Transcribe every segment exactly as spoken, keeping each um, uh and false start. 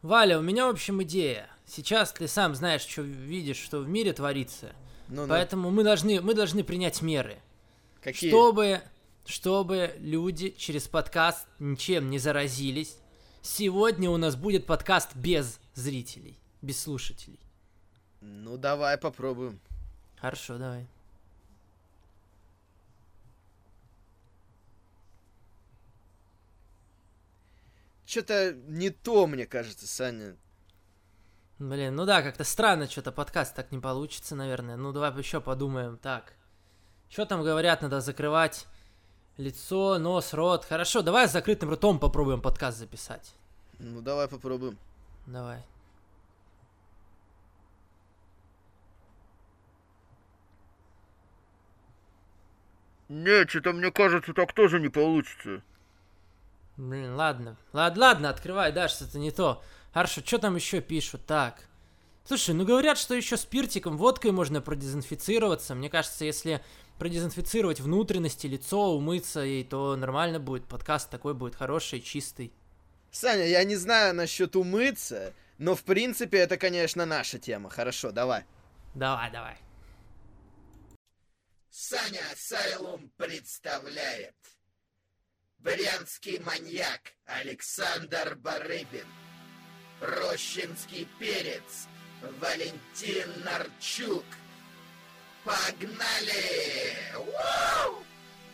Валя, у меня, в общем, идея. Сейчас ты сам знаешь, что видишь, что в мире творится. Ну-ну. Поэтому мы должны, мы должны принять меры. Какие? Чтобы, чтобы люди через подкаст ничем не заразились. Сегодня у нас будет подкаст без зрителей, без слушателей. Ну, давай попробуем. Хорошо, давай. Что-то не то, мне кажется, Саня. Блин, ну да, как-то странно, что-то подкаст так не получится, наверное. Ну, давай еще подумаем. Так, что там говорят, надо закрывать лицо, нос, рот. Хорошо, давай с закрытым ртом попробуем подкаст записать. Ну, давай попробуем. Давай. Не, что-то мне кажется, так тоже не получится. Блин, ладно. Ладно, ладно, открывай, да, что-то не то. Хорошо, что там еще пишут? Так. Слушай, ну говорят, что еще спиртиком, водкой можно продезинфицироваться. Мне кажется, если продезинфицировать внутренности, лицо, умыться, и то нормально будет. Подкаст такой будет хороший, чистый. Саня, я не знаю насчет умыться, но в принципе это, конечно, наша тема. Хорошо, давай. Давай, давай. Саня Асайлум представляет брянский маньяк Александр Барыбин, рощинский перец Валентин Нарчук. Погнали! Уу!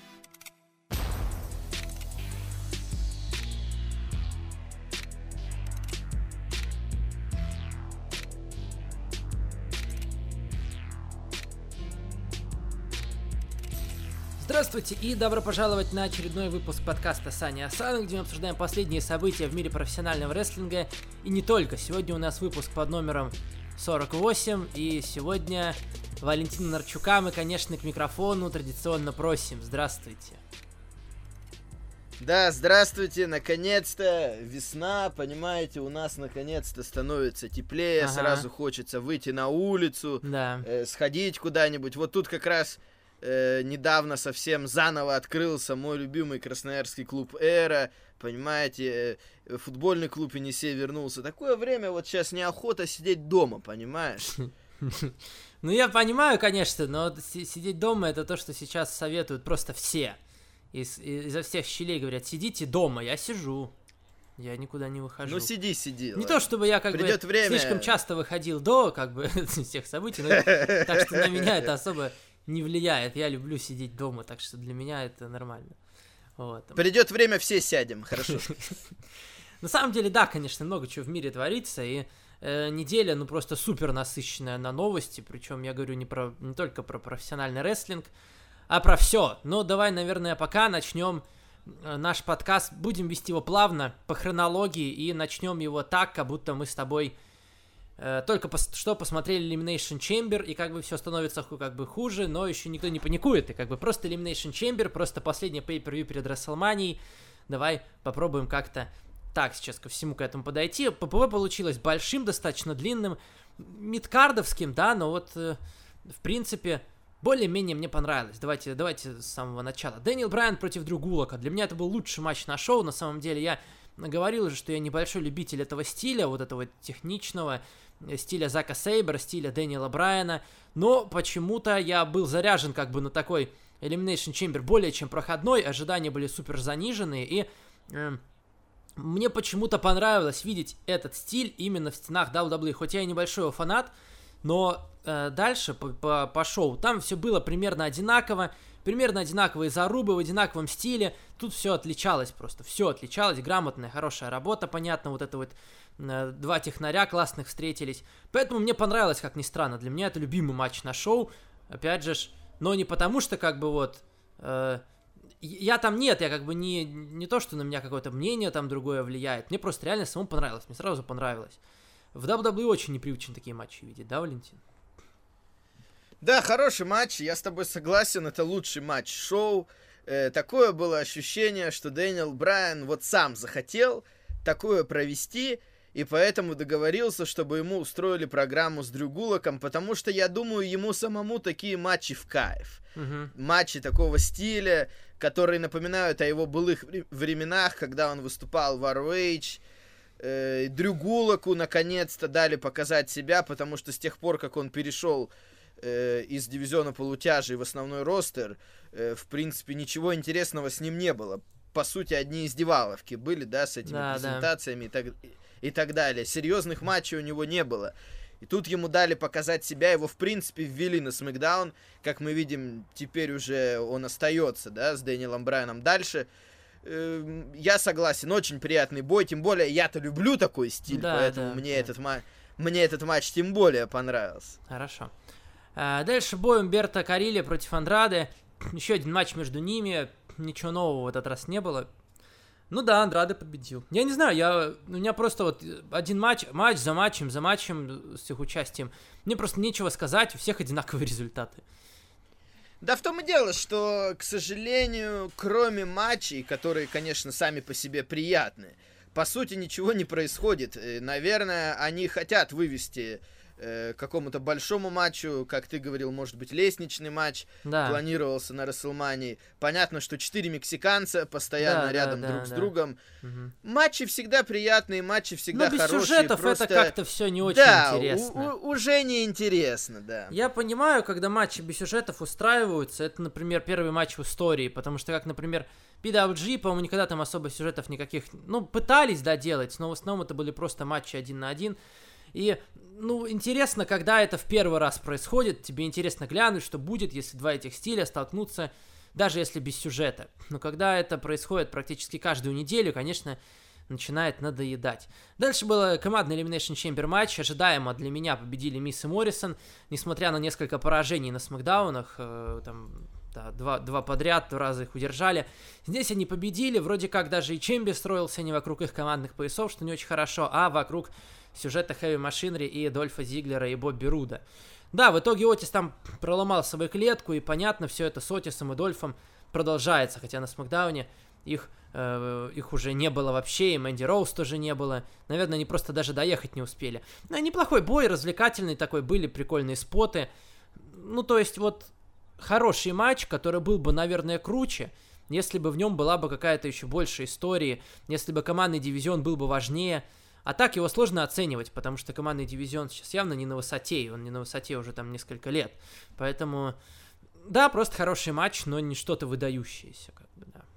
Здравствуйте и добро пожаловать на очередной выпуск подкаста Саня Асайлум, где мы обсуждаем последние события в мире профессионального рестлинга и не только. Сегодня у нас выпуск под номером сорок восемь, и сегодня Валентина Нарчука мы, конечно, к микрофону традиционно просим. Здравствуйте. Да, здравствуйте, наконец-то весна, понимаете, у нас наконец-то становится теплее, Ага. сразу хочется выйти на улицу, Да. э, сходить куда-нибудь. Вот тут как раз э, недавно совсем заново открылся мой любимый красноярский клуб «Эра», понимаете, э, футбольный клуб «Енисей» вернулся. Такое время вот сейчас неохота сидеть дома, понимаешь? Ну, я понимаю, конечно, но си- сидеть дома — это то, что сейчас советуют просто все. Из- и- изо всех щелей говорят, сидите дома, я сижу. Я никуда не выхожу. Ну сиди, сиди. Не ладно. то, чтобы я как Придет бы время. слишком часто выходил до как бы всех событий, но так что на меня это особо не влияет. Я люблю сидеть дома, так что для меня это нормально. Вот. Придет время, все сядем, хорошо. На самом деле, да, конечно, много чего в мире творится, и э, неделя, ну, просто супер насыщенная на новости, причем я говорю не, про, не только про профессиональный рестлинг, а про все. Но давай, наверное, пока начнем э, наш подкаст, будем вести его плавно, по хронологии, и начнем его так, как будто мы с тобой э, только пос- что посмотрели Elimination Chamber, и как бы все становится ху- как бы хуже, но еще никто не паникует, и как бы просто Elimination Chamber, просто последний pay-per-view перед WrestleMania. Давай попробуем как-то так сейчас ко всему к этому подойти. ППВ получилось большим, достаточно длинным, мидкардовским, да, но вот, э, в принципе, более-менее мне понравилось. Давайте, давайте с самого начала. Дэниел Брайан против Дрю Гулака. Для меня это был лучший матч на шоу. На самом деле, я говорил уже, что я небольшой любитель этого стиля, вот этого техничного э, стиля Зака Сейбера, стиля Дэниела Брайана. Но почему-то я был заряжен как бы на такой Elimination Chamber более чем проходной. Ожидания были супер заниженные, и э, мне почему-то понравилось видеть этот стиль именно в стенах дабл ю дабл ю и. Хоть я и небольшой его фанат, но э, дальше по, по, по шоу там все было примерно одинаково, примерно одинаковые зарубы в одинаковом стиле. Тут все отличалось просто, все отличалось, грамотная, хорошая работа, понятно, вот это вот э, два технаря классных встретились. Поэтому мне понравилось, как ни странно, для меня это любимый матч на шоу, опять же, ж, но не потому что как бы вот... Э, Я там нет, я как бы не, не то, что на меня какое-то мнение там другое влияет. Мне просто реально самому понравилось, мне сразу понравилось. В дабл ю дабл ю и очень непривычно такие матчи видеть, да, Валентин? Да, хороший матч, я с тобой согласен, это лучший матч шоу. Э, такое было ощущение, что Дэниел Брайан вот сам захотел такое провести, и поэтому договорился, чтобы ему устроили программу с Дрю Гулаком, потому что, я думаю, ему самому такие матчи в кайф. Угу. Матчи такого стиля, которые напоминают о его былых временах, когда он выступал в ар о эйч. Э, Дрю Гулаку наконец-то дали показать себя, потому что с тех пор, как он перешел э, из дивизиона полутяжей в основной ростер, э, в принципе, ничего интересного с ним не было. По сути, одни издеваловки были, да, с этими да, презентациями да. И, так, и так далее. Серьезных матчей у него не было. И тут ему дали показать себя, его, в принципе, ввели на Смэкдаун. Как мы видим, теперь уже он остается, да, с Дэниелом Брайаном дальше. Я согласен, очень приятный бой, тем более я-то люблю такой стиль, да, поэтому да, мне, да. Этот ма- мне этот матч тем более понравился. Хорошо. А, дальше бой Умберто Каррильо против Андрады. Еще один матч между ними, ничего нового в этот раз не было. Ну да, Андраде победил. Я не знаю, я, у меня просто вот один матч, матч за матчем, за матчем с их участием. Мне просто нечего сказать, у всех одинаковые результаты. Да в том и дело, что, к сожалению, кроме матчей, которые, конечно, сами по себе приятны, по сути ничего не происходит. Наверное, они хотят вывести э, какому-то большому матчу, как ты говорил, может быть, лестничный матч, да. Планировался на Расселмании. Понятно, что четыре мексиканца постоянно да, рядом да, друг да, с да. другом. Угу. Матчи всегда приятные, матчи всегда хорошие. Но без сюжетов просто... это как-то все не очень да, интересно. У- у- уже не интересно, да. Я понимаю, когда матчи без сюжетов устраиваются, это, например, первый матч в истории, потому что, как, например, пи дабл ю джи, по-моему, никогда там особо сюжетов никаких, ну, пытались, да, делать, но в основном это были просто матчи один на один. И, ну, интересно, когда это в первый раз происходит, тебе интересно глянуть, что будет, если два этих стиля столкнутся, даже если без сюжета. Но когда это происходит практически каждую неделю, конечно, начинает надоедать. Дальше был командный Elimination Chamber матч. Ожидаемо для меня победили Мисс и Моррисон, несмотря на несколько поражений на смэкдаунах, э, там... Да, два, два подряд, два раза их удержали. Здесь они победили, вроде как даже и Чемби строился не вокруг их командных поясов, что не очень хорошо, а вокруг сюжета Heavy Machinery и Дольфа Зиглера и Бобби Руда. Да, в итоге Отис там проломал свою клетку, и понятно, все это с Отисом и Дольфом продолжается, хотя на Смэкдауне их, э, их уже не было вообще, и Мэнди Роуз тоже не было. Наверное, они просто даже доехать не успели. Ну, неплохой бой, развлекательный такой, были прикольные споты. Ну, то есть вот... Хороший матч, который был бы, наверное, круче, если бы в нем была бы какая-то еще больше истории, если бы командный дивизион был бы важнее. А так его сложно оценивать, потому что командный дивизион сейчас явно не на высоте, и он не на высоте уже там несколько лет. Поэтому, да, просто хороший матч, но не что-то выдающееся, как бы, да.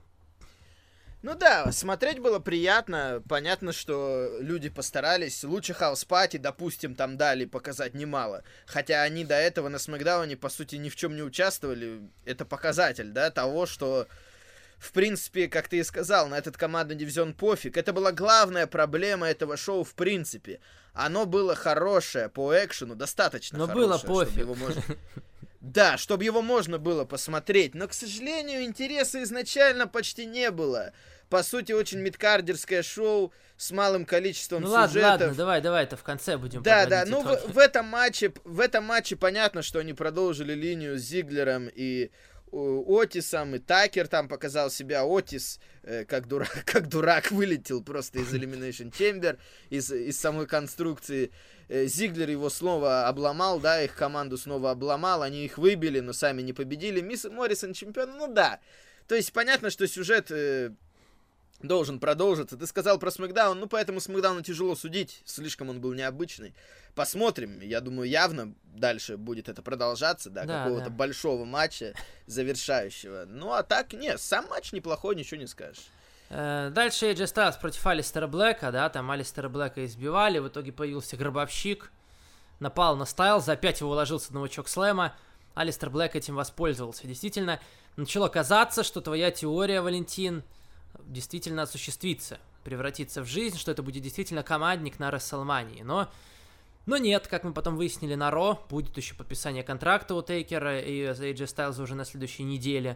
Ну да, смотреть было приятно. Понятно, что люди постарались. Лучше хаус-пати, допустим, там дали показать немало. Хотя они до этого на Смэкдауне, по сути, ни в чем не участвовали. Это показатель, да, того, что, в принципе, как ты и сказал, на этот командный дивизион пофиг. Это была главная проблема этого шоу, в принципе. Оно было хорошее по экшену, достаточно Но хорошее. было пофиг. Чтобы его можно... Да, чтобы его можно было посмотреть. Но, к сожалению, интереса изначально почти не было. По сути, очень мидкардерское шоу с малым количеством ну, сюжетов. Ну ладно, ладно, давай, давай, это в конце будем Да, да, ну в, в этом матче, в этом матче понятно, что они продолжили линию с Зиглером и у, Отисом, и Такер там показал себя. Отис, э, как, дурак, как дурак, вылетел просто из Elimination Chamber, из, из самой конструкции. Э, Зиглер его снова обломал, да, их команду снова обломал, они их выбили, но сами не победили. Мисс Моррисон чемпион, ну да. То есть понятно, что сюжет... Э, должен продолжиться. Ты сказал про Смэкдаун, ну поэтому Смэкдауну тяжело судить, слишком он был необычный. Посмотрим, я думаю, явно дальше будет это продолжаться, да, да какого-то да. большого матча завершающего. Ну а так, нет, сам матч неплохой, ничего не скажешь. Дальше эй джей Styles против Алистера Блэка, да, там Алистера Блэка избивали, в итоге появился Гробовщик, напал на Стайлза, опять его уложился на чок-слэма, Алистер Блэк этим воспользовался. Действительно, начало казаться, что твоя теория, Валентин, действительно осуществится, превратится в жизнь, что это будет действительно командник на Расселмании. Но, но нет, как мы потом выяснили на Ро, будет еще подписание контракта у Тейкера и эй джей Styles уже на следующей неделе.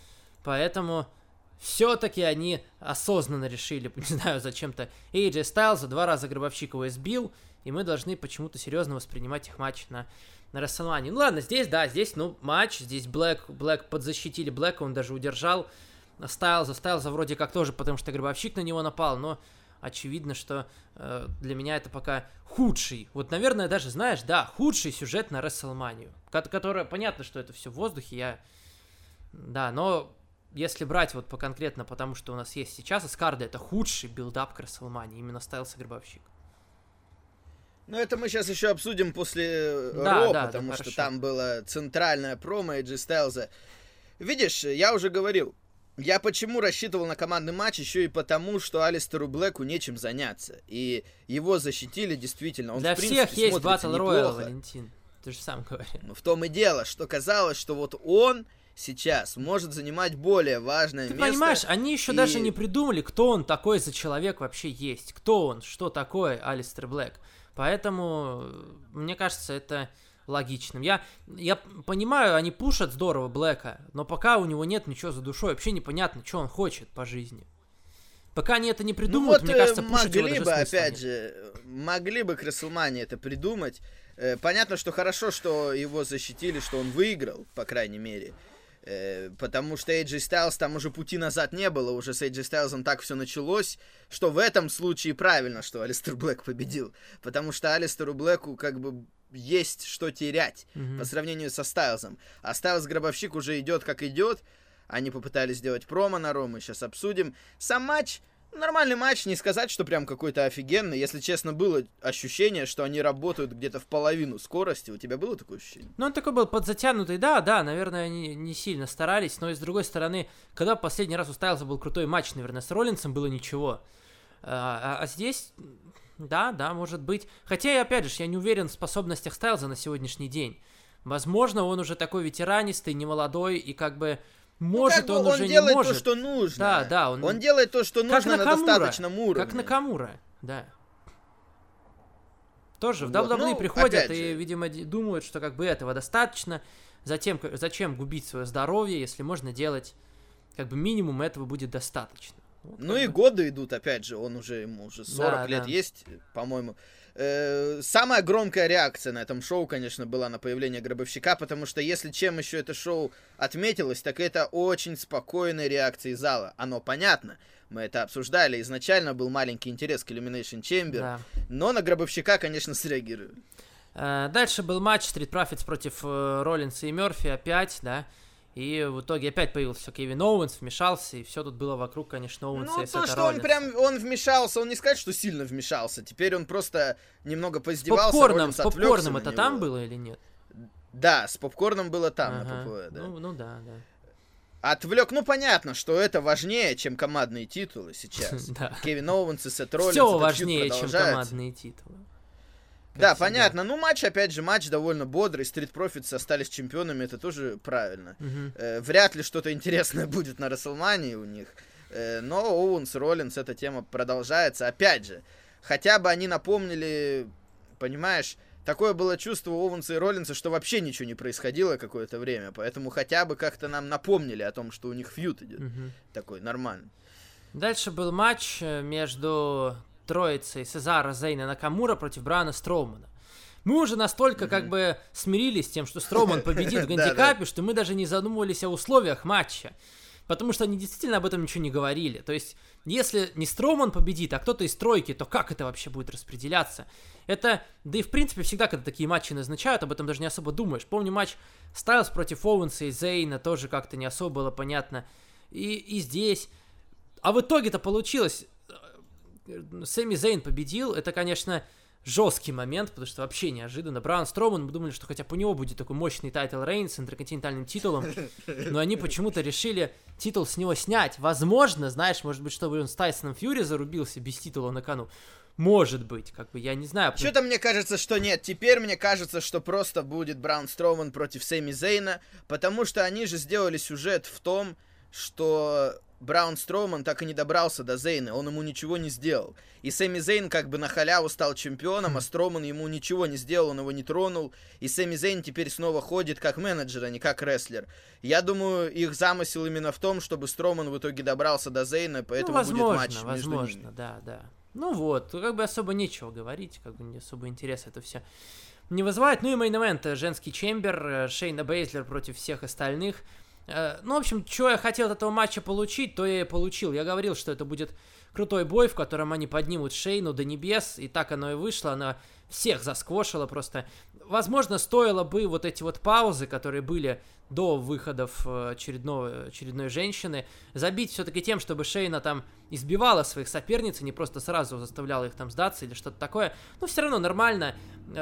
Поэтому все-таки они осознанно решили, не знаю, зачем-то эй джей Styles два раза Гробовщик его избил, и мы должны почему-то серьезно воспринимать их матч на, на Расселмании. Ну ладно, здесь, да, здесь, ну, матч, здесь Блэк, Блэк подзащитили Блэка, он даже удержал Стайлза, Стайлза вроде как тоже, потому что Гробовщик на него напал, но очевидно, что э, для меня это пока худший, вот, наверное, даже, знаешь, да, худший сюжет на Расселманию, который, понятно, что это все в воздухе, я, да, но если брать вот по конкретно, потому что у нас есть сейчас, из карда это худший билдап к WrestleMania, именно ставился Гробовщик. Ну, это мы сейчас еще обсудим после да, Ро, да, потому да, что хорошо. там было центральное промо Эйджи Стайлза. Видишь, я уже говорил, я почему рассчитывал на командный матч, еще и потому, что Алистеру Блэку нечем заняться. И его защитили действительно. Он, Для в принципе, всех есть Battle Royale, неплохо. Валентин. Ты же сам говорил. Но в том и дело, что казалось, что вот он сейчас может занимать более важное Ты место. понимаешь, они еще и... даже не придумали, кто он такой за человек вообще есть. Кто он, что такое Алистер Блэк. Поэтому, мне кажется, это логичным. Я, я понимаю, они пушат здорово Блэка, но пока у него нет ничего за душой, вообще непонятно, что он хочет по жизни. Пока они это не придумают, ну, вот, мне кажется, пушить его могли даже бы, смысла опять нет. же, могли бы к WrestleMania это придумать. Понятно, что хорошо, что его защитили, что он выиграл, по крайней мере. Потому что Эйджи Стайлз, там уже пути назад не было, уже с Эйджи Стайлзом так все началось, что в этом случае правильно, что Алистер Блэк победил. Потому что Алистеру Блэку как бы есть что терять mm-hmm. по сравнению со Стайлзом. А Стайлз-Гробовщик уже идет как идет. Они попытались сделать промо на Ро, мы сейчас обсудим. Сам матч, нормальный матч, не сказать, что прям какой-то офигенный. Если честно, было ощущение, что они работают где-то в половину скорости. У тебя было такое ощущение? Ну, он такой был подзатянутый, да, да, наверное, они не сильно старались, но и с другой стороны, когда последний раз у Стайлза был крутой матч, наверное, с Роллинсом было ничего. А, а, а здесь, да, да, может быть. Хотя, и опять же, я не уверен в способностях Стайлза на сегодняшний день. Возможно, он уже такой ветеранистый, немолодой, и как бы... Может, ну, как он, бы он уже делает не может. то, что нужно. Да, да. Он, он делает то, что нужно на достаточном уровне. Как Накамура, да. Тоже Вот. в дабл ю дабл ю и ну, приходят и, же. видимо, думают, что как бы этого достаточно. Затем, зачем губить свое здоровье, если можно делать, как бы минимум этого будет достаточно. Вот, ну и бы. годы идут, опять же, он уже, ему уже сорок да, лет да. есть, по-моему. Э, самая громкая реакция на этом шоу, конечно, была на появление Гробовщика, потому что если чем еще это шоу отметилось, так это очень спокойной реакцией зала. Оно понятно, мы это обсуждали, изначально был маленький интерес к Elimination Chamber, Да. но на Гробовщика, конечно, среагировали. Э, дальше был матч Street Profits против э, Роллинса и Мерфи опять, да. И в итоге опять появился Кевин Оуэнс, вмешался, и все тут было вокруг, конечно, Оуэнса Ну, и то, Сета что он Роллинса. прям, он вмешался, он не сказать, что сильно вмешался, теперь он просто немного С поиздевался, попкорном, Роллинс с отвлекся попкорном на это него. там было или нет? Да, с попкорном было там, Ага. на ППВ, да. Ну, ну да, да. Отвлек, ну понятно, что это важнее, чем командные титулы сейчас. Да. Кевин Оуэнс и Сет Роллинс. Все этот важнее, фьюд чем продолжается. командные титулы. Как Да, всегда. понятно. Ну, матч, опять же, матч довольно бодрый. Street Profits остались чемпионами, это тоже правильно. Мгм. Э, вряд ли что-то интересное будет на WrestleMania у них. Э, но Оуэнс, Роллинс, эта тема продолжается. Опять же, хотя бы они напомнили, понимаешь, такое было чувство у Оуэнса и Роллинса, что вообще ничего не происходило какое-то время. Поэтому хотя бы как-то нам напомнили о том, что у них фьюд идет. Мгм. Такой нормальный. Дальше был матч э, между троицей Сезара, Зейна, Накамура против Брана Строумана. Мы уже настолько как бы смирились с тем, что Строуман победит в гандикапе, что мы даже не задумывались о условиях матча. Потому что они действительно об этом ничего не говорили. То есть, если не Строуман победит, а кто-то из тройки, то как это вообще будет распределяться? Это, да и в принципе, всегда, когда такие матчи назначают, об этом даже не особо думаешь. Помню матч Стайлз против Оуэнса и Зейна, тоже как-то не особо было понятно. И, и здесь. А в итоге-то получилось... Сэмми Зейн победил. Это, конечно, жесткий момент, потому что вообще неожиданно. Браун Строуман, мы думали, что хотя бы у него будет такой мощный тайтл рейн с интерконтинентальным титулом, но они почему-то решили титул с него снять. Возможно, знаешь, может быть, чтобы он с Тайсоном Фьюри зарубился без титула на кону. Может быть, как бы, я не знаю. Потому... Что-то мне кажется, что нет. Теперь мне кажется, что просто будет Браун Строуман против Сэмми Зейна, потому что они же сделали сюжет в том, что Браун Строуман так и не добрался до Зейна, он ему ничего не сделал. И Сэмми Зейн как бы на халяву стал чемпионом, а Строуман ему ничего не сделал, он его не тронул. И Сэмми Зейн теперь снова ходит как менеджер, а не как рестлер. Я думаю, их замысел именно в том, чтобы Строуман в итоге добрался до Зейна, поэтому ну, возможно, будет матч между возможно, ними. да, да. Ну вот, как бы особо нечего говорить, как бы не особо интереса это все не вызывает. Ну и мейн-эвент, женский чембер, Шейна Бейзлер против всех остальных. Ну, в общем, что я хотел от этого матча получить, то я и получил. Я говорил, что это будет крутой бой, в котором они поднимут Шейну до небес, и так оно и вышло, она всех засквошила просто. Возможно, стоило бы вот эти вот паузы, которые были до выходов очередного, очередной женщины, забить все-таки тем, чтобы Шейна там избивала своих соперниц, и не просто сразу заставляла их там сдаться или что-то такое. Но все равно нормально.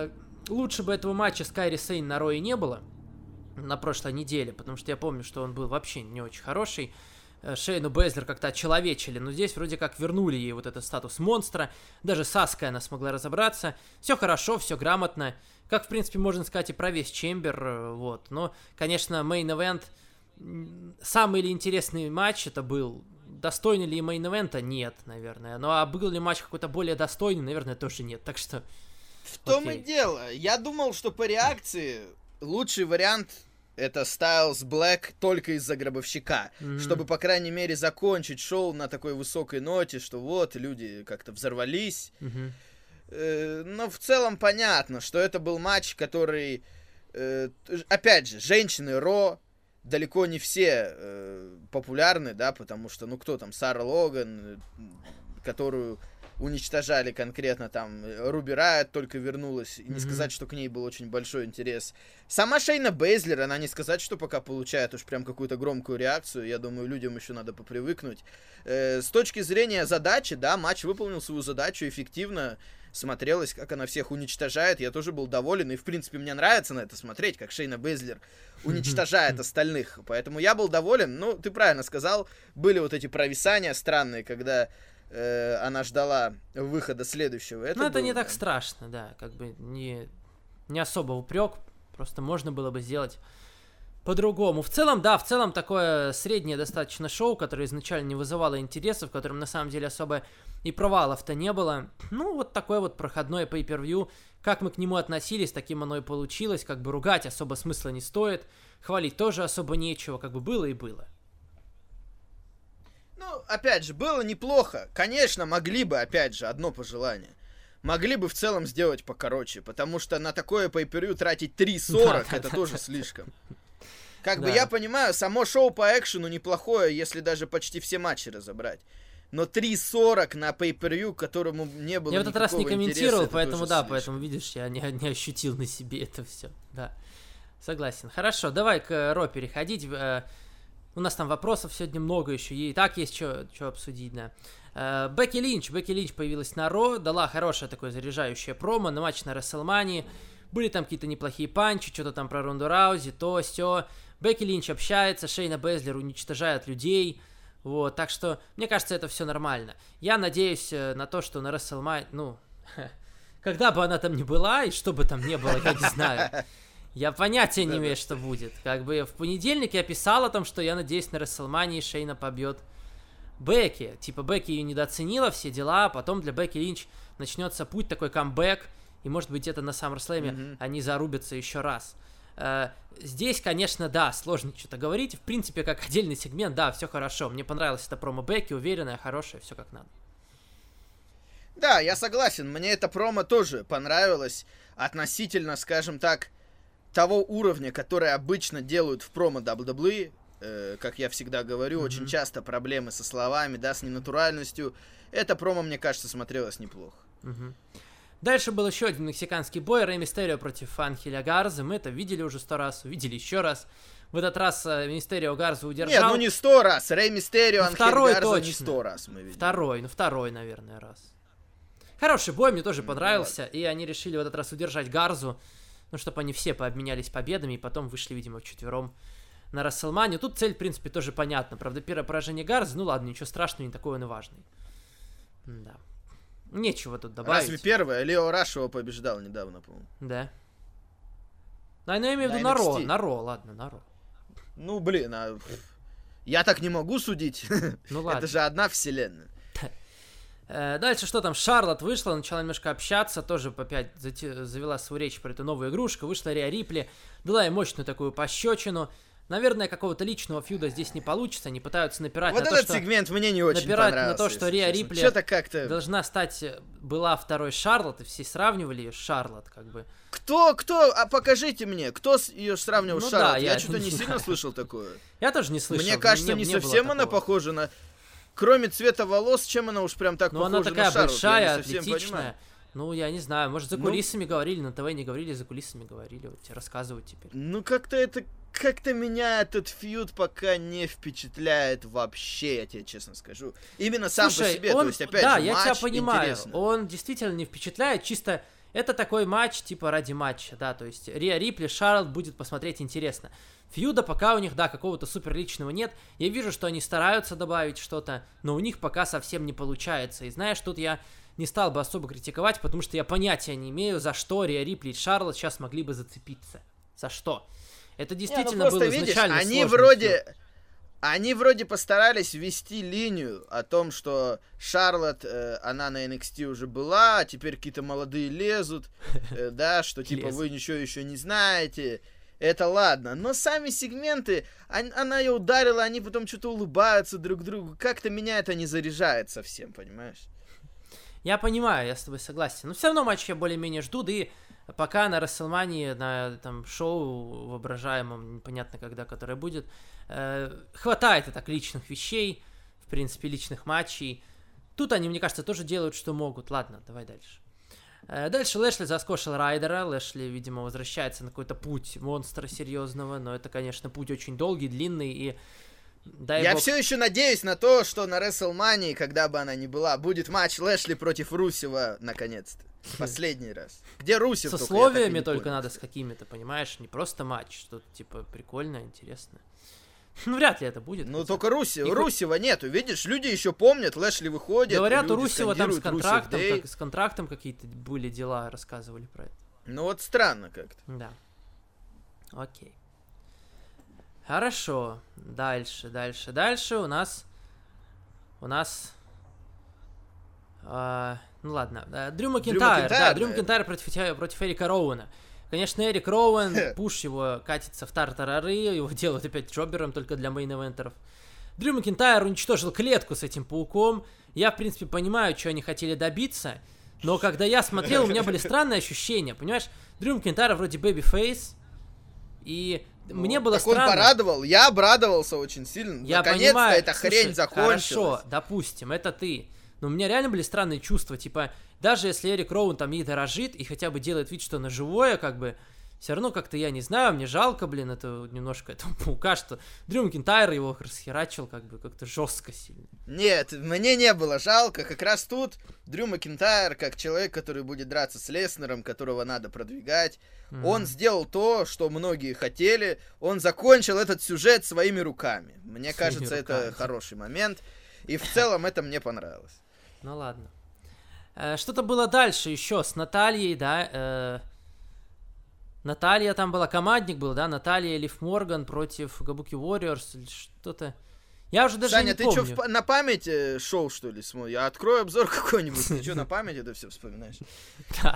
Лучше бы этого матча с Кайри Сейн на Рое не было на прошлой неделе, потому что я помню, что он был вообще не очень хороший. Шейну Бейзлер как-то очеловечили, но здесь вроде как вернули ей вот этот статус монстра. Даже с Аской она смогла разобраться. Все хорошо, все грамотно. Как, в принципе, можно сказать и про весь Чембер. Вот. Но, конечно, мейн-эвент... Самый ли интересный матч это был? Достойный ли мейн-эвента? Нет, наверное. Ну, а был ли матч какой-то более достойный? Наверное, тоже нет. Так что... В том Окей. и дело. Я думал, что по реакции лучший вариант... Это Стайлз Блэк только из-за гробовщика, mm-hmm. чтобы, по крайней мере, закончить шоу на такой высокой ноте, что вот, люди как-то взорвались. Mm-hmm. Э, но в целом понятно, что это был матч, который... Э, опять же, женщины Ро далеко не все э, популярны, да, потому что, ну, кто там, Сара Логан, которую... уничтожали конкретно там, Руби Райот только вернулась, и не mm-hmm. сказать, что к ней был очень большой интерес. Сама Шейна Бейзлер, она не сказать, что пока получает уж прям какую-то громкую реакцию, я думаю, людям еще надо попривыкнуть. Э, с точки зрения задачи, да, матч выполнил свою задачу эффективно, смотрелось, как она всех уничтожает, я тоже был доволен, и в принципе мне нравится на это смотреть, как Шейна Бейзлер уничтожает mm-hmm. остальных, поэтому я был доволен. Ну, ты правильно сказал, были вот эти провисания странные, когда она ждала выхода следующего. Это ну, это было, не да. так страшно, да, как бы не, не особо упрек, просто можно было бы сделать по-другому. В целом, да, в целом такое среднее достаточно шоу, которое изначально не вызывало интереса, в котором на самом деле особо и провалов-то не было. Ну, вот такое вот проходное pay-per-view. Как мы к нему относились, таким оно и получилось. Как бы ругать особо смысла не стоит, хвалить тоже особо нечего, как бы было и было. Ну, опять же, было неплохо. Конечно, могли бы, опять же, одно пожелание. Могли бы в целом сделать покороче, потому что на такое pay-per-view тратить три сорок, да, это да, тоже да. слишком. Как да. бы я понимаю, само шоу по экшену неплохое, если даже почти все матчи разобрать. Но три сорок на pay-per-view, которому не было никакого интереса. Я в этот раз не комментировал, поэтому да, слишком. Поэтому, видишь, я не, не ощутил на себе это все. Да, согласен. Хорошо, давай к Ро переходить. У нас там вопросов сегодня много еще, и так есть что обсудить, да. Uh, Бекки Линч, Бекки Линч появилась на Ро, дала хорошее такое заряжающее промо на матч на Расселмании. Были там какие-то неплохие панчи, что-то там про Ронду Раузи, то, сё. Бекки Линч общается, Шейна Бейзлер уничтожает людей. Вот, так что, мне кажется, это все нормально. Я надеюсь на то, что на Расселмании, ну, когда бы она там ни была, и что бы там ни было, я не знаю. Я понятия не имею, что будет. Как бы в понедельник я писал о том, что я надеюсь, на Расселмании Шейна побьет Бекки. Типа, Бекки ее недооценила, все дела, а потом для Бекки Линч начнется путь, такой камбэк, и, может быть, где-то на SummerSlam mm-hmm. они зарубятся еще раз. Uh, здесь, конечно, да, сложно что-то говорить. В принципе, как отдельный сегмент, да, все хорошо. Мне понравилось это промо Бекки, уверенная, хорошая, все как надо. Да, я согласен. Мне это промо тоже понравилось относительно, скажем так, того уровня, который обычно делают в промо дабл ю дабл ю и, э, как я всегда говорю, mm-hmm. очень часто проблемы со словами, да, с ненатуральностью. Это промо, мне кажется, смотрелось неплохо. Mm-hmm. Дальше был еще один мексиканский бой, Рей Мистерио против Анхеля Гарзы. Мы это видели уже сто раз, увидели еще раз. В этот раз Мистерио Гарзу удержал. Нет, ну не сто раз, Рей Мистерио, Анхель Гарза точно. Не сто раз мы видели. Второй, ну второй, наверное, раз. Хороший бой, мне тоже понравился, mm-hmm. и они решили в этот раз удержать Гарзу. Ну, чтобы они все пообменялись победами, и потом вышли, видимо, вчетвером на Расселманию. Тут цель, в принципе, тоже понятна. Правда, первое поражение Гарзы, ну ладно, ничего страшного, не такой он и важный. Да. Нечего тут добавить. Разве первое? Лео Раш его побеждал недавно, по-моему. Да. Ну, я имею в виду на Ро, на Ро, ладно, на Ро. Ну, блин, а... я так не могу судить. Ну, ладно. Это же одна вселенная. Дальше что там? Шарлотт вышла, начала немножко общаться, тоже опять завела свою речь про эту новую игрушку. Вышла Риа Рипли, дала ей мощную такую пощечину. Наверное, какого-то личного фьюда здесь не получится. Они пытаются напирать вот на то, что... Вот этот сегмент мне не очень напирать понравился. на то, что Риа Рипли что-то как-то... должна стать... Была второй Шарлотт, и все сравнивали ее с Шарлотт, как бы. Кто, кто? А покажите мне, кто ее сравнивал ну с Шарлотт? Да, я я что-то не сильно слышал такое. Я тоже не слышал. Мне кажется, не, не совсем она похожа на... кроме цвета волос, чем она уж прям так Ну, похожа она такая на Шарлотт, большая, я не совсем атлетичная. понимаю. Ну, я не знаю, может, за Ну- кулисами говорили, на ТВ не говорили, за кулисами говорили, вот тебе рассказывают теперь. Ну, как-то это... Как-то меня этот фьюд пока не впечатляет вообще, я тебе честно скажу. Именно сам Слушай, по себе, он, то есть, опять да, же, я матч тебя понимаю, интересно. он действительно не впечатляет, чисто это такой матч, типа, ради матча, да, то есть Риа Рипли, Шарлотт будет посмотреть интересно. Фьюда пока у них, да, какого-то супер личного нет, я вижу, что они стараются добавить что-то, но у них пока совсем не получается, и знаешь, тут я не стал бы особо критиковать, потому что я понятия не имею, за что Риа Рипли и Шарлотт сейчас могли бы зацепиться, за что. Это Не, ну действительно просто было видишь, изначально они сложный вроде... фьюд. Они вроде постарались ввести линию о том, что Шарлотт, э, она на эн экс ти уже была, а теперь какие-то молодые лезут, э, да, что типа Лезут. вы ничего еще не знаете. Это ладно, но сами сегменты, он- она ее ударила, они потом что-то улыбаются друг другу. Как-то меня это не заряжает совсем, понимаешь? Я понимаю, я с тобой согласен. Но все равно матч я более-менее жду, да и пока на Расселмании, на там шоу воображаемом, непонятно когда, которое будет, э, хватает и так личных вещей, в принципе, личных матчей. Тут они, мне кажется, тоже делают, что могут. Ладно, давай дальше. Э, дальше Лэшли заскошил Райдера. Лэшли, видимо, возвращается на какой-то путь монстра серьезного, но это, конечно, путь очень долгий, длинный, и дай Я бог... все еще надеюсь на то, что на WrestleMania, когда бы она ни была, будет матч Лэшли против Русева наконец-то. Последний раз. Где Русев? С только, я так и условиями не только понял. надо с какими-то, понимаешь? Не просто матч, что-то типа прикольное, интересное. Ну, вряд ли это будет. Ну, хотя. только Русева, И хоть- Русева нету, видишь, люди еще помнят, Лэшли выходит, Говорят, у люди Русева там с скандируют «Русев контрактом, Дэй». как, с контрактом какие-то были дела, рассказывали про это. Ну, вот странно как-то. Да. Окей. Хорошо. Дальше, дальше, дальше у нас... У нас... а, ну ладно. А, Дрю Макинтайр. Макинтайр, Да, Дрю наверное. Макинтайр против, против Эрика Роуэна. Конечно, Эрик Роуэн, пуш его катится в тартарары, его делают опять джобером только для мейн-эвентеров. Дрю Макинтайр уничтожил клетку с этим пауком. Я, в принципе, понимаю, что они хотели добиться, но когда я смотрел, у меня были странные ощущения, понимаешь? Дрю Макинтайр вроде бэби-фейс, и Ну, мне было так он странно. порадовал, я обрадовался очень сильно. Я Наконец-то понимаю, эта слушай, хрень закончилась. Хорошо, допустим, это ты. Но у меня реально были странные чувства, типа, даже если Эрик Роуэн там ей дорожит и хотя бы делает вид, что она живое, как бы, все равно как-то, я не знаю, мне жалко, блин, это немножко этого паука, что Дрю Макинтайр его расхерачил, как бы, как-то жестко сильно. Нет, мне не было жалко. Как раз тут Дрю Макинтайр, как человек, который будет драться с Леснером, которого надо продвигать, Мгм. он сделал то, что многие хотели. Он закончил этот сюжет своими руками. Мне Своими кажется, это руками. хороший момент. И в целом это мне понравилось. Ну ладно. Э, Что-то было дальше еще с Натальей, да. э, Наталья там была, командник был, да, Наталья и Лив Морган против Габуки Warriors или что-то. Я уже даже Саня, не ты помню. что, на память э, шоу, что ли, смотришь? Я открою обзор какой-нибудь. Ты что, на память это все вспоминаешь? Да.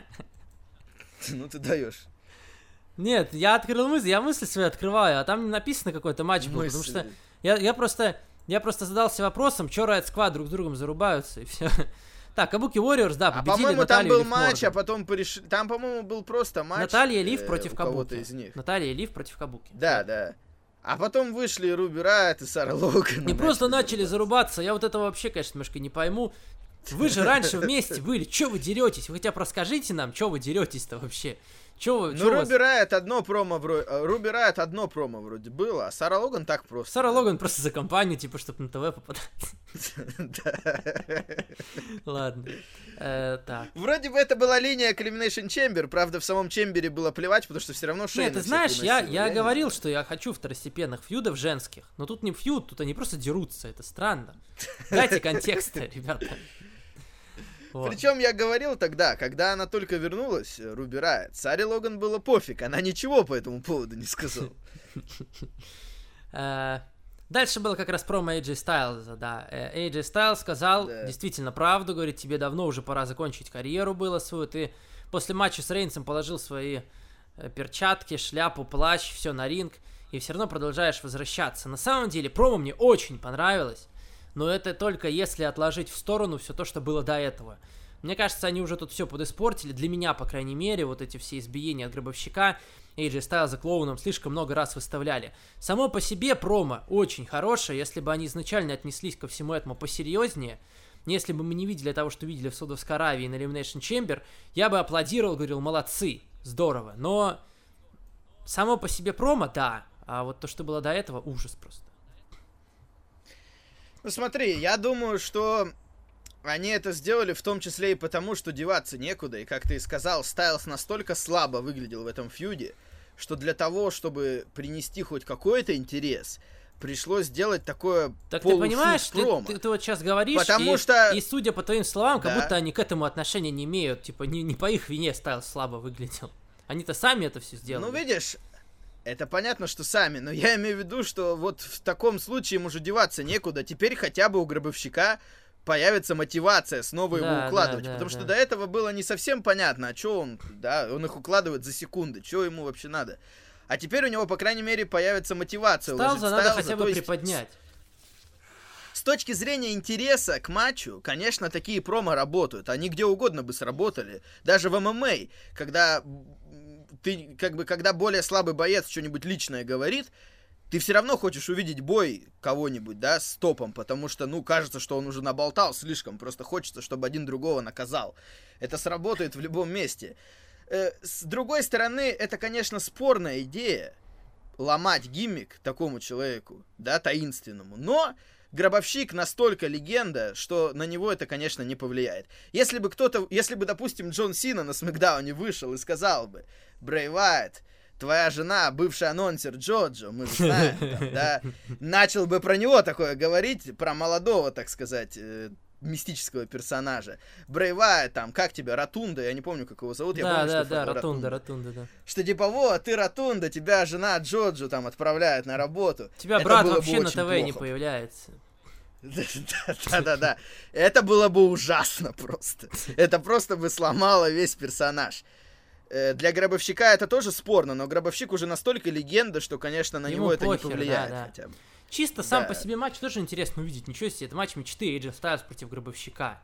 Ну ты даешь. Нет, я открыл мысль, я мысли свои открываю, а там не написано какой-то матч был, потому что я, я просто я просто задался вопросом, что Riot Squad друг с другом зарубаются, и все. Так, Кабуки Warriors, да, А победили по-моему, там Наталью был и Лив матч, а Морган. потом порешили... Там, по-моему, был просто матч. Наталья и Лив э, против у кого-то Кабуки. из них. Наталья и Лив против Кабуки. Да, да. А потом вышли Руби Райт и Сара Логан. И просто начали зарубаться. Я вот этого вообще, конечно, немножко не пойму. Вы же раньше вместе были. Че вы деретесь? Вы хотя бы расскажите нам, что вы деретесь-то вообще? Че вы? Ну, чё у вас- Руби Райт одно промо вроде... Руби Райт одно промо вроде было, а Сара Логан так просто. Сара Логан просто за компанию, типа, чтобы на ТВ попадать. Да. Ладно. Э, Так. Вроде бы это была линия к Elimination Chamber, правда, в самом Чембере было плевать, потому что все равно Шейна Нет, ты всех знаешь, я, выносила, я не говорил, знаю. что я хочу второстепенных фьюдов женских, но тут не фьюд, тут они просто дерутся, это странно. Дайте контекста, ребята. Вот. Причем я говорил тогда, когда она только вернулась, Руби Райт, Саре Логан было пофиг, она ничего по этому поводу не сказала. Э, Дальше было как раз промо эй джей Styles, да. Э, эй джей Styles сказал Да. действительно правду, говорит, тебе давно уже пора закончить карьеру было свою, ты после матча с Рейнсом положил свои э, перчатки, шляпу, плащ, все на ринг, и все равно продолжаешь возвращаться. На самом деле, промо мне очень понравилось, но это только если отложить в сторону все то, что было до этого. Мне кажется, они уже тут все подиспортили. Для меня, по крайней мере, вот эти все избиения от Гробовщика, эй джей Styles за клоуном слишком много раз выставляли. Само по себе промо очень хорошее, если бы они изначально отнеслись ко всему этому посерьезнее. Если бы мы не видели того, что видели в Саудовской Аравии на Elimination Chamber, я бы аплодировал, говорил, молодцы, здорово. Но само по себе промо, да, а вот то, что было до этого, ужас просто. Ну смотри, я думаю, что они это сделали в том числе и потому, что деваться некуда. И как ты и сказал, Стайлз настолько слабо выглядел в этом фьюде, что для того, чтобы принести хоть какой-то интерес, пришлось сделать такое так ты понимаешь, промо. Ты, ты, ты вот сейчас говоришь, потому и, что... и судя по твоим словам, да. как будто они к этому отношения не имеют. Типа, не, не по их вине Стайлз слабо выглядел. Они-то сами это все сделали. Ну, видишь, это понятно, что сами, но я имею в виду, что вот в таком случае ему же деваться некуда. Теперь хотя бы у Гробовщика появится мотивация снова да, его укладывать. Да, да, потому да. что до этого было не совсем понятно, а что он, да, он их укладывает за секунды, что ему вообще надо. А теперь у него, по крайней мере, появится мотивация. Стайлза надо Стайлза, хотя бы то есть, приподнять. С точки зрения интереса к матчу, конечно, такие промо работают. Они где угодно бы сработали. Даже в эм эм а, когда ты, как бы, когда более слабый боец что-нибудь личное говорит, ты все равно хочешь увидеть бой кого-нибудь, да, с топом, потому что, ну, кажется, что он уже наболтал слишком, просто хочется, чтобы один другого наказал. Это сработает в любом месте. Э, с другой стороны, это, конечно, спорная идея ломать гиммик такому человеку, да, таинственному, но Гробовщик настолько легенда, что на него это, конечно, не повлияет. Если бы кто-то, если бы, допустим, Джон Сина на Смэкдауне вышел и сказал бы: Брэй Уайт, твоя жена, бывший анонсер Джоджо, мы же знаем, там, да, начал бы про него такое говорить, про молодого, так сказать, э, мистического персонажа. Брэй Уайт, там, как тебя, Ротунда, я не помню, как его зовут. Да, я помню, да, что да, Ротунда, Ротунда, Ротунда, да. Что типа, вот, ты Ротунда, тебя жена Джоджо там отправляет на работу. Тебя Это брат было вообще бы на очень ТВ не плохо. появляется. Да-да-да. Это было бы ужасно просто. Это просто бы сломало весь персонаж. Для Гробовщика это тоже спорно, но Гробовщик уже настолько легенда, что, конечно, на Ему него это похер, не повлияет да, да. хотя бы. Чисто сам Да. по себе матч тоже интересно увидеть. Ничего себе, это матч мечты, эй джей Styles против Гробовщика.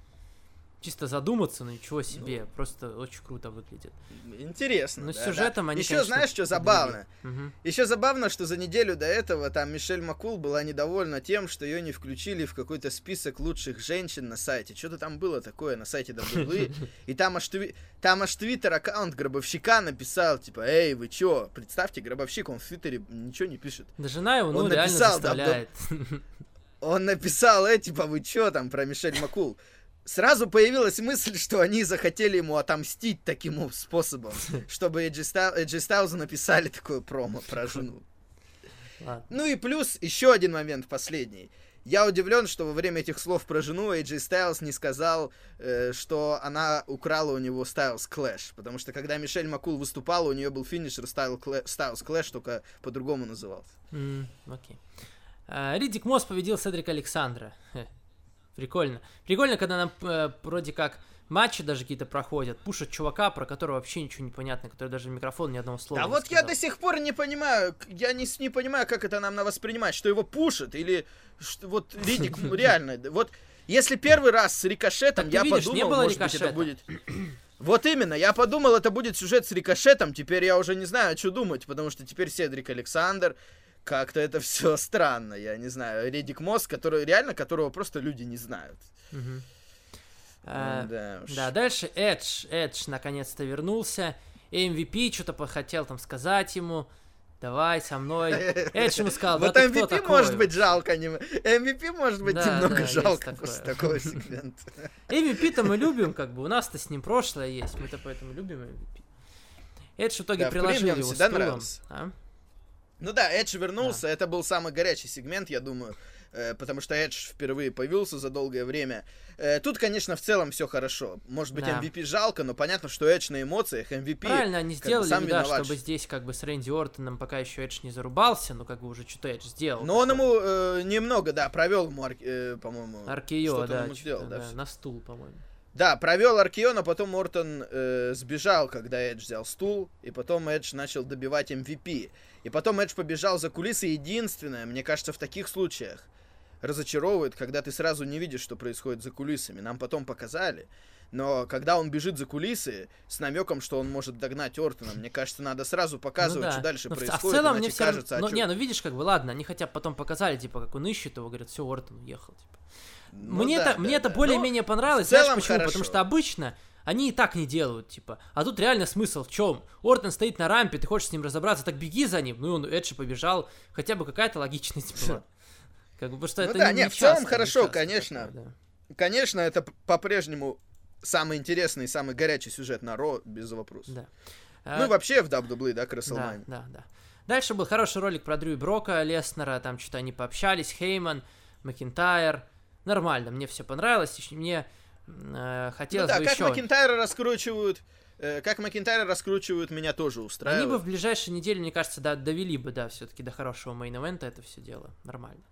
Чисто задуматься, ну ничего себе, просто очень круто выглядит. Интересно. Но да, с сюжетом да. они, Еще конечно, знаешь, что подвели. забавно? Мгм. Еще забавно, что за неделю до этого там Мишель Маккул была недовольна тем, что ее не включили в какой-то список лучших женщин на сайте. Что-то там было такое на сайте дабл ю дабл ю и. И там аж, тви... там аж твиттер-аккаунт Гробовщика написал, типа, эй, вы чё? Представьте, Гробовщик, он в твиттере ничего не пишет. Да жена его, ну, Он реально написал, да, заставляет. Он написал, э, типа, вы чё там про Мишель Маккул? Сразу появилась мысль, что они захотели ему отомстить таким способом, чтобы эй джей Styles написали такое промо про жену. Ладно. Ну и плюс еще один момент последний. Я удивлен, что во время этих слов про жену эй джей Styles не сказал, э, что она украла у него Styles Clash. Потому что когда Мишель Маккул выступала, у нее был финишер Styles Clash, только по-другому назывался. М, Окей. А, Риддик Мосс победил Седрика Александра. Хе. Прикольно. Прикольно, когда нам э, вроде как матчи даже какие-то проходят, пушат чувака, про которого вообще ничего не понятно, который даже в микрофон ни одного слова А не вот сказал. я до сих пор не понимаю, я не, не понимаю, как это нам на воспринимать, что его пушат, или что, вот Риддик реально, вот если первый раз с рикошетом, Так ты я видишь, подумал, не было может быть, рикошета. это будет... Вот именно, я подумал, это будет сюжет с рикошетом, теперь я уже не знаю, что думать, потому что теперь Седрик Александр, как-то это все странно, я не знаю, Риддик Мосс, который реально, которого просто люди не знают. Мгм. А, Да уж. Да, дальше Эдж. Эдж наконец-то вернулся. эм ви пи что-то хотел там сказать ему. Давай со мной. Эдж ему сказал, да Вот ты эм ви кто пи такой? может быть жалко, не... эм ви пи может быть Да, немного да, есть жалко такое. после такого сегмента. эм ви пи-то мы любим, как бы, у нас-то с ним прошлое есть, мы-то поэтому любим эм ви пи. Эдж в итоге Да, в приложил премиум его всегда стулом. нравился. А? Ну да, Эдж вернулся, это был самый горячий сегмент, я думаю, э, потому что Эдж впервые появился за долгое время. Э, тут, конечно, в целом все хорошо. Может быть, Да. эм ви пи жалко, но понятно, что Эдж на эмоциях, эм ви пи... Правильно они как бы сделали, сам да, виноват, чтобы что- здесь как бы с Рэнди Ортоном пока еще Эдж не зарубался, но как бы уже что-то Эдж сделал. Но он такое. ему э, немного, да, провел ему, ар- э, по-моему, Аркео, что-то да, ему чё-то, сделал, да, да, всё. на стул, по-моему. Да, провел Аркео, но потом Ортон э, сбежал, когда Эдж взял стул, и потом Эдж начал добивать эм ви пи. И потом Эдж побежал за кулисы. Единственное, мне кажется, в таких случаях разочаровывает, когда ты сразу не видишь, что происходит за кулисами. Нам потом показали. Но когда он бежит за кулисы с намеком, что он может догнать Ортона, мне кажется, надо сразу показывать, ну, да. что дальше но происходит. А в целом мне все кажется, равно... а ну, не, ну видишь, как бы, ладно, они хотя бы потом показали, типа, как он ищет его, говорят, все, Ортон уехал. Типа. Ну, мне да, это, да, мне да. это более-менее понравилось, знаешь почему? Хорошо. Потому что обычно они и так не делают, типа. А тут реально смысл в чем? Ортон стоит на рампе, ты хочешь с ним разобраться, так беги за ним. Ну, он Эдж побежал, хотя бы какая-то логичность была. Как бы, потому что ну это да, не, нет, не в целом часто, хорошо, часто конечно. такое, да. Конечно, это по-прежнему самый интересный и самый горячий сюжет на Ро, без вопросов. Да. Ну и вообще в дабл ю дабл ю и, да, к WrestleMania. Да, да, да. Дальше был хороший ролик про Дрю и Брока, Леснера, там что-то они пообщались, Хейман, Макинтайр. Нормально, мне все понравилось, мне э, хотелось ну да, бы как еще... Макинтайра раскручивают, э, как Макинтайра раскручивают, меня тоже устраивает. Они бы в ближайшие недели, мне кажется, да, довели бы, да, все-таки до хорошего мейн-эвента это все дело, нормально.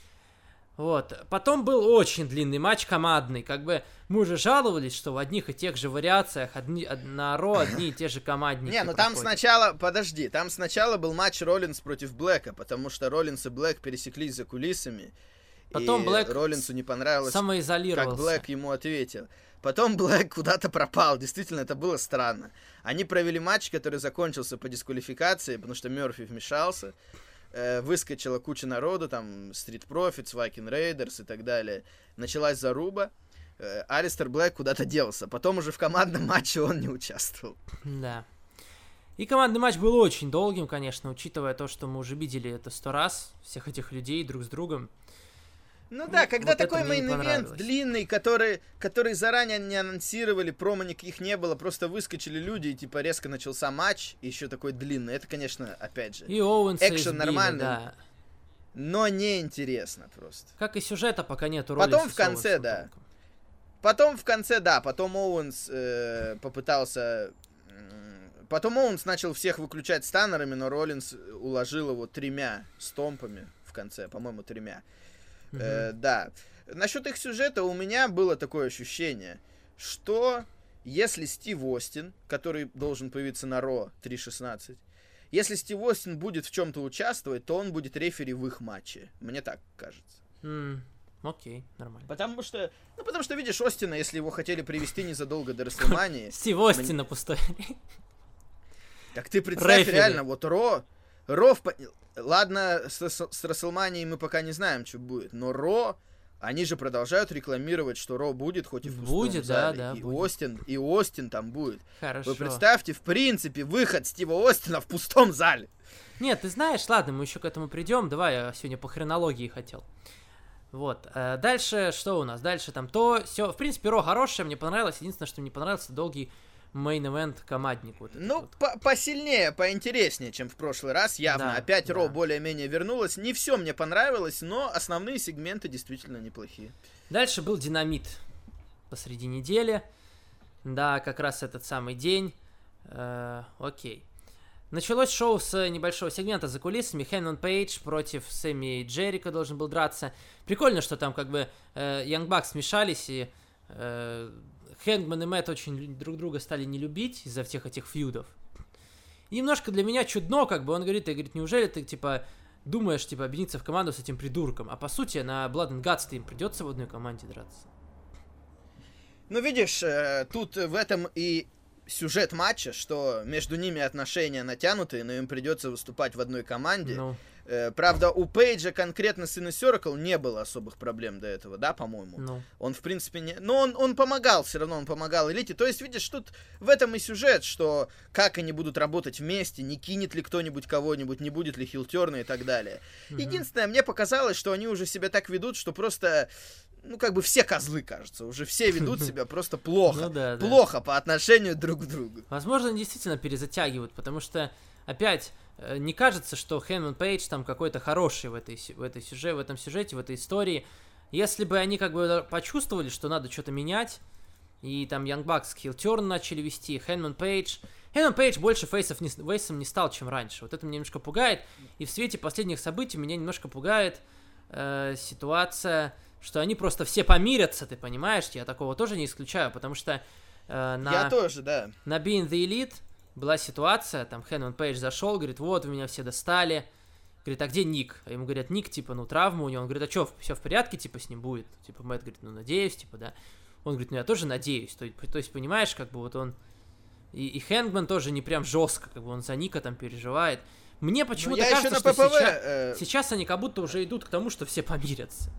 Вот, потом был очень длинный матч командный, как бы мы уже жаловались, что в одних и тех же вариациях одни, од, на Ро одни и те же командники. Не, ну там сначала, подожди, там сначала был матч Роллинс против Блэка, потому что Роллинс и Блэк пересеклись за кулисами, потом и Блэк Роллинсу не понравилось, самоизолировался. как Блэк ему ответил. Потом Блэк куда-то пропал, действительно, это было странно. Они провели матч, который закончился по дисквалификации, потому что Мёрфи вмешался. Выскочила куча народу, там, Street Profits, Viking Raiders и так далее. Началась заруба. Алистер Блэк куда-то делся. Потом уже в командном матче он не участвовал. Да. И командный матч был очень долгим, конечно, учитывая то, что мы уже видели это сто раз, всех этих людей друг с другом. Ну да, когда вот такой мейн-ивент длинный, который, который заранее не анонсировали, промо никаких не было, просто выскочили люди, и типа резко начался матч, и еще такой длинный. Это, конечно, опять же, и Оуэнса экшен избили, нормальный, да. но неинтересно просто. Как и сюжета пока нету роли. Потом в конце, да. Только. Потом в конце, да, потом Оуэнс э, попытался... Потом Оуэнс начал всех выключать станнерами, но Роллинс уложил его тремя стомпами в конце, по-моему, тремя. Uh-huh. Э, да. Насчет их сюжета у меня было такое ощущение, что если Стив Остин, который должен появиться на Ро три шестнадцать, если Стив Остин будет в чем-то участвовать, то он будет рефери в их матче. Мне так кажется. Mm. Окей, нормально. Потому что, ну потому что, видишь, Остина, если его хотели привести незадолго до WrestleMania... Стив Остин на пустой. Так ты представь, реально, вот Ро... Ро в... Ладно, с, с, с WrestleMania мы пока не знаем, что будет, но Ро, они же продолжают рекламировать, что Ро будет, хоть и в пустом будет, зале. Да, да, и будет. Остин, и Остин там будет. Хорошо. Вы представьте, в принципе, выход Стива Остина в пустом зале. Нет, ты знаешь, ладно, мы еще к этому придем. Давай, я сегодня по хронологии хотел. Вот. Дальше что у нас? Дальше там то, все. В принципе, Ро хорошее, мне понравилось. Единственное, что мне понравился долгий мейн-эвент командник. Вот ну, вот. По посильнее, поинтереснее, чем в прошлый раз. Явно. Да, Опять да. Ро более-менее вернулась. Не все мне понравилось, но основные сегменты действительно неплохие. Дальше был Динамит посреди недели. Да, как раз этот самый день. Э, окей. Началось шоу с небольшого сегмента за кулисами. Хэнман Пейдж против Сэмми Джерика должен был драться. Прикольно, что там как бы Янг Бакс смешались, и э, Хэнгман и Мэтт очень друг друга стали не любить из-за всех этих фьюдов. И немножко для меня чудно, как бы он говорит, и говорит, неужели ты, типа, думаешь, типа, объединиться в команду с этим придурком? А по сути, на Blood and Guts им придется в одной команде драться. Ну, видишь, э, тут в этом и сюжет матча, что между ними отношения натянутые, но им придется выступать в одной команде. Ну. Э, правда, у Пейджа конкретно с Inner Circle не было особых проблем до этого, да, по-моему? Ну. Он, в принципе, не... Но он, он помогал, все равно он помогал Элите. То есть, видишь, тут в этом и сюжет, что как они будут работать вместе, не кинет ли кто-нибудь кого-нибудь, не будет ли хилтерна и так далее. Mm-hmm. Единственное, мне показалось, что они уже себя так ведут, что просто... Ну, как бы все козлы, кажется. Уже все ведут себя просто плохо. Ну, да, плохо да. по отношению друг к другу. Возможно, они действительно перезатягивают, потому что, опять, не кажется, что Хэнман Пейдж там какой-то хороший в, этой, в, этой сюжете, в этом сюжете, в этой истории. Если бы они как бы почувствовали, что надо что-то менять, и там Young Bucks хилтерн начали вести, Хэнман Пейдж... Хэнман Пейдж больше фейсов не, фейсом не стал, чем раньше. Вот это меня немножко пугает. И в свете последних событий меня немножко пугает э, ситуация... что они просто все помирятся, ты понимаешь? Я такого тоже не исключаю, потому что э, на, Я тоже, да. на Being the Elite была ситуация, там Хэнман Пейдж зашел, говорит, вот, вы меня все достали. Говорит, а где Ник? А ему говорят, Ник, типа, ну, травма у него. Он говорит, а что, все в порядке, типа, с ним будет? Типа, Мэтт говорит, ну, надеюсь, типа, да. Он говорит, ну я тоже надеюсь. То, то есть, понимаешь, как бы вот он... И, и Хэнгман тоже не прям жестко, как бы он за Ника там переживает. Мне почему-то я кажется, еще на что ППВ, сейчас, э... сейчас они как будто уже идут к тому, что все помирятся.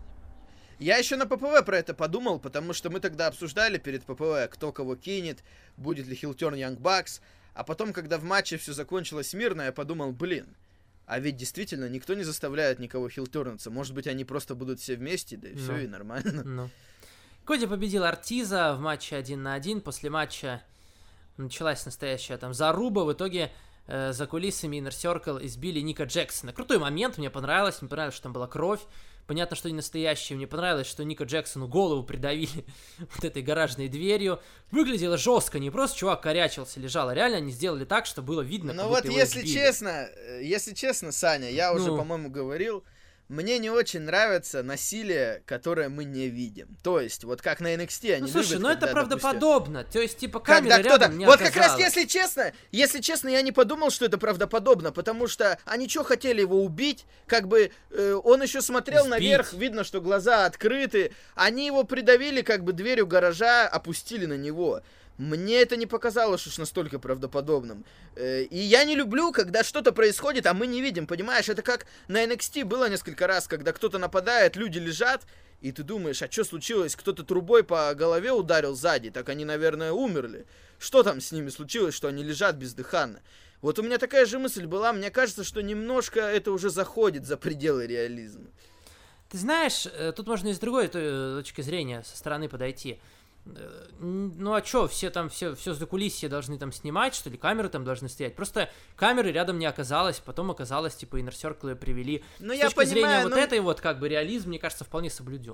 Я еще на ППВ про это подумал, потому что мы тогда обсуждали перед ППВ, кто кого кинет, будет ли хилтерн Young Bucks. А потом, когда в матче все закончилось мирно, я подумал, блин, а ведь действительно никто не заставляет никого хилтернуться. Может быть, они просто будут все вместе, да и все, ну, и нормально. Ну. Коди победил Ортиза в матче один на один. После матча началась настоящая там заруба. В итоге э, за кулисами Inner Circle избили Ника Джексона. Крутой момент, мне понравилось. Мне понравилось, что там была кровь. Понятно, что не настоящие. Мне понравилось, что Ника Джексону голову придавили вот этой гаражной дверью. Выглядело жестко. Не просто чувак корячился, лежал. А реально они сделали так, что было видно, Ну как вот будто его если избили. честно, если честно, Саня, я уже, Ну. по-моему, говорил, мне не очень нравится насилие, которое мы не видим. То есть, вот как на эн экс ти они Ну слушай, любят, ну это когда, правдоподобно. То есть, типа, Когда камера кто-то... рядом не Вот как раз, оказалась. если честно, если честно, я не подумал, что это правдоподобно, потому что они что, хотели его убить? Как бы э, он еще смотрел Сбить. наверх, видно, что глаза открыты. Они его придавили, как бы дверью гаража опустили на него. Мне это не показалось уж настолько правдоподобным. Э, и я не люблю, когда что-то происходит, а мы не видим, понимаешь? Это как на эн экс ти было несколько раз, когда кто-то нападает, люди лежат, и ты думаешь, а что случилось? Кто-то трубой по голове ударил сзади, так они, наверное, умерли. Что там с ними случилось, что они лежат бездыханно? Вот у меня такая же мысль была, мне кажется, что немножко это уже заходит за пределы реализма. Ты знаешь, э, тут можно и с другой то- точки зрения, со стороны подойти. Э, н- Ну а чё, все там, все, все закулисье должны там снимать, что ли, камеры там должны стоять. Просто камеры рядом не оказалось, потом оказалось, типа, Inner Circle её привели. Ну, С я точки понимаю, зрения вот но- этой вот, как бы, реализм, мне кажется, вполне соблюден.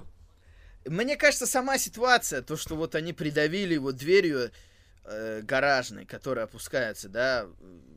Мне кажется, сама ситуация, то, что вот они придавили его дверью э, гаражной, которая опускается, да,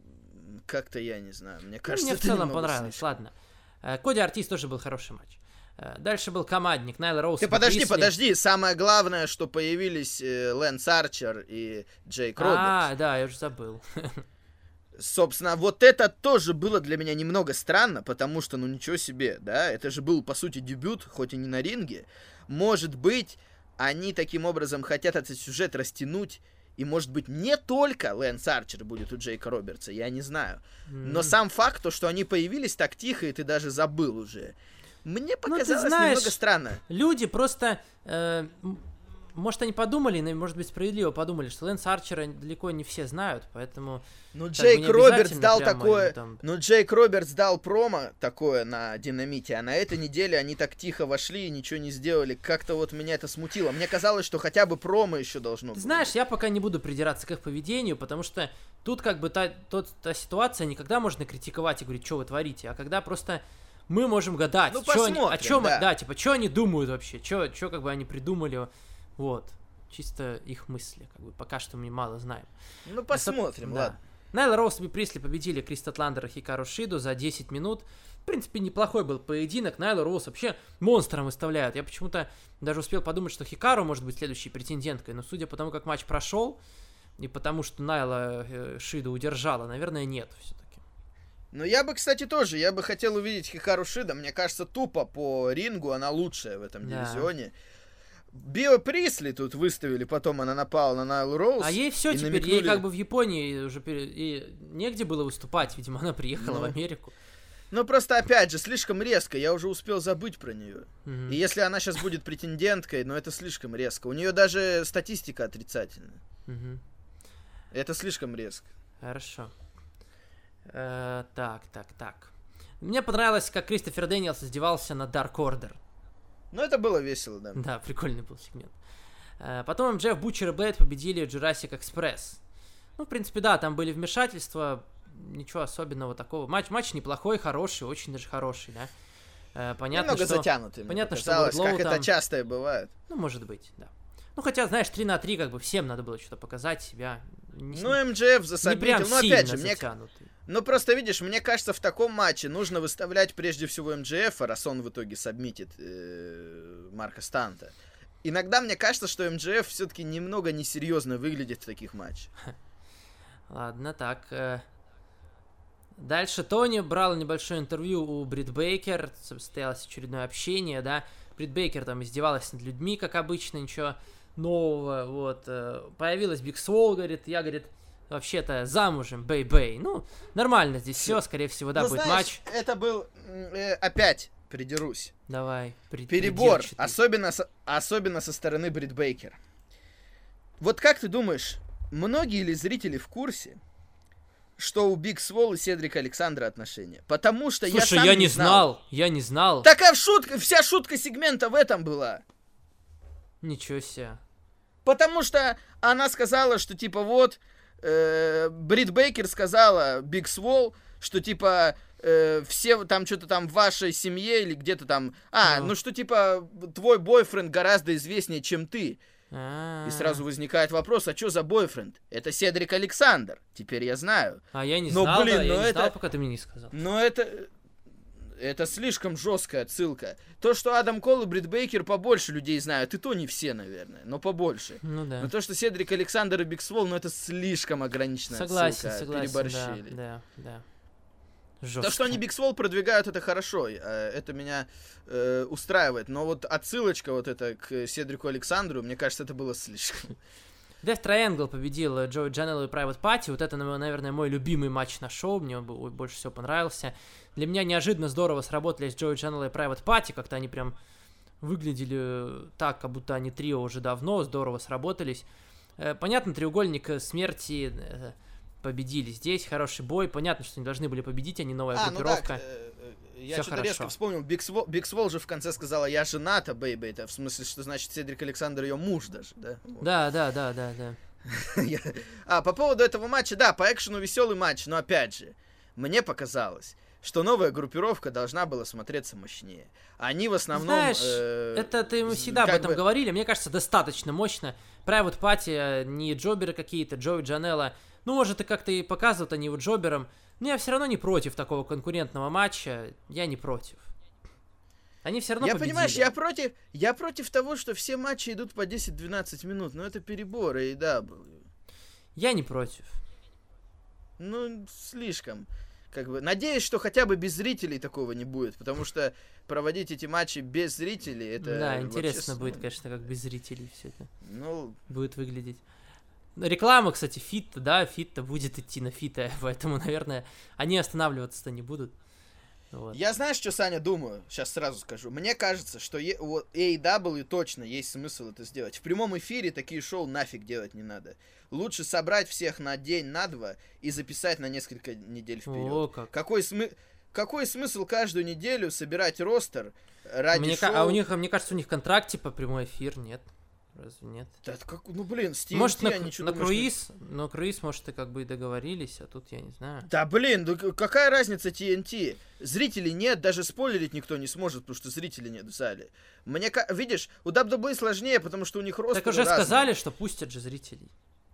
как-то я не знаю. Мне Ну, кажется, мне в это целом немного понравилось, слишком. ладно. Э, Коди Ортис тоже был хороший матч. Э, Дальше был командник Найла Роуз. Ты и подожди, Присли. подожди. Самое главное, что появились э, Лэнс Арчер и Джейк Робертс. А, да, я уже забыл. Собственно, вот это тоже было для меня немного странно, потому что, ну ничего себе, да, это же был, по сути, дебют, хоть и не на ринге. Может быть, они таким образом хотят этот сюжет растянуть, и, может быть, не только Лэнс Арчер будет у Джейка Робертса, я не знаю. Но М. сам факт, то, что они появились так тихо, и ты даже забыл уже, мне показалось знаешь, немного странно. Люди просто... э, м, может, они подумали, но, может быть, справедливо подумали, что Лэнс Арчера далеко не все знают, поэтому... Ну, Как бы Джейк не Робертс обязательно дал прямо такое... ему там- Ну, Джейк Робертс дал промо такое на Динамите, а на этой неделе они так тихо вошли и ничего не сделали. Как-то вот меня это смутило. Мне казалось, что хотя бы промо еще должно Ты быть. знаешь, я пока не буду придираться к их поведению, потому что тут как бы та, тот, та ситуация, не когда можно критиковать и говорить, что вы творите, а когда просто мы можем гадать, Ну, чё они, о посмотрим, чем, да. да, типа, что они думают вообще, что как бы они придумали, вот, чисто их мысли, как бы, пока что мы мало знаем. Ну, посмотрим, Да. ладно. Найла Роуз и Присли победили Крис Татландер и Хикару Шиду за десять минут. В принципе, неплохой был поединок. Найла Роуз вообще монстром выставляют. Я почему-то даже успел подумать, что Хикару может быть следующей претенденткой. Но судя по тому, как матч прошел, и потому что Найла э, Шиду удержала, наверное, нет все-таки. Ну, я бы, кстати, тоже, я бы хотел увидеть Хикару Шида. Мне кажется, тупо по рингу она лучшая в этом Да. дивизионе. Био Присли тут выставили, потом она напала на Найлу Роуз. А ей все и теперь, намекнули- ей как бы в Японии уже пере- и негде было выступать. Видимо, она приехала Ну. в Америку. Ну, просто, опять же, слишком резко. Я уже успел забыть про нее. Мгм. И если она сейчас будет претенденткой, ну это слишком резко. У нее даже статистика отрицательная. Мгм. Это слишком резко. Хорошо. Э, так, так, так. Мне понравилось, как Кристофер Дэниелс издевался на Dark Order. Ну это было весело, да. Да, прикольный был сегмент. Э, Потом Джефф Бутчер и Блейд победили Jurassic Express. Ну, в принципе, да, там были вмешательства, ничего особенного такого. Матч, матч неплохой, хороший, очень даже хороший, да. Э, Понятно, Немного что... затянутый, мне понятно, что показалось, Wardlow как там- это часто и бывает. Ну, может быть, да. Ну, хотя, знаешь, три на три, как бы всем надо было что-то показать себя. Не, Ну, эм джей эф не засобитил. прям Ну, сильно опять же, мне... затянутый. Ну, просто, видишь, мне кажется, в таком матче нужно выставлять прежде всего эм джей эф, раз он в итоге сабмитит э, Марка Станта. Иногда мне кажется, что эм джей эф все-таки немного несерьезно выглядит в таких матчах. Ладно, так. э, Дальше Тони брал небольшое интервью у Брит Бейкер. Состоялось очередное общение, да. Брит Бейкер там издевалась над людьми, как обычно, ничего нового, вот. Э, появилась Биг Свол, говорит, я, говорит, вообще-то замужем, бэй-бэй. Ну, нормально здесь все, скорее всего, да, ну, будет знаешь, матч. Это был, э, опять придерусь. Давай, при, Перебор, особенно со, особенно со стороны Брит Бейкер. Вот как ты думаешь, многие ли зрители в курсе, что у Биг Свол и Седрика Александра отношения? Потому что Слушай, я сам я не не знал. знал, я не знал. Такая шутка, вся шутка сегмента в этом была. Ничего себе. Потому что она сказала, что типа вот, э, Брит Бейкер сказала Биг Свол, что типа э, все там что-то там в вашей семье или где-то там, а, Ну. ну что типа твой бойфренд гораздо известнее, чем ты. А-а-а. И сразу возникает вопрос, а что за бойфренд? Это Седрик Александр. Теперь я знаю. А я не Но, знал, блин, да, я но не это- знал, пока ты мне не сказал. Но это... Это слишком жесткая отсылка. То, что Адам Кол и Брит Бейкер побольше людей знают, и то не все, наверное, но побольше. Ну да. Но то, что Седрик Александр и Биг Свол, ну это слишком ограниченная Согласен, отсылка. согласен, Переборщили. да, да, да. Жестко. То, что они Биг Свол продвигают, это хорошо. э, Это меня э, устраивает. Но вот отсылочка вот эта к Седрику Александру, мне кажется, это было слишком. Death Triangle победил э, Джои Джанелло и Private Party. Вот это, наверное, мой любимый матч на шоу. Мне он был- больше всего понравился. Для меня неожиданно здорово сработали с Джои Джанелло и Private Party. Как-то они прям выглядели так, как будто они трио уже давно. Здорово сработались. Э, Понятно, треугольник э, смерти э, победили здесь. Хороший бой. Понятно, что они должны были победить, они новая А, ну группировка. так, э, э, я Всё что-то хорошо. резко вспомнил. Биг Свол, Биг Свол же в конце сказала, я жената, бейби. Это в смысле, что значит Седрик Александр ее муж даже, да? Вот. Да, да, да, да, да. Я- А, по поводу этого матча, да, по экшену веселый матч, но опять же, мне показалось, что новая группировка должна была смотреться мощнее. Они в основном... Знаешь, э, Это ты мы з- всегда об как этом бы- говорили. Мне кажется, достаточно мощно. Private Party, э, не джоберы какие-то, Джои Джанелло. Ну, может, и как-то и показывают они его джобером. Но я все равно не против такого конкурентного матча. Я не против. Они все равно Я, победили. понимаешь, я против, я против того, что все матчи идут по десять-двенадцать минут, но это перебор, и да, Я не против. ну, слишком. Как бы, надеюсь, что хотя бы без зрителей такого не будет, потому что проводить эти матчи без зрителей, это да, вообще интересно с- будет, ну, конечно, как без зрителей все это Ну, будет выглядеть. Реклама, кстати, фит, да, фит-то будет идти на фита, поэтому, наверное, они останавливаться-то не будут. Вот. я знаешь, что, Саня, думаю? Сейчас сразу скажу. Мне кажется, что е- у эй и дабл ю точно есть смысл это сделать. В прямом эфире такие шоу нафиг делать не надо. Лучше собрать всех на день, на два и записать на несколько недель вперед. О, как. Какой, смы... Какой смысл каждую неделю собирать ростер ради Мне, шоу? ка- а у них, мне кажется, у них контракт типа прямой эфир, нет? Разве нет? Да, это как... Ну, блин, с ти эн ти Может, на, они что на думаешь, круиз, но круиз, может, и как бы и договорились, а тут я не знаю. Да, блин, да к- какая разница ти эн ти? Зрителей нет, даже спойлерить никто не сможет, потому что зрителей нет в зале. Мне, ка- видишь, у дабл ю дабл ю и сложнее, потому что у них рост Так уже сказали, что пустят же зрителей.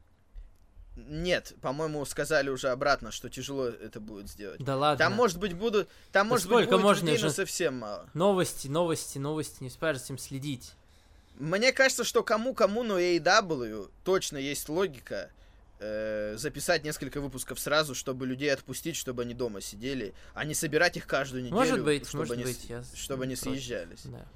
Нет, по-моему, сказали уже обратно, что тяжело это будет сделать. Да ладно. Там, может быть, будут... Там, Да может сколько быть, будет можно людей, но же- совсем мало. Новости, новости, новости, не успеешь за этим следить. Мне кажется, что кому-кому, но эй и дабл ю точно есть логика э, записать несколько выпусков сразу, чтобы людей отпустить, чтобы они дома сидели, а не собирать их каждую неделю, Может быть, чтобы может они, быть, с- я чтобы не они против. съезжались. Да.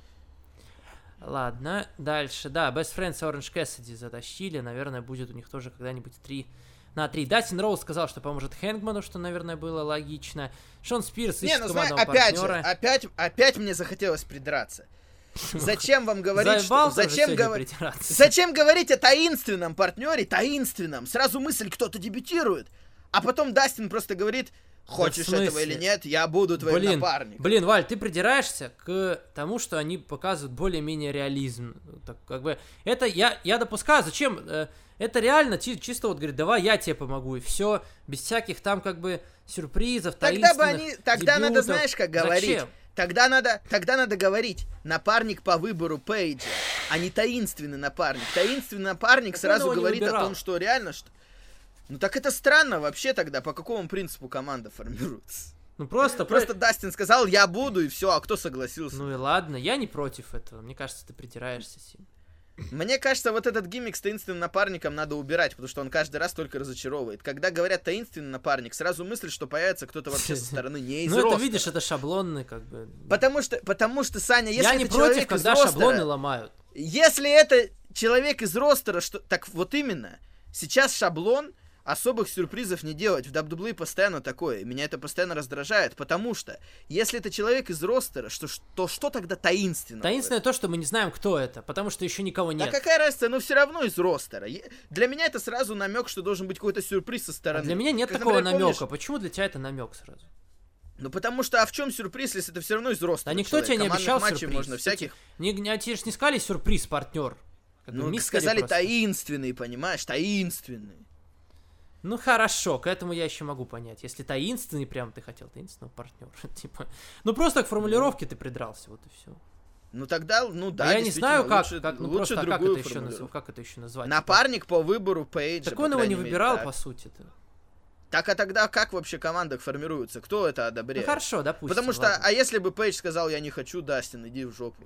Ладно, дальше. Да, Best Friends Orange Cassidy затащили. Наверное, будет у них тоже когда-нибудь три на три. Дастин Роуз сказал, что поможет Хэнгману, что, наверное, было логично. Шон Спирс Не, ищет ну знаешь, командного опять же, партнера. опять, опять мне захотелось придраться. Зачем вам говорить, Заебал что... тоже Зачем, сегодня гова- притираться. Зачем говорить о таинственном партнере, таинственном? Сразу мысль, кто-то дебютирует. А потом Дастин просто говорит, хочешь Да в этого смысле? или нет, я буду твоим Блин, напарником. блин, Валь, ты придираешься к тому, что они показывают более-менее реализм. Так, как бы, это я, я допускаю, зачем? Э, Это реально чи- чисто вот говорит, давай я тебе помогу, и все, без всяких там как бы сюрпризов, Тогда бы таинственных они, тогда надо, дебютов. знаешь, как говорить. Зачем? Тогда надо, тогда надо говорить, напарник по выбору Пейджа, а не таинственный напарник. Таинственный напарник Так он сразу его не говорит о выбирал. том, что реально что. Ну так это странно вообще тогда, по какому принципу команда формируется. Ну просто, Просто Дастин сказал, я буду, и все, а кто согласился? Ну и ладно, я не против этого. Мне кажется, ты придираешься сильно. Мне кажется, вот этот гиммик с таинственным напарником надо убирать, потому что он каждый раз только разочаровывает. Когда говорят таинственный напарник, сразу мысль, что появится кто-то вообще со стороны не из Ну это, роста. видишь, это шаблонный как бы. Потому что, потому что, Саня, если Я не это против, человек из когда ростера- шаблоны ломают. Если это человек из ростера, что... так вот именно, сейчас шаблон особых сюрпризов не делать. В дабл ю дабл ю и постоянно такое. Меня это постоянно раздражает, потому что если это человек из ростера, что, то что тогда таинственное? Таинственное то, что мы не знаем, кто это, потому что еще никого нет. Да какая разница, но все равно из ростера. Для меня это сразу намек, что должен быть какой-то сюрприз со стороны. А для меня нет как, такого например, намека. помнишь... Почему для тебя это намек сразу? Ну потому что, а в чем сюрприз, если это все равно из ростера? Да никто тебе не обещал матчей сюрприз. Можно всяких... Не, не, тебе же не сказали сюрприз, партнер. Как ну, бы сказали просто. Таинственный, понимаешь, таинственный. Ну хорошо, к этому я еще могу понять. Если таинственный, прям ты хотел таинственного партнера. Типа. Ну просто к формулировке ты придрался, вот и все. Ну тогда, ну да, а я не знаю, как, лучше, как, ну лучше просто, а как, это еще, формулировку. наз... как это еще назвать? Напарник по выбору Пейджа. Так он его не выбирал, мере, по сути-то. Так, а тогда как вообще команда формируется? Кто это одобряет? Ну хорошо, допустим. Потому что, ладно. А если бы Пейдж сказал, я не хочу, Дастин, иди в жопу.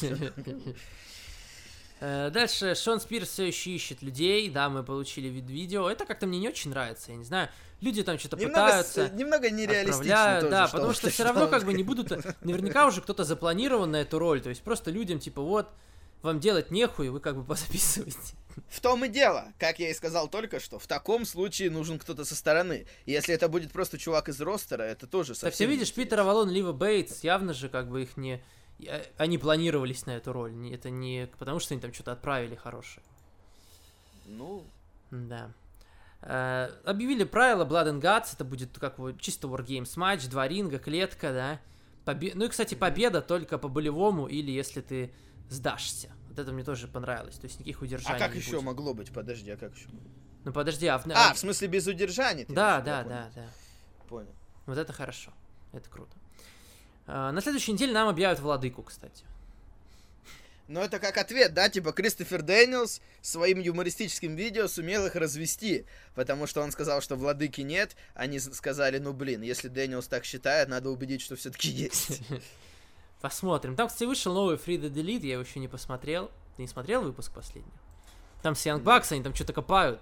Дальше Шон Спирс все еще ищет людей, да, мы получили вид видео. Это как-то мне не очень нравится, я не знаю. Люди там что-то пытаются, немного нереалистично тоже, да, что потому что все равно как бы не будут, наверняка уже кто-то запланирован на эту роль, то есть просто людям типа вот, вам делать нехуй, вы как бы позаписываете. В том и дело, как я и сказал только что, в таком случае нужен кто-то со стороны. И если это будет просто чувак из ростера, это тоже совсем... Так ты видишь, Питер Авалон, Лива Бейтс, явно же как бы их не... Они планировались на эту роль, это не потому, что они там что-то отправили хорошее. Ну... Да. Uh, объявили правила Blood and Guts, это будет как вот чисто Wargames матч, два ринга, клетка, да. Побе... Ну и, кстати, победа только по болевому или если ты сдашься. Вот это мне тоже понравилось, то есть никаких удержаний. А как не еще будет. могло быть? Подожди, а как еще? Ну подожди, а... В... А, в смысле без удержаний? Да, да, да, да. Понял. Вот это хорошо, это круто. Uh, на следующей неделе нам объявят владыку, кстати. Ну, это как ответ, да, типа Кристофер Дэниелс своим юмористическим видео сумел их развести, потому что он сказал, что владыки нет, они сказали, ну, блин, если Дэниелс так считает, надо убедить, что все-таки есть. Посмотрим. Там, кстати, вышел новый Free the Delete, я его еще не посмотрел. Ты не смотрел выпуск последний? Там с Young Bucks, они там что-то копают.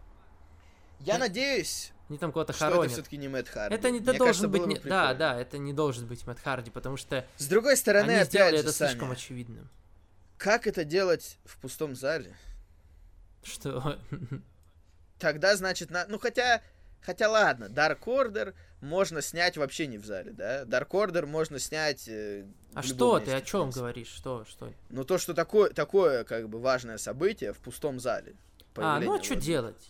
Я надеюсь... Они там кого-то что хоронят. это все-таки не Мэтт Харди. Это не Мне должен кажется, быть... Не... Да, да, это не должен быть Мэтт Харди, потому что... С другой стороны, они опять сделали же, это Саня, слишком очевидным. Как это делать в пустом зале? Что? Тогда, значит, на... ну хотя... Хотя ладно, Dark Order можно снять вообще не в зале, да? Dark Order можно снять... Э, а что ты, о чем говоришь? Что, что? Ну то, что такое, такое, как бы, важное событие в пустом зале. А, ну а что делать?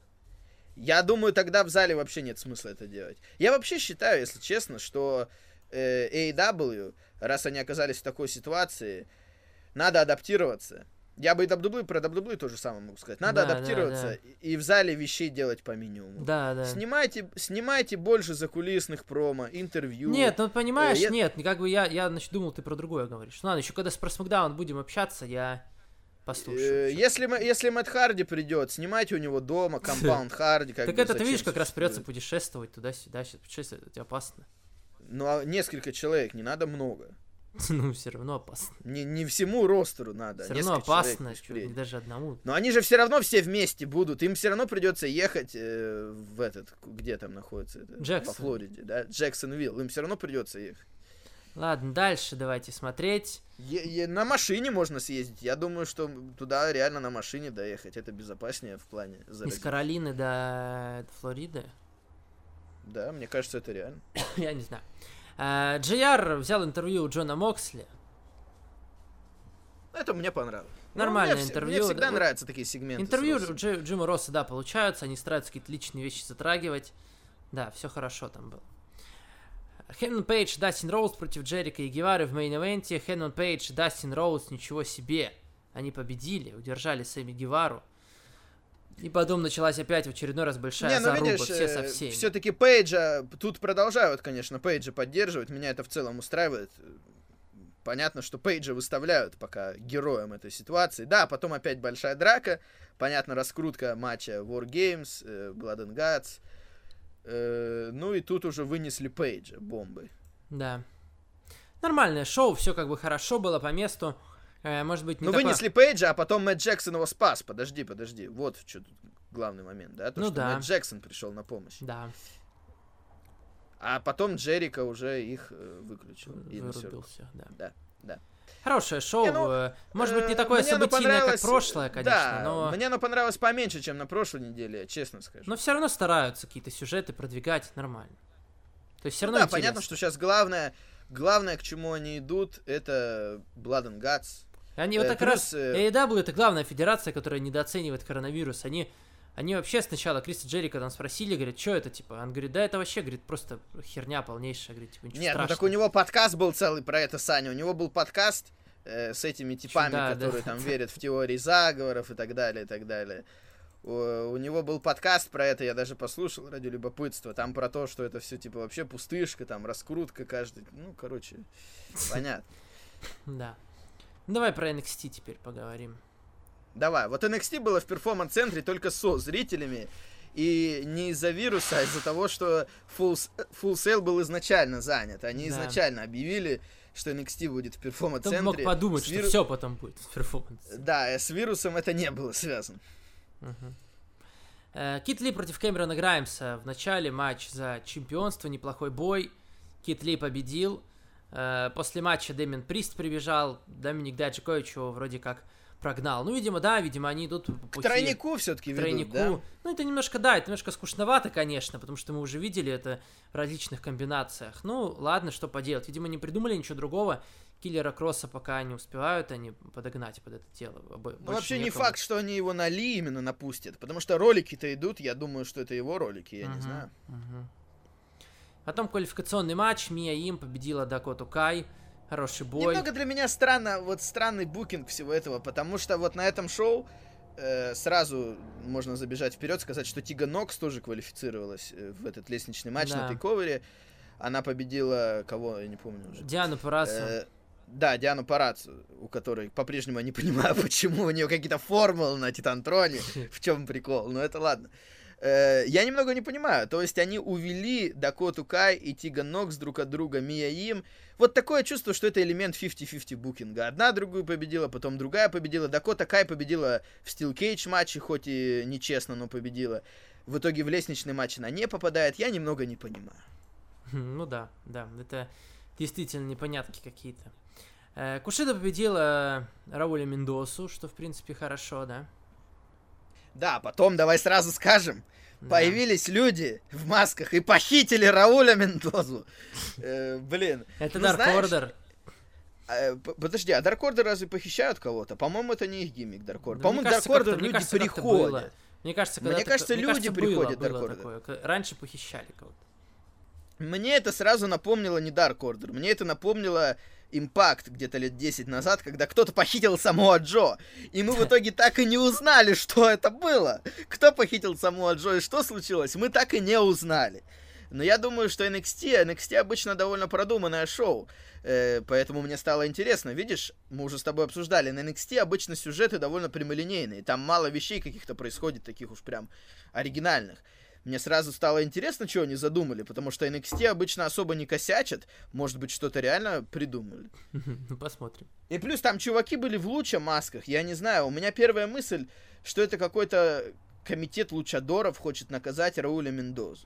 Я думаю, тогда в зале вообще нет смысла это делать. Я вообще считаю, если честно, что э, эй и дабл ю, раз они оказались в такой ситуации, надо адаптироваться. Я бы и дабл ю дабл ю и про дабл ю дабл ю и то же самое могу сказать. Надо да, адаптироваться да, да. И, и в зале вещей делать по минимуму. Да, да. Снимайте, снимайте больше закулисных промо, интервью. Нет, ну понимаешь, э, я... нет, как бы я, я значит, думал, ты про другое говоришь. Ну ладно, еще когда про Смакдаун будем общаться, я послушаю. Э, если, если Мэтт Харди придет, снимайте у него дома, компаунд Харди. Как так бы, это ты видишь, как раз придется будет? путешествовать туда-сюда, путешествовать, это опасно. Ну, а несколько человек, не надо много. Ну, все равно опасно. Не, не всему ростеру надо. Все равно опасно, не даже одному. Но они же все равно все вместе будут. Им все равно придется ехать э, в этот, где там находится это? Джексон. По Флориде, да? Джексонвилл. Им все равно придется ехать. Ладно, дальше давайте смотреть. Е- е- на машине можно съездить. Я думаю, что туда реально на машине доехать. Это безопаснее в плане заразить. Из Каролины до Флориды? Да, мне кажется, это реально. Я не знаю. джей ар взял интервью у Джона Моксли. Это мне понравилось. Нормальное ну, мне интервью. Мне всегда да. нравятся такие сегменты. Интервью у Дж- Джима Росса, да, получаются. Они стараются какие-то личные вещи затрагивать. Да, все хорошо там было. Хэнман Пейдж, Дастин Роуз против Джерика и Гевары в мейн-эвенте. Хэнман Пейдж, Дастин Роуз, ничего себе. Они победили, удержали Сэмми Гевару. И потом началась опять в очередной раз большая Не, ну, заруба, видишь, все со всеми. Все-таки Пейджа тут продолжают, конечно, Пейджа поддерживать. Меня это в целом устраивает. Понятно, что Пейджа выставляют пока героем этой ситуации. Да, потом опять большая драка. Понятно, раскрутка матча War Games, э, Blood and Guts. Э, ну и тут уже вынесли Пейджа бомбой. Да. Нормальное шоу, все как бы хорошо было по месту. Э, может быть, не Ну, такое... вынесли Пейджа, а потом Мэтт Джексон его спас. Подожди, подожди. Вот что тут главный момент, да? То, ну что да. Мэтт Джексон пришел на помощь. Да. А потом Джерика уже их э, выключил. Вырубился, да. Да, да. Хорошее шоу, Не, ну, может быть, не э, такое мне оно событийное, как понравилось, прошлое, конечно, да, но... мне оно понравилось поменьше, чем на прошлой неделе, честно скажу. Но все равно стараются какие-то сюжеты продвигать нормально. То есть все Ну равно да, интересно. понятно, что сейчас главное, главное, к чему они идут, это Blood and Guts. Они вот Э, так плюс, раз... э, эй и дабл ю это главная федерация, которая недооценивает коронавирус. Они... Они вообще сначала Криса Джерика там спросили, говорят, что это, типа? Он говорит, да это вообще, говорит, просто херня полнейшая, говорит, типа, ничего Нет, страшного. ну так у него подкаст был целый про это, Саня. У него был подкаст э, с этими типами, Да, которые да. там верят в теории заговоров и так далее, и так далее. У, у него был подкаст про это, я даже послушал ради любопытства. Там про то, что это все типа вообще пустышка, там раскрутка каждый. Ну, короче, понятно. Да. Ну, давай про эн экс ти теперь поговорим. Давай, вот эн экс ти было в перформанс-центре только со зрителями. И не из-за вируса, а из-за того, что Full, Full Sail был изначально занят. Они Да. изначально изначально объявили, что эн экс ти будет в Кто перформанс-центре. мог подумать, С что виру- все потом будет в перформансе. Да, с вирусом это не было связано. Мгм. Э, Кит Ли против Кэмерона Граймса. В начале матч за чемпионство, неплохой бой. Кит Ли победил. Э, После матча Дэмиан Прист прибежал. Доминик Диджакович его вроде как прогнал. Ну, видимо, да, видимо, они идут по К пути... тройнику все-таки к ведут, тройнику. да? Ну, это немножко, да, это немножко скучновато, конечно, потому что мы уже видели это в различных комбинациях. Ну, ладно, что поделать. Видимо, не придумали ничего другого. Киллера Кросса пока не успевают они подогнать под это дело. Бо- Ну, больше вообще не некому. факт, что они его на Ли именно напустят, потому что ролики-то идут, я думаю, что это его ролики, я не Мгм, знаю. мгм. Потом квалификационный матч. Мия Им победила Дакоту Кай. Хороший бой. Немного для меня странно, вот странный букинг всего этого, потому что вот на этом шоу э, сразу можно забежать вперед, сказать, что Тига Нокс тоже квалифицировалась э, в этот лестничный матч Да. на тейковере. Она победила, кого, я не помню уже. Диану Парасу. Э, да, Диану Парацу, у которой по-прежнему я не понимаю, почему у нее какие-то формулы на Титантроне, в чем прикол, но это ладно. Э, я немного не понимаю, то есть они увели Дакоту Кай и Тиган Нокс друг от друга, Мия Им. Вот такое чувство, что это элемент пятьдесят на пятьдесят букинга. Одна другую победила, потом другая победила. Дакота Кай победила в Steel Cage матче, хоть и нечестно, но победила. В итоге в лестничный матч она не попадает, я немного не понимаю. Ну да, да, это действительно непонятки какие-то. Э, Кушида победила Рауля Мендосу, что в принципе хорошо, да? Да, потом давай сразу скажем. Да. Появились люди в масках и похитили Рауля Мендозу. Э, блин. Это ну, Dark знаешь, Order. э, п- подожди, а Dark Order разве похищают кого-то? По-моему, это не их гиммик, Dark Order. Да, По-моему, мне Dark кажется, как-то- Order мне люди кажется, как-то приходят. было. Мне кажется, Мне когда-то- кажется, мне люди кажется, приходят было, Dark было Order. такое. К- Раньше похищали кого-то. Мне это сразу напомнило не Dark Order. Мне это напомнило Impact где-то лет десять назад, когда кто-то похитил Самоа Джо. И мы в итоге так и не узнали, что это было. Кто похитил Самоа Джо и что случилось, мы так и не узнали. Но я думаю, что эн экс ти, эн экс ти обычно довольно продуманное шоу. Э, поэтому мне стало интересно. Видишь, мы уже с тобой обсуждали, на эн экс ти обычно сюжеты довольно прямолинейные. Там мало вещей каких-то происходит, таких уж прям оригинальных. Мне сразу стало интересно, что они задумали, потому что эн экс ти обычно особо не косячат. Может быть, что-то реально придумали. Ну, посмотрим. И плюс там чуваки были в луча масках. Я не знаю, у меня первая мысль, что это какой-то комитет лучадоров хочет наказать Рауля Мендозу.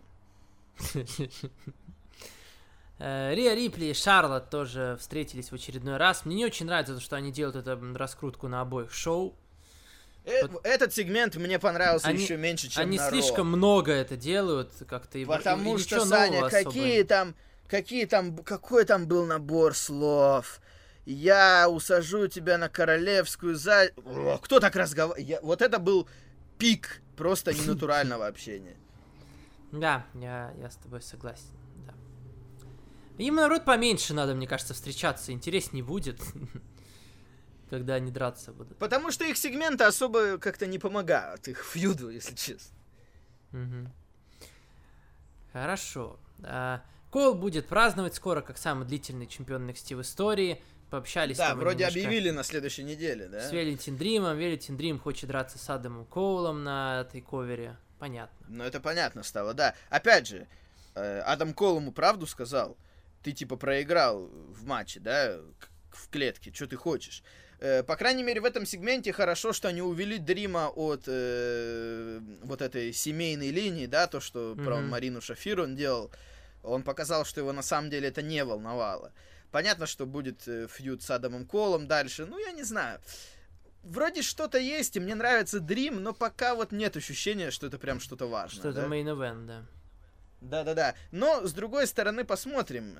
Э, Риа Рипли и Шарлотт тоже встретились в очередной раз. Мне не очень нравится, что они делают эту м, раскрутку на обоих шоу. Э, Вот. Этот сегмент мне понравился Они- еще меньше, чем Они на Ро. слишком много это делают, как-то и, Потому и что, ничего Саня, нового особо какие нет. там, какие там, какой там был набор слов. Я усажу тебя на королевскую за... О, кто так разговаривает? Вот это был пик просто ненатурального общения. Да, я, я с тобой согласен, да. Им, наоборот, поменьше надо, мне кажется, встречаться. Интереснее будет, когда они драться будут. Потому что их сегменты особо как-то не помогают их фьюду, если честно. Мгм. Хорошо. А, Кол будет праздновать скоро, как самый длительный чемпион эн экс ти в истории. Пообщались Да, там вроде немножко объявили на следующей неделе, да? с Велитин Дримом. Велитин Дрим хочет драться с Адамом Коулом на тейковере. Понятно. Ну, это понятно стало, да. Опять же, э, Адам Кол ему правду сказал. Ты, типа, проиграл в матче, да, к- в клетке, что ты хочешь. Э, по крайней мере, в этом сегменте хорошо, что они увели Дрима от э, вот этой семейной линии, да, то, что про Мгм. Марину Шафир он делал. Он показал, что его на самом деле это не волновало. Понятно, что будет э, фьюд с Адамом Колом дальше. Ну, я не знаю. Вроде что-то есть, и мне нравится Dream, но пока вот нет ощущения, что это прям что-то важное. Что это да? main event, да. Да-да-да. Но, с другой стороны, посмотрим.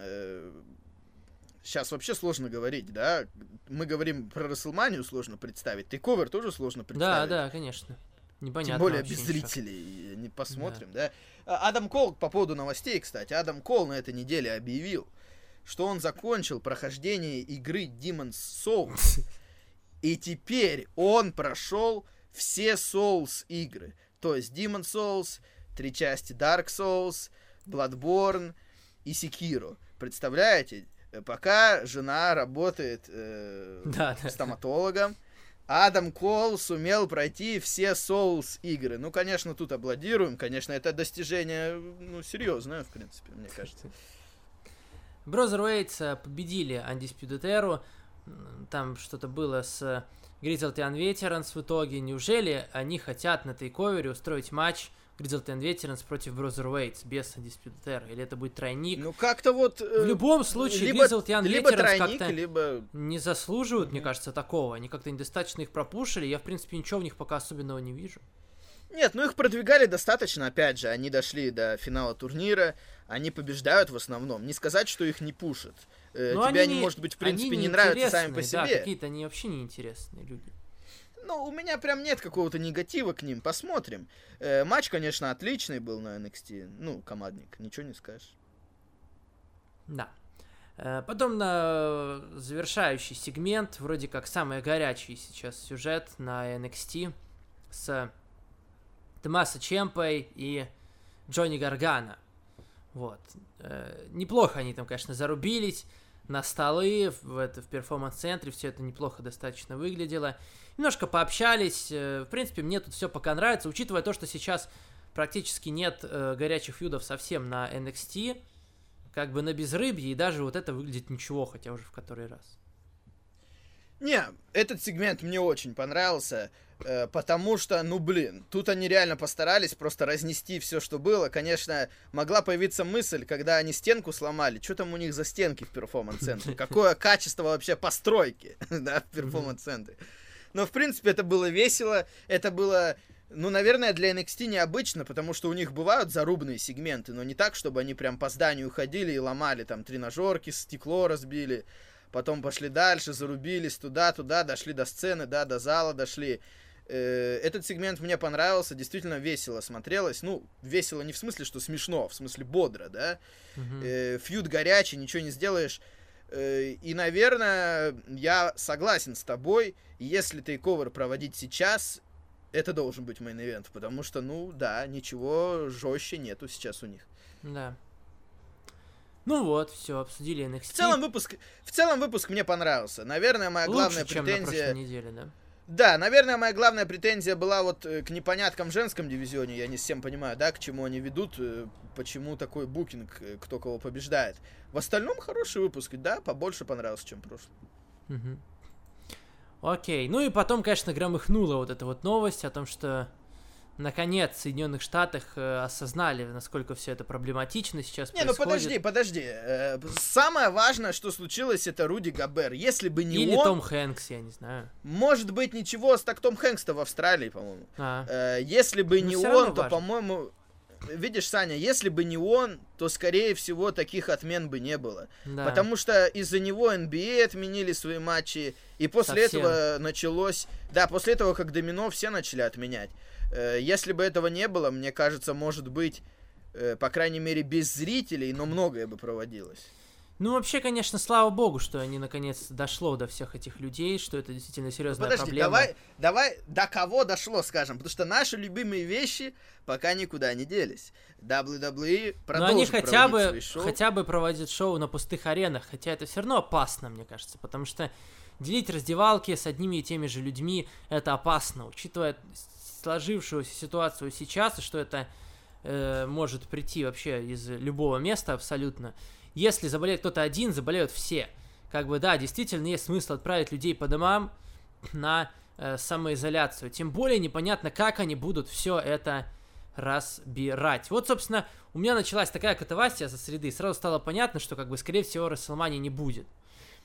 Сейчас вообще сложно говорить, да? Мы говорим про Расселманию, сложно представить. Тейковер тоже сложно представить. Да, да, конечно. Непонятно. Тем более вообще без ничего. зрителей. Не посмотрим, да. да? Адам Кол, по поводу новостей, кстати. Адам Кол на этой неделе объявил, что он закончил прохождение игры Demon's Souls. И теперь он прошел все Souls игры. То есть Demon's Souls, три части Dark Souls, Bloodborne и Sekiro. Представляете? Пока жена работает э, да, да. стоматологом, Адам Кол сумел пройти все Souls игры. Ну, конечно, тут аплодируем. Конечно, это достижение, ну, серьезное, в принципе, мне кажется. Brotherweights победили Undisputed Era. Там что-то было с Grizzled Young Veterans в итоге. Неужели они хотят на тейковере устроить матч Grizzled Young Veterans против Brotherweights без Undisputed Era? Или это будет тройник? Ну, как-то вот... В любом случае, либо, Grizzled Young либо Veterans тройник, как-то либо... не заслуживают, mm-hmm. мне кажется, такого. Они как-то недостаточно их пропушили. Я, в принципе, ничего в них пока особенного не вижу. Нет, ну их продвигали достаточно, опять же. Они дошли до финала турнира. Они побеждают в основном. Не сказать, что их не пушат. Но Тебе они, не, может быть, в принципе, не не нравятся сами по себе. Да, какие-то они вообще неинтересные люди. Ну, у меня прям нет какого-то негатива к ним. Посмотрим. Э, матч, конечно, отличный был на эн экс ти. Ну, командник, ничего не скажешь. Да. Э, потом на завершающий сегмент, вроде как самый горячий сейчас сюжет на эн экс ти с Томасо Чемпой и Джонни Гаргано. Вот. Э, неплохо они там, конечно, зарубились на столы, в, это, в перформанс-центре, все это неплохо достаточно выглядело. Немножко пообщались, э, в принципе, мне тут все пока нравится, учитывая то, что сейчас практически нет э, горячих фьюдов совсем на эн экс ти, как бы на безрыбье, и даже вот это выглядит ничего, хотя уже в который раз. Не, этот сегмент мне очень понравился, э, потому что, ну блин, тут они реально постарались просто разнести все, что было. Конечно, могла появиться мысль, когда они стенку сломали, что там у них за стенки в перформанс-центре, какое качество вообще постройки, да, в перформанс-центре. Но, в принципе, это было весело, это было, ну, наверное, для эн экс ти необычно, потому что у них бывают зарубные сегменты, но не так, чтобы они прям по зданию ходили и ломали там тренажерки, стекло разбили. Потом пошли дальше, зарубились туда-туда, дошли до сцены, да, до зала дошли. Э, этот сегмент мне понравился, действительно весело смотрелось. Ну, весело не в смысле, что смешно, в смысле бодро, да. Mm-hmm. Э, фьюд горячий, ничего не сделаешь. Э, и, наверное, я согласен с тобой, если тейковер проводить сейчас, это должен быть мейн-ивент, потому что, ну, да, ничего жестче нету сейчас у них. Да. Ну вот, все, обсудили эн экс ти. В целом выпуск, в целом выпуск мне понравился. Наверное, моя Лучше, главная чем претензия... на прошлой неделе, да? Да, наверное, моя главная претензия была вот к непоняткам в женском дивизионе. Я не всем понимаю, да, к чему они ведут, почему такой букинг, кто кого побеждает. В остальном хороший выпуск, да, побольше понравился, чем прошлый. Угу. Окей, ну и потом, конечно, громыхнула вот эта вот новость о том, что наконец в Соединенных Штатах э, осознали, насколько все это проблематично сейчас не, происходит. Ну подожди, подожди. Э, самое важное, что случилось, это Руди Гобер. Если бы не Или он... Том Хэнкс, я не знаю. Может быть, ничего. Так Том Хэнкс-то в Австралии, по-моему. А. Э, если бы Но не всё он, равно то, важно. по-моему... Видишь, Саня, если бы не он, то, скорее всего, таких отмен бы не было. Да. Потому что из-за него эн би эй отменили свои матчи, и после Совсем. этого началось... Да, после этого, как домино, все начали отменять. Э, если бы этого не было, мне кажется, может быть, э, по крайней мере, без зрителей, но многое бы проводилось. Ну, вообще, конечно, слава богу, что они наконец дошло до всех этих людей, что это действительно серьезная Подожди, проблема. давай, давай, до кого дошло, скажем, потому что наши любимые вещи пока никуда не делись. дабл ю дабл ю и Но продолжит они хотя проводить бы, свои шоу. хотя бы проводят шоу на пустых аренах, хотя это все равно опасно, мне кажется, потому что делить раздевалки с одними и теми же людьми — это опасно, учитывая сложившуюся ситуацию сейчас, и что это э, может прийти вообще из любого места абсолютно. Если заболеет кто-то один, заболеют все. Как бы, да, действительно есть смысл отправить людей по домам на э, самоизоляцию. Тем более непонятно, как они будут все это разбирать. Вот, собственно, у меня началась такая катавасия за среды. Сразу стало понятно, что, как бы, скорее всего, Расселмании не будет.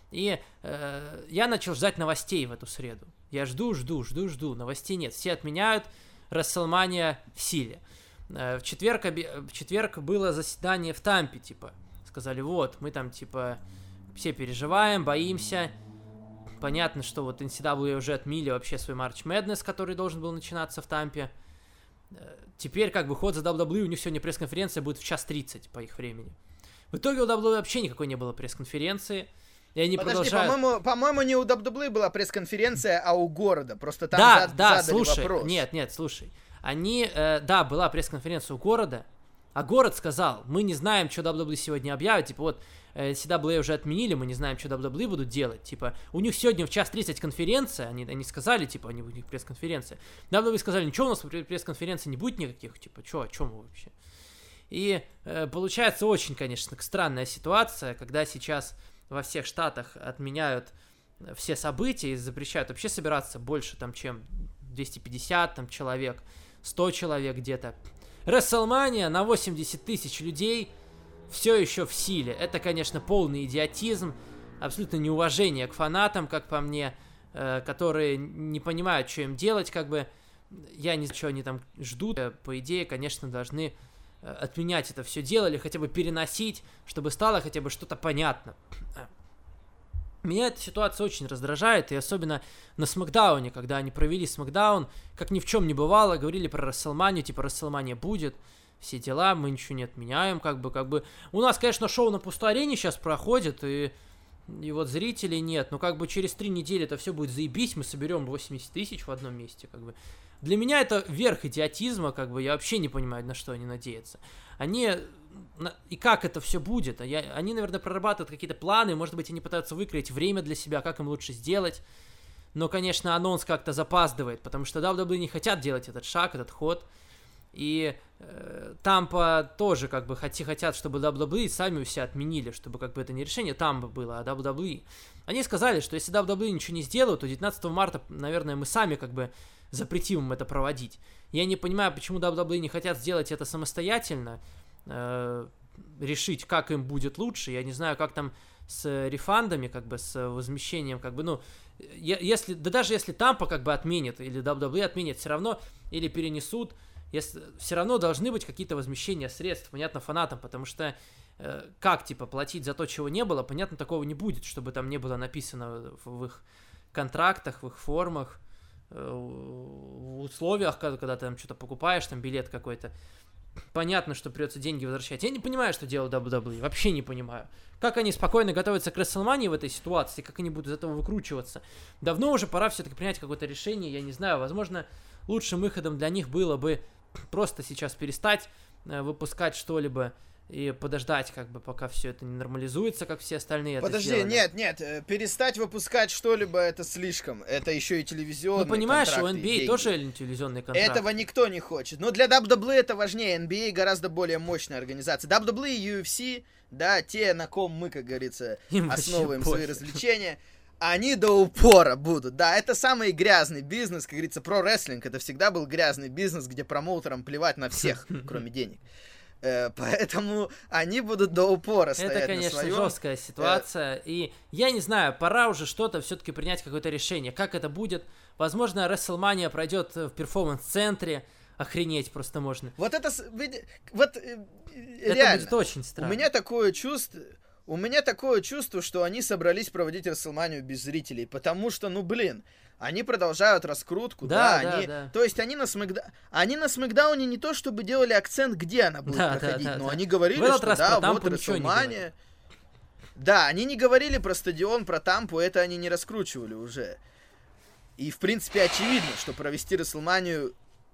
И э, я начал ждать новостей в эту среду. Я жду, жду, жду, жду. Новостей нет. Все отменяют. WrestleMania в силе. Э, в, четверг, в четверг было заседание в Тампе, типа. Сказали, вот, мы там, типа, все переживаем, боимся. Понятно, что вот эн си дабл ю уже отменили вообще свой March Madness, который должен был начинаться в Тампе. Теперь, как бы, ход за дабл ю дабл ю, у них сегодня пресс-конференция будет в час тридцать по их времени. В итоге у дабл ю дабл ю вообще никакой не было пресс-конференции. И они Подожди, продолжают... по-моему, по-моему, не у дабл ю дабл ю была пресс-конференция, а у города. Просто там да, зад- да, задали слушай, вопрос. Нет, нет, слушай. Они, э, да, была пресс-конференция у города, а город сказал, мы не знаем, что дабл ю дабл ю сегодня объявят. Типа, вот, э, си дабл ю уже отменили, мы не знаем, что дабл ю дабл ю будут делать. Типа, у них сегодня в час тридцать конференция, они, они сказали, типа, они, у них пресс-конференция. дабл ю дабл ю сказали, ничего, у нас пресс-конференции не будет никаких, типа, что, о чем вы вообще? И э, получается очень, конечно, странная ситуация, когда сейчас во всех штатах отменяют все события и запрещают вообще собираться больше, там, чем двести пятьдесят там, человек, сто человек где-то. WrestleMania на восемьдесят тысяч людей все еще в силе. Это, конечно, полный идиотизм, абсолютно неуважение к фанатам, как по мне, э, которые не понимают, что им делать, как бы. Я не знаю, что они там ждут. По идее, конечно, должны отменять это все дело или хотя бы переносить, чтобы стало хотя бы что-то понятно. Меня эта ситуация очень раздражает, и особенно на Смакдауне, когда они провели Смакдаун, как ни в чем не бывало, говорили про Расселманию, типа Расселмания будет, все дела, мы ничего не отменяем, как бы, как бы. У нас, конечно, шоу на пустой арене сейчас проходит, и, и вот зрителей нет, но как бы через три недели это все будет заебись, мы соберем восемьдесят тысяч в одном месте, как бы. Для меня это верх идиотизма, как бы, я вообще не понимаю, на что они надеются. Они... И как это все будет? Я, они, наверное, прорабатывают какие-то планы, может быть, они пытаются выкроить время для себя, как им лучше сделать. Но, конечно, анонс как-то запаздывает, потому что дабл ю дабл ю не хотят делать этот шаг, этот ход. И э, Тампа тоже как бы хоть, хотят, чтобы дабл ю дабл ю сами все отменили, чтобы как бы это не решение Тампа было, а дабл ю дабл ю. Они сказали, что если дабл ю дабл ю ничего не сделают, то девятнадцатого марта, наверное, мы сами как бы запретим им это проводить. Я не понимаю, почему дабл ю дабл ю не хотят сделать это самостоятельно, э, решить, как им будет лучше. Я не знаю, как там с рефандами, как бы с возмещением, как бы, ну, если, да даже если Тампа как бы отменит, или дабл ю дабл ю отменит, все равно, или перенесут, если, все равно должны быть какие-то возмещения средств, понятно, фанатам, потому что э, как, типа, платить за то, чего не было, понятно, такого не будет, чтобы там не было написано в, в их контрактах, в их формах, э, в условиях, когда, когда ты там что-то покупаешь, там билет какой-то. Понятно, что придется деньги возвращать. Я не понимаю, что делает дабл ю дабл ю, вообще не понимаю. Как они спокойно готовятся к WrestleMania в этой ситуации, как они будут из этого выкручиваться. Давно уже пора все-таки принять какое-то решение, я не знаю, возможно, лучшим выходом для них было бы просто сейчас перестать э, выпускать что-либо и подождать, как бы, пока все это не нормализуется, как все остальные. Подожди, это нет, нет, перестать выпускать что-либо это слишком. Это еще и телевизионные Ну, понимаешь, у контракты эн би эй и тоже телевизионный контракт. Этого никто не хочет. Но для дабл ю дабл ю это важнее. эн би эй гораздо более мощная организация. дабл ю дабл ю и ю эф си, да, те, на ком мы, как говорится, Им основываем вообще свои пофиг. развлечения, они до упора будут. Да, это самый грязный бизнес, как говорится, про-рестлинг. Это всегда был грязный бизнес, где промоутерам плевать на всех, кроме денег. Э, поэтому они будут до упора стоять Это, на конечно, своем. жесткая ситуация. И я не знаю, пора уже что-то все-таки принять, какое-то решение. Как это будет? Возможно, WrestleMania пройдет в перформанс-центре. Охренеть просто можно. Вот это, с- види- вот э, Это реально. будет очень У странно. меня такое чувство, у меня такое чувство, что они собрались проводить Расселманию без зрителей, потому что, ну блин, они продолжают раскрутку, Да, да, да, они, да. то есть они на Смакда... они на Смакдауне не то чтобы делали акцент, где она будет Да, да, проходить, да, но да. они говорили, В этот что раз да, про вот Тампу ничего не Расселмания. Да, они не говорили про стадион, про Тампу, это они не раскручивали уже. И в принципе очевидно, что провести Расселманию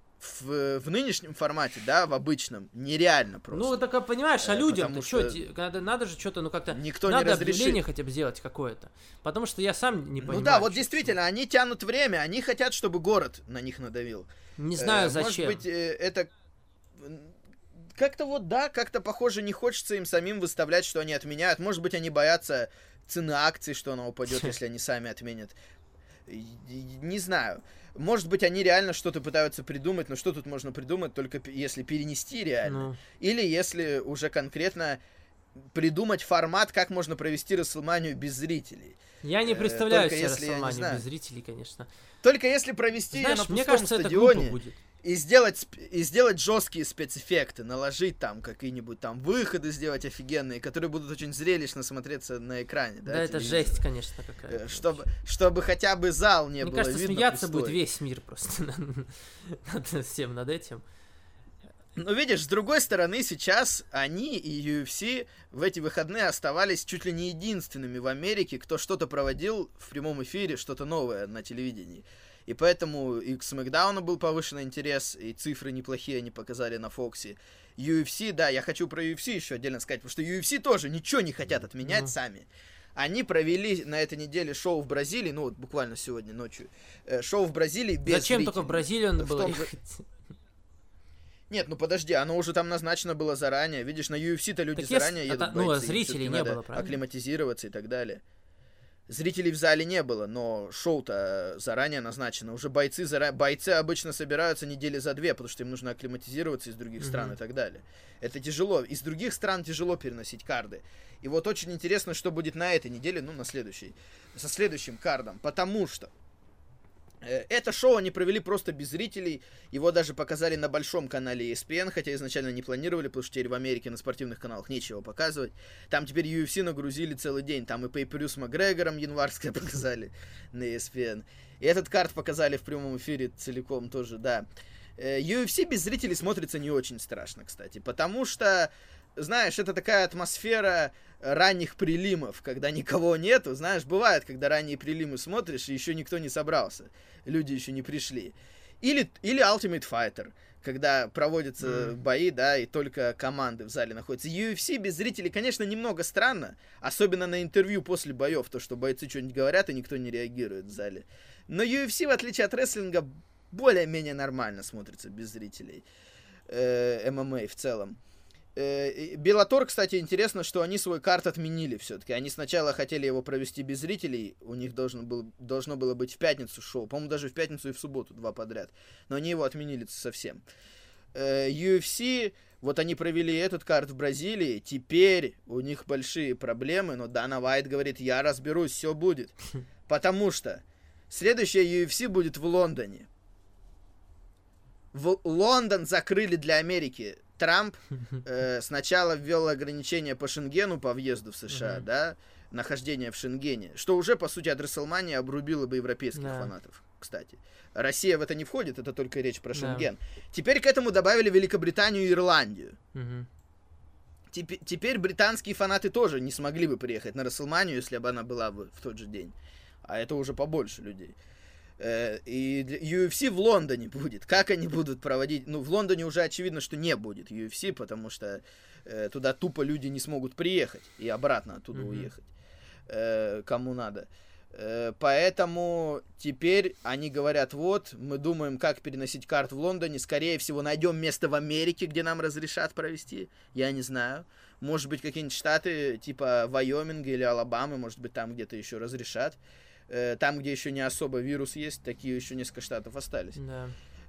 в, в нынешнем формате, да, в обычном, нереально просто. Ну, так а понимаешь, а Э, людям потому то что, что надо, надо же что-то, ну как-то, никто не надо разрешит. объявление хотя бы сделать какое-то. Потому что я сам не понимаю. Ну да, вот что- действительно, они тянут время, они хотят, чтобы город на них надавил. Не знаю, Э, зачем. Может быть, э, это... м, Как-то вот, да, как-то, похоже, не хочется им самим выставлять, что они отменяют. Может быть, они боятся цены акций, что она упадет, если они сами отменят. И- и- Не знаю. Может быть, они реально что-то пытаются придумать, но что тут можно придумать, только п- если перенести реально. Ну, Или если уже конкретно придумать формат, как можно провести Расселманию без зрителей. Я не представляю себе Расселманию без зрителей, конечно. Только если провести Знаешь, ее на пустом мне кажется, стадионе... это глупо будет. И сделать, и сделать жесткие спецэффекты, наложить там какие-нибудь там выходы, сделать офигенные, которые будут очень зрелищно смотреться на экране. Да, да это жесть, конечно, какая-то. Чтобы, чтобы хотя бы зал не Мне было кажется, видно смеяться пустой. будет весь мир просто над всем, над этим. Ну, видишь, с другой стороны, сейчас они и ю эф си в эти выходные оставались чуть ли не единственными в Америке, кто что-то проводил в прямом эфире, что-то новое на телевидении. И поэтому и к Смэкдауну был повышенный интерес, и цифры неплохие они показали на Фоксе. ю эф си, да, я хочу про ю эф си еще отдельно сказать, потому что ю эф си тоже ничего не хотят отменять mm. сами. Они провели на этой неделе шоу в Бразилии, ну вот буквально сегодня ночью, э, шоу в Бразилии без Зачем зрителей. только в Бразилию надо в было том же... ехать? Нет, ну подожди, оно уже там назначено было заранее. Видишь, на ю эф си-то люди так заранее если... едут это... Ну, а бойцы, зрителей не было, правильно? Акклиматизироваться и так далее. Зрителей в зале не было, но шоу-то заранее назначено. Уже бойцы, зара... бойцы обычно собираются недели за две, потому что им нужно акклиматизироваться из других mm-hmm. стран и так далее. Это тяжело. Из других стран тяжело переносить карды. И вот очень интересно, что будет на этой неделе, ну, на следующей, со следующим кардом. Потому что это шоу они провели просто без зрителей. Его даже показали на большом канале и эс пи эн, хотя изначально не планировали, потому что теперь в Америке на спортивных каналах нечего показывать. Там теперь ю эф си нагрузили целый день. Там и Pay-Per-View с Макгрегором январское показали на и эс пи эн. И этот карт показали в прямом эфире целиком тоже, да. ю эф си без зрителей смотрится не очень страшно, кстати. Потому что, знаешь, это такая атмосфера ранних прилимов, когда никого нету. Знаешь, бывает, когда ранние прилимы смотришь, и еще никто не собрался. Люди еще не пришли. Или, или Ultimate Fighter, когда проводятся mm. бои, да, и только команды в зале находятся. ю эф си без зрителей, конечно, немного странно. Особенно на интервью после боев, то, что бойцы что-нибудь говорят, и никто не реагирует в зале. Но ю эф си, в отличие от рестлинга, более-менее нормально смотрится без зрителей. Э, эм эм а в целом. Беллатор, кстати, интересно, что они свой карт отменили все-таки. Они сначала хотели его провести без зрителей. У них должен был, должно было быть в пятницу шоу. По-моему, даже в пятницу и в субботу, два подряд. Но они его отменили совсем. ю эф си, вот они провели этот карт в Бразилии. Теперь у них большие проблемы. Но Дана Уайт говорит, я разберусь, все будет. Потому что следующее ю эф си будет в Лондоне. В Лондон закрыли для Америки. Трамп э, сначала ввел ограничения по Шенгену, по въезду в США, uh-huh. да, нахождение в Шенгене, что уже, по сути, от Расселмании обрубило бы европейских yeah. фанатов, кстати. Россия в это не входит, это только речь про Шенген. Yeah. Теперь к этому добавили Великобританию и Ирландию. Uh-huh. Теп- теперь британские фанаты тоже не смогли бы приехать на Расселманию, если бы она была бы в тот же день. А это уже побольше людей. И ю эф си в Лондоне будет. Как они будут проводить? Ну, в Лондоне уже очевидно, что не будет ю эф си, потому что э, туда тупо люди не смогут приехать и обратно оттуда mm-hmm. уехать. Э, кому надо. Э, поэтому теперь они говорят, вот, мы думаем, как переносить карт в Лондоне. Скорее всего, найдем место в Америке, где нам разрешат провести. Я не знаю. Может быть, какие-нибудь штаты, типа Вайоминга или Алабамы, может быть, там где-то еще разрешат. Там, где еще не особо вирус есть, такие еще несколько штатов остались. Да.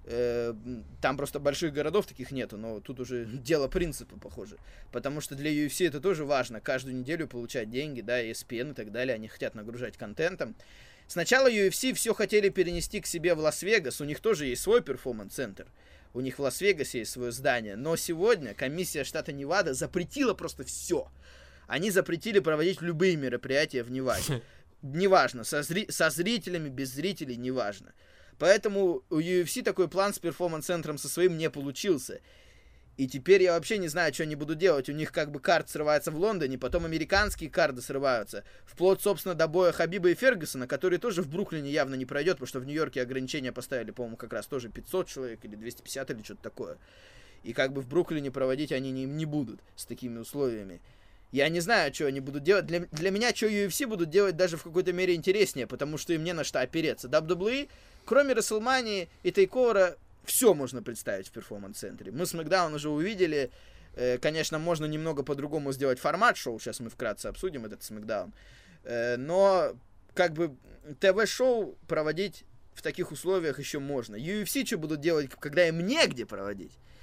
Там просто больших городов таких нету, но тут уже дело принципа, похоже. Потому что для ю эф си это тоже важно. Каждую неделю получать деньги, да, и эс пи эн и так далее. Они хотят нагружать контентом. Сначала ю эф си все хотели перенести к себе в Лас-Вегас. У них тоже есть свой перформанс-центр. У них в Лас-Вегасе есть свое здание. Но сегодня комиссия штата Невада запретила просто все. Они запретили проводить любые мероприятия в Неваде. Неважно, со, зри- со зрителями, без зрителей, неважно. Поэтому у ю эф си такой план с перформанс-центром со своим не получился. И теперь я вообще не знаю, что они будут делать. У них как бы карт срывается в Лондоне, потом американские карты срываются. Вплоть, собственно, до боя Хабиба и Фергюсона, который тоже в Бруклине явно не пройдет, потому что в Нью-Йорке ограничения поставили, по-моему, как раз тоже пятьсот человек или двести пятьдесят или что-то такое. И как бы в Бруклине проводить они не, не будут с такими условиями. Я не знаю, что они будут делать. Для, для меня, что ю эф си будут делать даже в какой-то мере интереснее, потому что им не на что опереться. дабл ю дабл ю и, кроме Расселмании и Тейковера, все можно представить в перформанс-центре. Мы Смэкдаун уже увидели. Э, конечно, можно немного по-другому сделать формат шоу. Сейчас мы вкратце обсудим этот Смэкдаун. Э, но, как бы, ТВ-шоу проводить в таких условиях еще можно. ю эф си что будут делать, когда им негде проводить?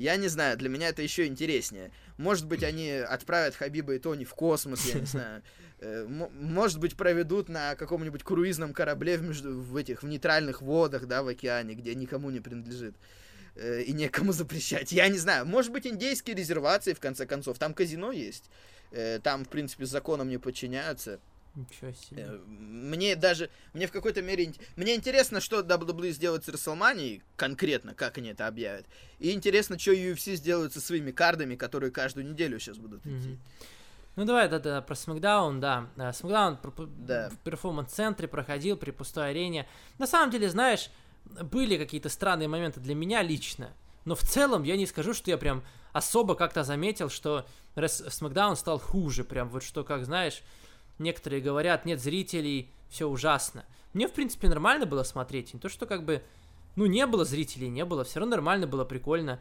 Я не знаю, для меня это еще интереснее. Может быть, они отправят Хабиба и Тони в космос, я не знаю. Может быть, проведут на каком-нибудь круизном корабле в, между, в этих в нейтральных водах, да, в океане, где никому не принадлежит. И некому запрещать. Я не знаю. Может быть, индейские резервации, в конце концов. Там казино есть. Там, в принципе, с законом не подчиняются. Ничего себе. Мне даже, мне в какой-то мере, мне интересно, что дабл ю дабл ю и сделает с WrestleMania, конкретно, как они это объявят. И интересно, что ю эф си сделают со своими кардами, которые каждую неделю сейчас будут идти. Mm-hmm. Ну давай, да, да, про SmackDown, да. SmackDown да. в перформанс-центре проходил при пустой арене. На самом деле, знаешь, были какие-то странные моменты для меня лично, но в целом я не скажу, что я прям особо как-то заметил, что SmackDown стал хуже, прям вот что, как знаешь, некоторые говорят, нет зрителей, все ужасно. Мне, в принципе, нормально было смотреть, не то, что как бы, ну, не было зрителей, не было, все равно нормально было, прикольно.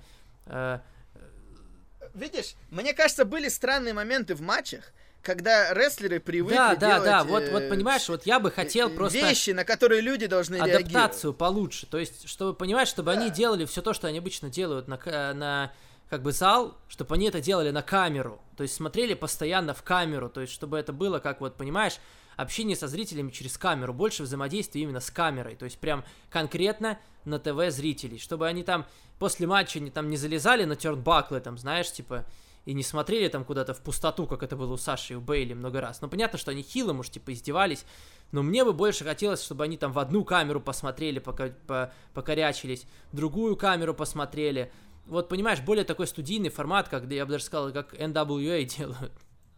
Видишь, мне кажется, были странные моменты в матчах, когда рестлеры привыкли да, да, делать... Да, да, вот, вот понимаешь, вот я бы хотел просто... Вещи, на которые люди должны реагировать. Адаптацию получше, то есть, чтобы, понимаешь, чтобы да. они делали все то, что они обычно делают на, на, как бы, зал, чтобы они это делали на камеру, то есть смотрели постоянно в камеру, то есть, чтобы это было, как вот, понимаешь, общение со зрителями через камеру, больше взаимодействия именно с камерой, то есть, прям конкретно на ТВ зрителей, чтобы они там после матча не, там, не залезали на тёрнбаклы, там, знаешь, типа... И не смотрели там куда-то в пустоту, как это было у Саши и у Бейли много раз. Ну, понятно, что они хило, может, типа, издевались. Но мне бы больше хотелось, чтобы они там в одну камеру посмотрели, пока, по, покорячились, в другую камеру посмотрели. Вот, понимаешь, более такой студийный формат, как, я бы даже сказал, как эн дабл ю эй делают.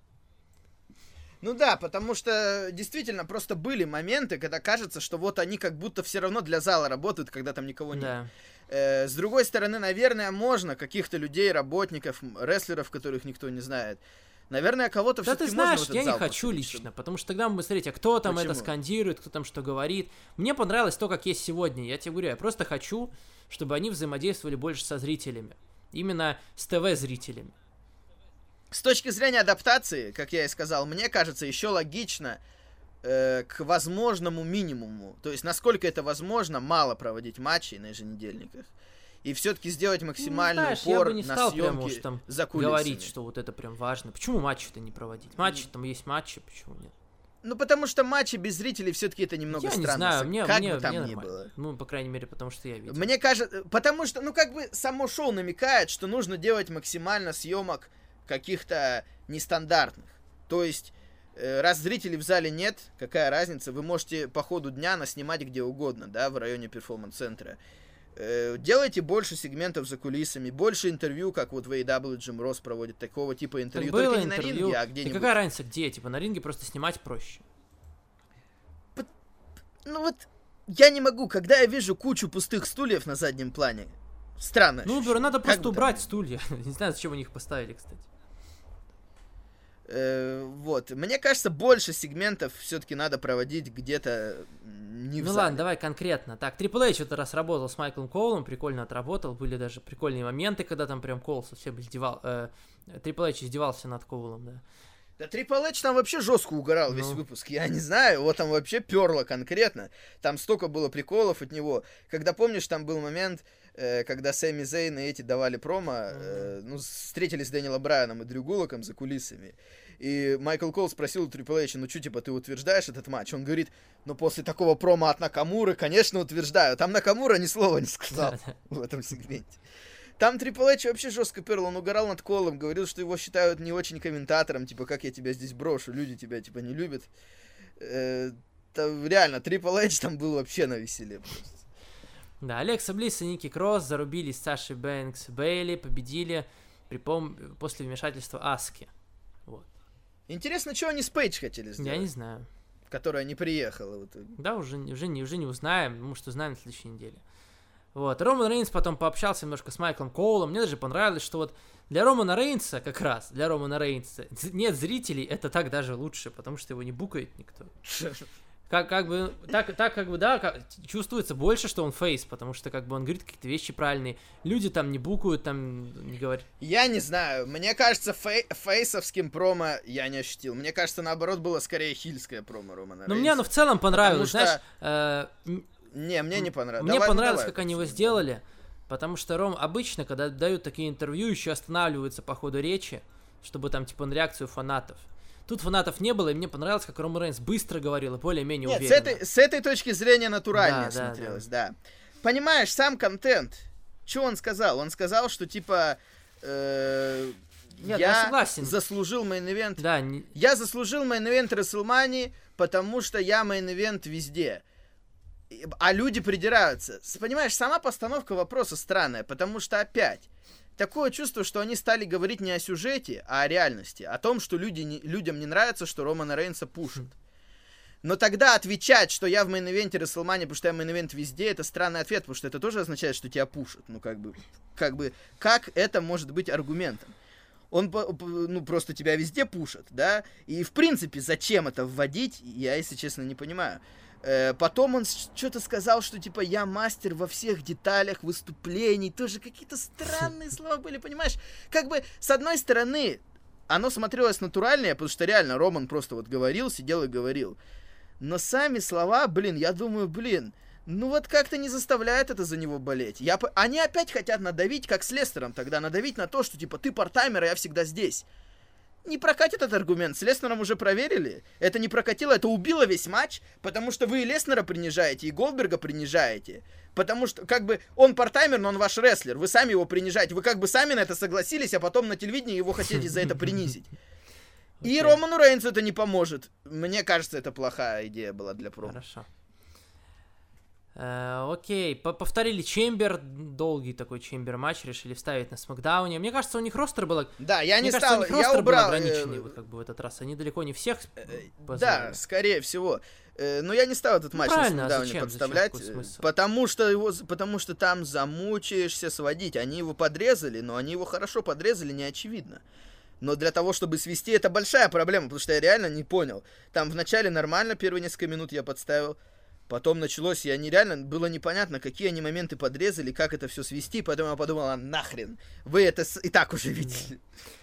Ну да, потому что действительно просто были моменты, когда кажется, что вот они как будто все равно для зала работают, когда там никого нет. Да. Э, с другой стороны, наверное, можно каких-то людей, работников, рестлеров, которых никто не знает. Наверное, кого-то да все-таки ты знаешь, можно в этот я зал не хочу посадить, лично, чтобы... потому что тогда мы, смотрите, а кто там Почему? Это скандирует, кто там что говорит. Мне понравилось то, как есть сегодня. Я тебе говорю, я просто хочу, чтобы они взаимодействовали больше со зрителями. Именно с ТВ-зрителями. С точки зрения адаптации, как я и сказал, мне кажется, еще логично э, к возможному минимуму. То есть, насколько это возможно, мало проводить матчи на еженедельниках. И все-таки сделать максимальный ну, знаешь, упор я бы не на стал съемки прям уж там за кулисами. говорить, что вот это прям важно. Почему матчи-то не проводить? Матчи, там есть матчи, почему нет? Ну, потому что матчи без зрителей все-таки это немного я странно. Я не знаю, мне, как мне, бы там мне ни нормально. было. Ну, по крайней мере, потому что я видел. Мне кажется, потому что, ну, как бы само шоу намекает, что нужно делать максимально съемок каких-то нестандартных. То есть, э, раз зрителей в зале нет, какая разница, вы можете по ходу дня наснимать где угодно, да, в районе перформанс-центра. Э, делайте больше сегментов за кулисами, больше интервью, как вот в эй дабл ю Джим Росс проводит, такого типа интервью, так только не интервью. на ринге, а где-нибудь. И какая разница где, типа, на ринге просто снимать проще. Ну вот, я не могу, когда я вижу кучу пустых стульев на заднем плане, странно. Ну, ощущение. Надо просто как убрать стулья. Не знаю, зачем они их поставили, кстати. Э, вот, мне кажется, больше сегментов все-таки надо проводить где-то не в Ну зале. ладно, давай конкретно. Так, Triple H вот раз работал с Майклом Коулом, прикольно отработал, были даже прикольные моменты, когда там прям Коул совсем издевал, э, Triple H издевался над Коулом, да. Да Triple H там вообще жестко угорал ну. весь выпуск, я не знаю, его там вообще перло конкретно, там столько было приколов от него, когда, помнишь, там был момент, э, когда Сэмми Зейн и эти давали промо, э, ну, встретились с Дэниелом Брайаном и Дрю Гуллоком за кулисами, и Майкл Коул спросил у Triple H, ну что, типа, ты утверждаешь этот матч? Он говорит, ну, после такого промо от Накамуры, конечно, утверждаю, там Накамура ни слова не сказал в этом сегменте. Там Triple H вообще жестко перл, он угорал над Колом, говорил, что его считают не очень комментатором, типа, как я тебя здесь брошу, люди тебя, типа, не любят. Э, там, реально, Triple H там был вообще на веселе просто. Да, Алекса Блисс и Ники Кросс зарубились с Сашей Бэнкс Бейли, победили при пом... после вмешательства Аски. Вот. Интересно, что они с Пейдж хотели сделать? Я не знаю. Которая не приехала в итоге. Да, уже, уже, не, уже не узнаем, может, узнаем на следующей неделе. Вот, Роман Рейнс потом пообщался немножко с Майклом Коулом. Мне даже понравилось, что вот для Романа Рейнса, как раз, для Романа Рейнса нет зрителей, это так даже лучше, потому что его не букает никто. Как, как бы, так, так как бы, да, как, чувствуется больше, что он фейс, потому что, как бы, он говорит какие-то вещи правильные. Люди там не букают, там не говорят. Я не знаю, мне кажется, фей, фейсовским промо я не ощутил. Мне кажется, наоборот, было скорее хильское промо Романа Рейнса. Но мне оно в целом понравилось, что... знаешь. Э, не, мне не понравилось. Мне давай, понравилось, ну, давай, как они его сделали. Потому что Ром обычно, когда дают такие интервью, еще останавливаются по ходу речи, чтобы там, типа, на реакцию фанатов. Тут фанатов не было, и мне понравилось, как Роман Рейнс быстро говорил и более-менее Нет, уверенно. с этой, с этой точки зрения натуральнее Да, да, смотрелось, да. да. Понимаешь, сам контент, что он сказал? Он сказал, что, типа, э, Нет, я, я согласен. заслужил мейн-ивент. Да, не... Я заслужил мейн-ивент WrestleMania, потому что я мейн-ивент везде. А люди придираются. Понимаешь, сама постановка вопроса странная, потому что опять такое чувство, что они стали говорить не о сюжете, а о реальности. О том, что люди не, людям не нравится, что Романа Рейнса пушат. Но тогда отвечать, что я в мейн-ивенте WrestleMania, потому что я мейн-ивент везде, это странный ответ, потому что это тоже означает, что тебя пушат. Ну, как бы, как бы, как это может быть аргументом? Он, ну, просто тебя везде пушат, да? И, в принципе, зачем это вводить, я, если честно, не понимаю. Потом он что-то сказал, что, типа, я мастер во всех деталях выступлений. Тоже какие-то странные слова были, понимаешь? Как бы, с одной стороны, оно смотрелось натуральнее, потому что реально Роман просто вот говорил, сидел и говорил. Но сами слова, блин, я думаю, блин, ну вот как-то не заставляет это за него болеть. Я... Они опять хотят надавить, как с Лестером тогда, надавить на то, что, типа, ты парт-таймер, а я всегда здесь. Не прокатит этот аргумент. С Леснером уже проверили. Это не прокатило, это убило весь матч, потому что вы и Леснера принижаете, и Голдберга принижаете. Потому что, как бы, он парт-таймер, но он ваш рестлер. Вы сами его принижаете. Вы как бы сами на это согласились, а потом на телевидении его хотите за это принизить. И okay. Роману Рейнсу это не поможет. Мне кажется, это плохая идея была для промо. Хорошо. Э, окей, повторили Чембер, долгий такой Чембер матч, решили вставить на Смакдауне. Мне кажется, у них ростер было... Да, я Мне не кажется, стал, у них ростер я убрал... был ограниченный, вот как бы в этот раз. Они далеко не всех позвали. Да, скорее всего. Но я не стал этот ну, матч на Смакдауне подставлять, зачем? потому что его, потому что там замучаешься сводить. Они его подрезали, но они его хорошо подрезали, не очевидно. Но для того, чтобы свести, это большая проблема, потому что я реально не понял. Там вначале нормально, первые несколько минут я подставил. Потом началось, и они реально, было непонятно, какие они моменты подрезали, как это все свести, поэтому я подумал, а нахрен, вы это и так уже видели.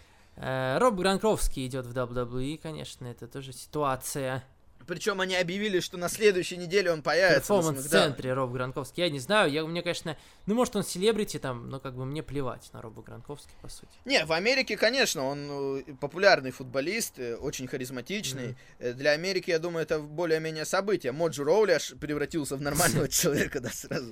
Роб Гранковский идет в дабл ю дабл ю и, конечно, это тоже ситуация. Причем они объявили, что на следующей неделе он появится. В перформанс-центре Роб Гранковский. Я не знаю, я, мне, конечно, ну, может, он селебрити там, но как бы мне плевать на Роба Гранковский, по сути. Не, в Америке, конечно, он популярный футболист, очень харизматичный. Mm-hmm. Для Америки, я думаю, это более-менее событие. Моджи Роули аж превратился в нормального человека, да, сразу.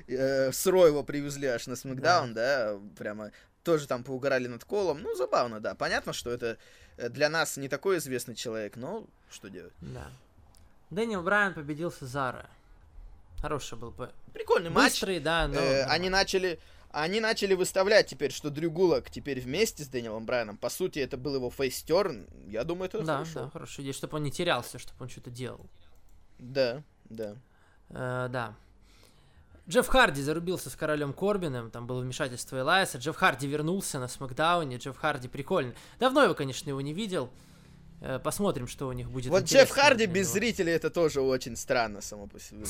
Сро его привезли аж на Смакдаун, да, прямо тоже там поугорали над Колом. Ну, забавно, да. Понятно, что это для нас не такой известный человек, но что делать? Да. Дэниел Брайан победил Сезара. Хороший был бы. Прикольный матч. Быстрый, да, но... Э, они начали... Они начали выставлять теперь, что Дрю Гулак теперь вместе с Дэниелом Брайаном. По сути, это был его фейстерн. Я думаю, это да, хорошо. Да, хорошая идея, чтобы он не терялся, чтобы он что-то делал. Да, да. Э, да. Джефф Харди зарубился с королем Корбином, там было вмешательство Элайса. Джефф Харди вернулся на Смакдауне. Джефф Харди прикольный. Давно его, конечно, его не видел. Э, посмотрим, что у них будет. Вот Джефф Харди без зрителей, это тоже очень странно само по себе.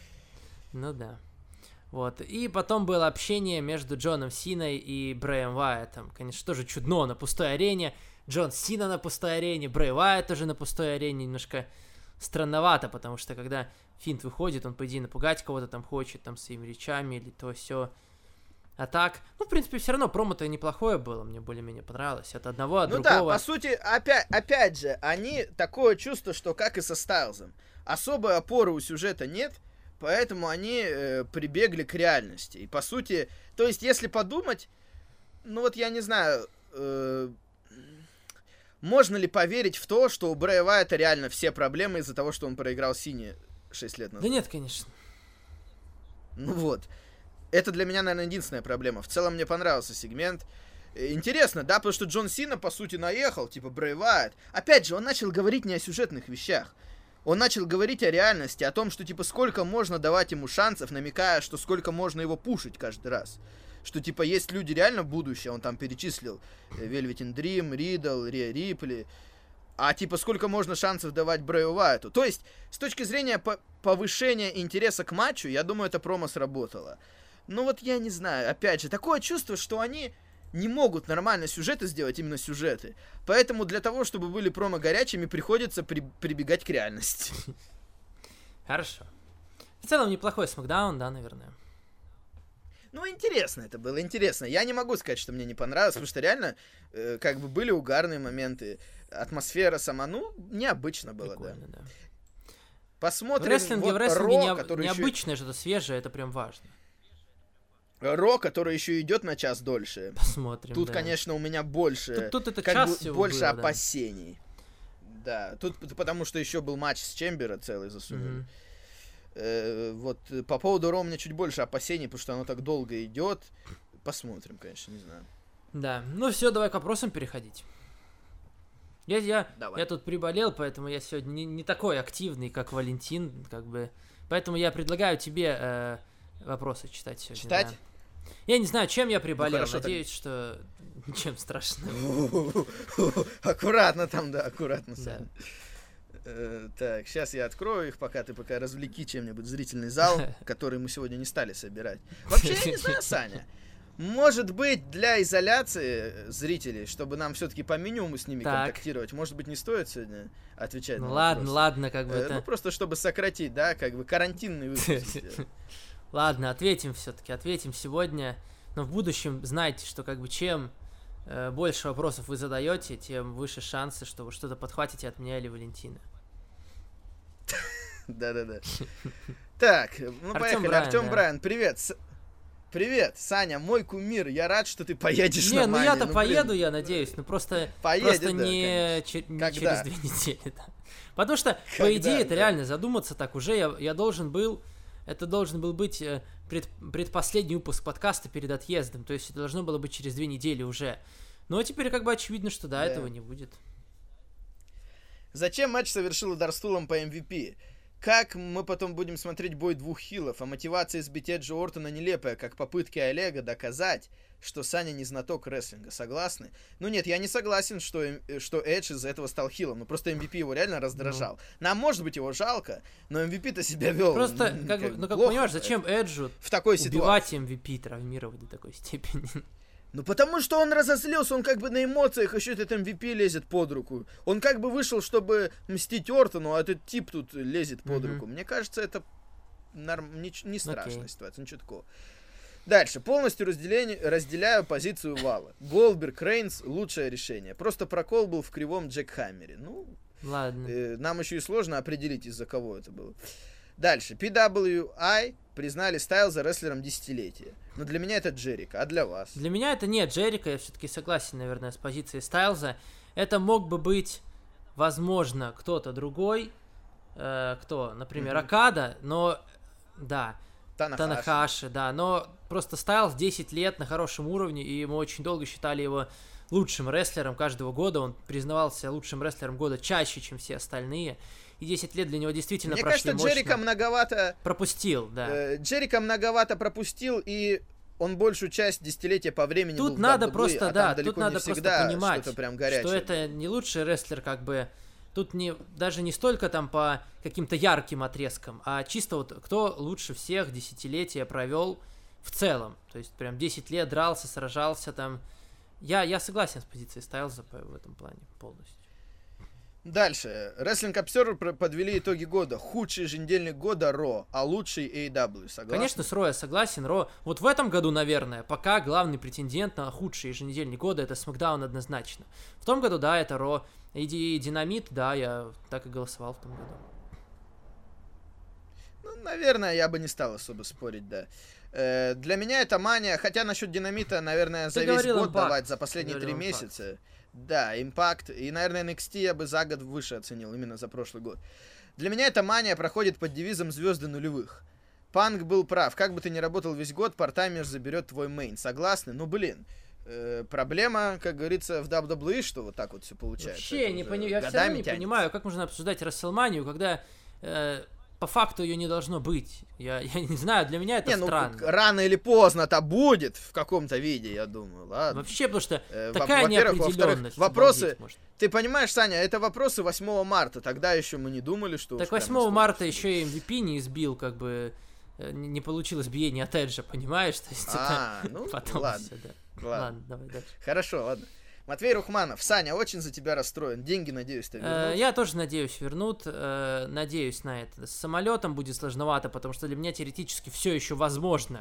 Ну да. Вот. И потом было общение между Джоном Синой и Брэем Уайттом. Конечно, тоже чудно на пустой арене. Джон Сина на пустой арене, Брэй Уайт тоже на пустой арене. Немножко странновато, потому что когда Финт выходит, он, по идее, напугать кого-то там хочет, там, своими речами или то все. А так, ну, в принципе, все равно промо-то неплохое было, мне более-менее понравилось. От одного, от ну другого. Ну да, по сути, опять, опять же, они, такое чувство, что как и со Стайлзом, особой опоры у сюжета нет, поэтому они э, прибегли к реальности. И, по сути, то есть, если подумать, ну вот я не знаю, э, можно ли поверить в то, что у Брэя Уайта реально все проблемы из-за того, что он проиграл Сине шесть лет назад? Да нет, конечно. Ну вот. Это для меня, наверное, единственная проблема. В целом мне понравился сегмент. Интересно, да, потому что Джон Сина, по сути, наехал, типа Брэй Уайт. Опять же, он начал говорить не о сюжетных вещах. Он начал говорить о реальности, о том, что, типа, сколько можно давать ему шансов, намекая, что сколько можно его пушить каждый раз. Что, типа, есть люди реально в будущее, он там перечислил Velvet Dream, Ридл, Риа Рипли. А, типа, сколько можно шансов давать Брэю Уайту. То есть, с точки зрения по- повышения интереса к матчу, я думаю, это промо сработало. Ну вот я не знаю, опять же, такое чувство, что они не могут нормально сюжеты сделать, именно сюжеты. Поэтому для того, чтобы были промо горячими, приходится при- прибегать к реальности. Хорошо. В целом неплохой Смакдаун, да, наверное. Ну, интересно это было, интересно. Я не могу сказать, что мне не понравилось, потому что реально, э, как бы, были угарные моменты. Атмосфера сама, ну, необычно было, Прикольно, да. да. Посмотрим. В рестлинге, вот в рестлинге Ро, необ- который еще- необычное, что-то свежее, это прям важно. Ро, который еще идет на час дольше. Посмотрим, Тут, да. конечно, у меня больше, Тут, тут это как час бы, всего больше было, да. опасений. Да, тут п- потому что еще был матч с Чембера целый засунули. Мгм. Э, вот э, по поводу Ро у меня чуть больше опасений, потому что оно так долго идет. Посмотрим, конечно, не знаю. Да, ну все, давай к вопросам переходить. Я, я, Давай. я тут приболел, поэтому я сегодня не, не такой активный, как Валентин, как бы. Поэтому я предлагаю тебе э, вопросы читать сегодня. Читать? да. Я не знаю, чем я приболел. хорошо, так- Надеюсь, что ничем страшным. Аккуратно там, да, аккуратно. Да. Саня. Э, Так, сейчас я открою их, пока ты пока развлеки чем-нибудь зрительный зал, который мы сегодня не стали собирать. Вообще, я не знаю, Саня. Может быть, для изоляции зрителей, чтобы нам все-таки по минимуму с ними Так. контактировать, может быть, не стоит сегодня отвечать Ну на ладно, вопросы? ладно, как бы Э, это. Ну, просто чтобы сократить, да, как бы карантинный выпуск сделать. Ладно, ответим все-таки, ответим сегодня. Но в будущем знайте, что как бы чем э, больше вопросов вы задаете, тем выше шансы, что вы что-то подхватите от меня или Валентина. Да-да-да. Так, ну Артём поехали. Брайан, Артем да. Брайан, привет. С- Привет, Саня, мой кумир. Я рад, что ты поедешь Не, на ну Мани. я-то блин, поеду, я надеюсь, но просто, Поедет, просто да, не, че- не Когда? через две недели. Да. Потому что, по Когда, идее, это да. реально задуматься так уже, я, я должен был, это должен был быть э, пред- предпоследний выпуск подкаста перед отъездом, то есть это должно было быть через две недели уже. Но теперь как бы очевидно, что да, Да. этого не будет. Зачем матч совершил Дарстулом по эм ви пи? Как мы потом будем смотреть бой двух хилов? А мотивация сбить Эджи Ортона нелепая, как попытки Олега доказать, что Саня не знаток рестлинга. Согласны? Ну нет, я не согласен, что, эм- э, что Эдж из-за этого стал хилом. Ну просто эм ви пи его реально раздражал. Нам, может быть, его жалко, но эм ви пи-то себя вел. Просто, м, как, бы, ну как плохо, понимаешь, зачем Эджу в такой ситуации? убивать эм ви пи, травмировать до такой степени? Ну потому что он разозлился, он как бы на эмоциях еще этот эм ви пи лезет под руку. Он как бы вышел, чтобы мстить Ортону, а этот тип тут лезет под Мгм. руку. Мне кажется, это норм... не, не страшная Окей. ситуация, ничего такого. Дальше. Полностью разделение... разделяю позицию Вала. Голдберг, Рейнс — лучшее решение. Просто прокол был в кривом Джек Хаммере. Ну, Ладно. э, нам еще и сложно определить, из-за кого это было. Дальше. пи дабл ю ай признали Стайлза рестлером десятилетия. Но для меня это Джерика, а для вас? Для меня это не Джерика, я все-таки согласен, наверное, с позицией Стайлза. Это мог бы быть, возможно, кто-то другой, э, кто, например, Мгм. Окада, но, да, Танахаши. Танахаши, да, но просто Стайлз десять лет на хорошем уровне, и мы очень долго считали его лучшим рестлером каждого года, он признавался лучшим рестлером года чаще, чем все остальные, и десять лет для него действительно Мне прошли кажется, мощно. Джерика многовато... Пропустил, да. э, Джерика многовато пропустил, и он большую часть десятилетия по времени был Тут в надо дабл ю дабл ю и, просто, а да, там далеко тут надо не просто всегда понимать, что-то прям горячее. что это не лучший рестлер, как бы, тут не, даже не столько там по каким-то ярким отрезкам, а чисто вот кто лучше всех десятилетия провел в целом. То есть прям десять лет дрался, сражался там. Я, я согласен с позицией Стайлза по- в этом плане полностью. Дальше. Wrestling Observer про- подвели итоги года. Худший еженедельник года Ро, а лучший эй дабл ю. Согласны? Конечно, с Ро я согласен. Ро, вот в этом году, наверное, пока главный претендент на худший еженедельник года — это Смакдаун однозначно. В том году, да, это Ро. И Ди- Динамит, да, я так и голосовал в том году. Ну, наверное, я бы не стал особо спорить, да. Э, для меня это мания, хотя насчет Динамита, наверное, Ты за весь говорил год Impact. давать, за последние Ты три говорил Impact. месяца. Да, импакт. И, наверное, эн экс ти я бы за год выше оценил, именно за прошлый год. Для меня эта мания проходит под девизом «Звезды нулевых». Панк был прав. Как бы ты ни работал весь год, партаймер заберет твой мейн. Согласны? Ну, блин. э, проблема, как говорится, в дабл ю дабл ю и, что вот так вот все получается. Вообще, Это я не, уже пони- я все годами равно не тянется. понимаю, как можно обсуждать Расселманию, когда э, по факту ее не должно быть. Я, я не знаю, для меня это Не, ну, странно. к- рано или поздно-то будет в каком-то виде, я думаю, ладно. Вообще, потому что Э, во- такая во-первых, неопределенность. во-вторых, вопросы, обалдеть можно. ты понимаешь, Саня, это вопросы восьмого марта, тогда еще мы не думали, что... Так уж прям восьмого настолько марта всё еще и эм ви пи не избил, как бы э, не не получилось биение от Эджа, понимаешь? То есть А, это ну, потом ладно, всё, да. ладно. Ладно, давай дальше. Хорошо, ладно. Матвей Рухманов, Саня, очень за тебя расстроен. Деньги, надеюсь, ты Э, вернут. Я тоже надеюсь вернут, э, надеюсь на это. С самолетом будет сложновато, потому что для меня теоретически все еще возможно.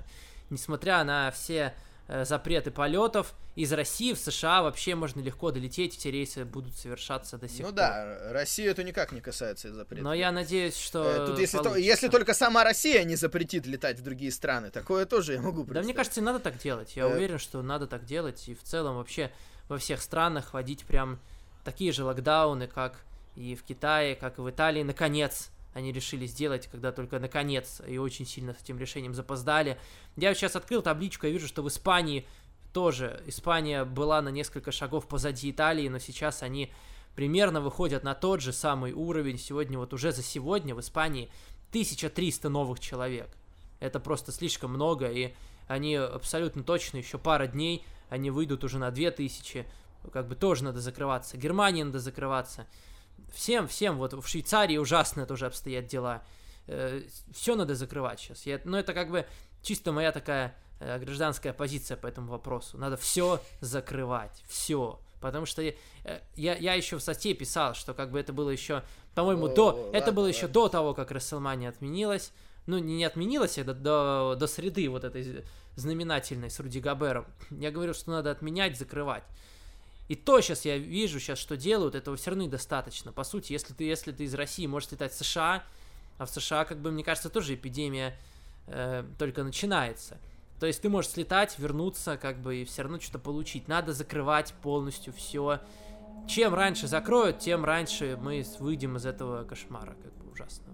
несмотря на все э, запреты полетов, из России в США вообще можно легко долететь, все рейсы будут совершаться до сих Ну пор. да, Россию это никак не касается запрета. Но я надеюсь, что Э, Тут если, то, если только сама Россия не запретит летать в другие страны, такое тоже я могу представить. Да мне кажется, и надо так делать. Я Э, уверен, что надо так делать. И в целом вообще во всех странах вводить прям такие же локдауны, как и в Китае, как и в Италии. Наконец они решили сделать, когда только наконец, и очень сильно с этим решением запоздали. Я сейчас открыл табличку, я вижу, что в Испании тоже. Испания была на несколько шагов позади Италии, но сейчас они примерно выходят на тот же самый уровень. Сегодня, вот уже за сегодня в Испании тысяча триста новых человек. Это просто слишком много, и они абсолютно точно еще пара дней, они выйдут уже на две тысячи. Как бы тоже надо закрываться. Германии надо закрываться. Всем, всем, вот в Швейцарии ужасно тоже обстоят дела. Э, все надо закрывать сейчас. Я, ну, это как бы чисто моя такая э, гражданская позиция по этому вопросу. Надо все закрывать. Все. Потому что я, я, я еще в статье писал, что как бы это было еще, по-моему, О, до. ладно, это было ладно. еще до того, как WrestleMania отменилась. Ну, не, не отменилась, это до, до среды вот этой знаменательной с Руди Гобером. Я говорю, что надо отменять, закрывать. И то сейчас я вижу, сейчас что делают, этого все равно недостаточно. По сути, если ты, если ты из России можешь летать в США, а в США, как бы, мне кажется, тоже эпидемия э, только начинается. То есть ты можешь слетать, вернуться, как бы, и все равно что-то получить. Надо закрывать полностью все. Чем раньше закроют, тем раньше мы выйдем из этого кошмара, как бы, ужасного.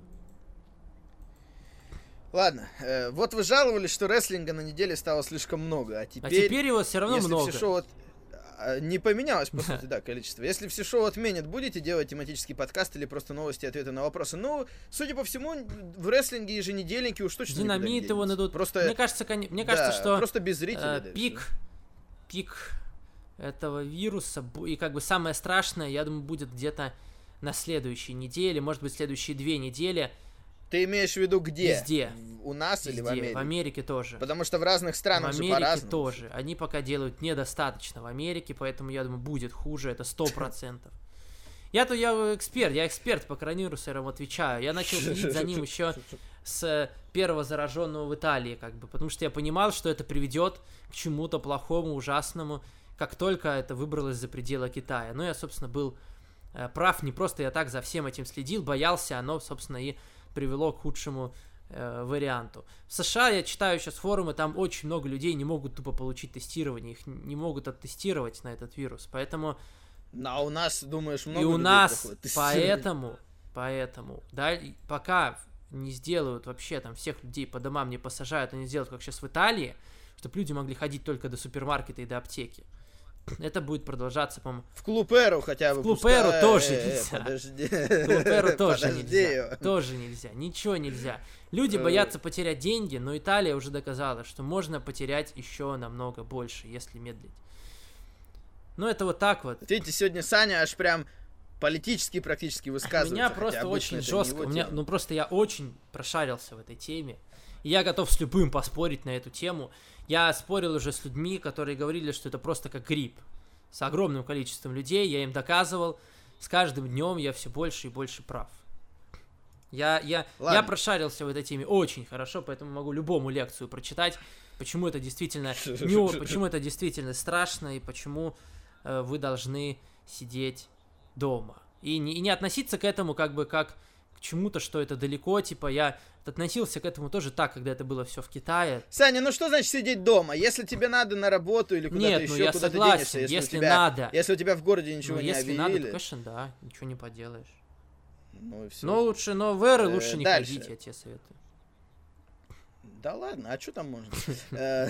Ладно, э, вот вы жаловались, что рестлинга на неделе стало слишком много, а теперь... А теперь его все равно если много. все шоу от- а, не поменялось, по сути, да, количество. Если все шоу отменят, будете делать тематический подкаст или просто новости и ответы на вопросы? Ну, судя по всему, в рестлинге еженедельники уж точно никуда не Динамит его денется. найдут. Просто, Мне кажется, кон- мне да, кажется, что просто без зрителей. э, да, и пик, всё. пик этого вируса, бу- и как бы самое страшное, я думаю, будет где-то на следующей неделе, может быть, следующие две недели. Ты имеешь в виду где? Везде. У нас Везде. или в Америке? В Америке тоже. Потому что в разных странах В же Америке по-разному. тоже. Они пока делают недостаточно в Америке, поэтому я думаю, будет хуже, это сто процентов. Я-то я эксперт, я эксперт по коронавирусу, отвечаю. Я начал следить за ним еще с первого зараженного в Италии, как бы, потому что я понимал, что это приведет к чему-то плохому, ужасному, как только это выбралось за пределы Китая. Но я, собственно, был э, прав, не просто я так за всем этим следил, боялся, оно, собственно, и привело к худшему э, варианту. В США я читаю сейчас форумы, там очень много людей не могут тупо получить тестирование, их не могут оттестировать на этот вирус, поэтому... Ну, а у нас, думаешь, много И у людей нас, проходит тестирование? поэтому, поэтому, да, и пока не сделают вообще, там, всех людей по домам не посажают, они сделают, как сейчас в Италии, чтобы люди могли ходить только до супермаркета и до аптеки. Это будет продолжаться, по-моему. В клуб Эру хотя бы. В клуб пускай. Эру тоже Э, нельзя. Подожди. В клуб Эру тоже Подожди. нельзя. Тоже нельзя. Ничего нельзя. Люди Э. боятся потерять деньги, но Италия уже доказала, что можно потерять еще намного больше, если медлить. Ну, это вот так вот. Видите, сегодня Саня аж прям политически практически высказывается. Меня хотя просто обычно очень это не жестко. его У меня, тема. ну просто я очень прошарился в этой теме. И я готов с любым поспорить на эту тему. Я спорил уже с людьми, которые говорили, что это просто как грипп. С огромным количеством людей. Я им доказывал. С каждым днем я все больше и больше прав. Я, я, я прошарился в этой теме очень хорошо, поэтому могу любому лекцию прочитать, почему это действительно не, почему это действительно страшно и почему э, вы должны сидеть дома. И не, и не относиться к этому как бы как к чему-то, что это далеко, типа я относился к этому тоже так, когда это было все в Китае. Саня, ну что значит сидеть дома? Если тебе надо на работу или куда-то Нет, еще, ну я куда согласен, ты денешься, если, если у тебя, надо. Если у тебя в городе ничего Ну, не если объявили. надо, то, конечно, да, ничего не поделаешь. Ну и все. Но лучше, но в эры Э, лучше не дальше. ходить, я тебе советую. Да ладно, а что там можно? Э,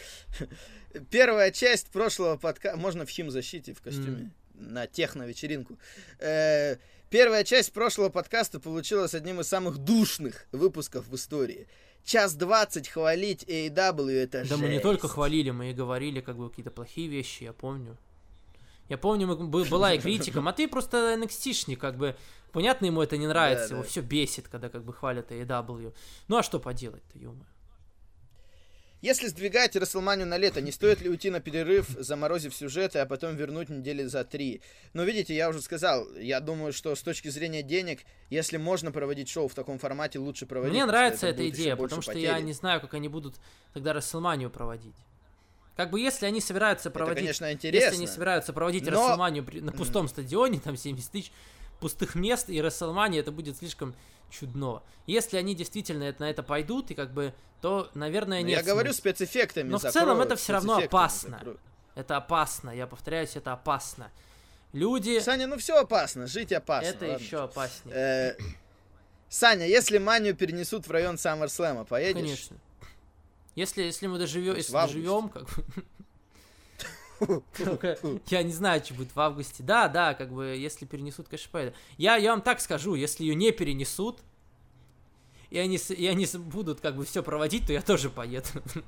Первая часть прошлого подкаста... Можно в химзащите в костюме. На техно-вечеринку. Э, Первая часть прошлого подкаста получилась одним из самых душных выпусков в истории. Час двадцать хвалить эй и дабл ю это Да мы не жесть. только хвалили, мы и говорили как бы какие-то плохие вещи, я помню. Я помню, мы, бы- была и критика, а ты просто эн экс ти-шник, как бы, понятно, ему это не нравится, Да, его да. все бесит, когда как бы хвалят эй и дабл ю. Ну а что поделать-то, ё-моё. Если сдвигать Расселманию на лето, не стоит ли уйти на перерыв, заморозив сюжеты, а потом вернуть недели за три? Но видите, я уже сказал, я думаю, что с точки зрения денег, если можно проводить шоу в таком формате, лучше проводить. Мне нравится эта идея, потому что потери. Я не знаю, как они будут тогда Расселманию проводить. Как бы если они собираются проводить... Это, конечно, интересно. Если они собираются проводить но... Расселманию на пустом mm. стадионе, там семьдесят тысяч пустых мест, и Расселмания, это будет слишком чудно. Если они действительно на это пойдут, и как бы, то, наверное, нет. Я говорю, спецэффектами. Но в целом это все равно опасно. Закроют. Это опасно, я повторяюсь, это опасно. Люди... Саня, ну все опасно, жить опасно. Это ладно. Еще опаснее. Э-э- Саня, если Манию перенесут в район SummerSlam, поедешь? Конечно. Если, если мы доживем, если доживем, как бы... Я не знаю, что будет в августе. Да, да, как бы, если перенесут, конечно, поеду. Я, я вам так скажу, если ее не перенесут, и они, и они будут, как бы, все проводить, то я тоже поеду.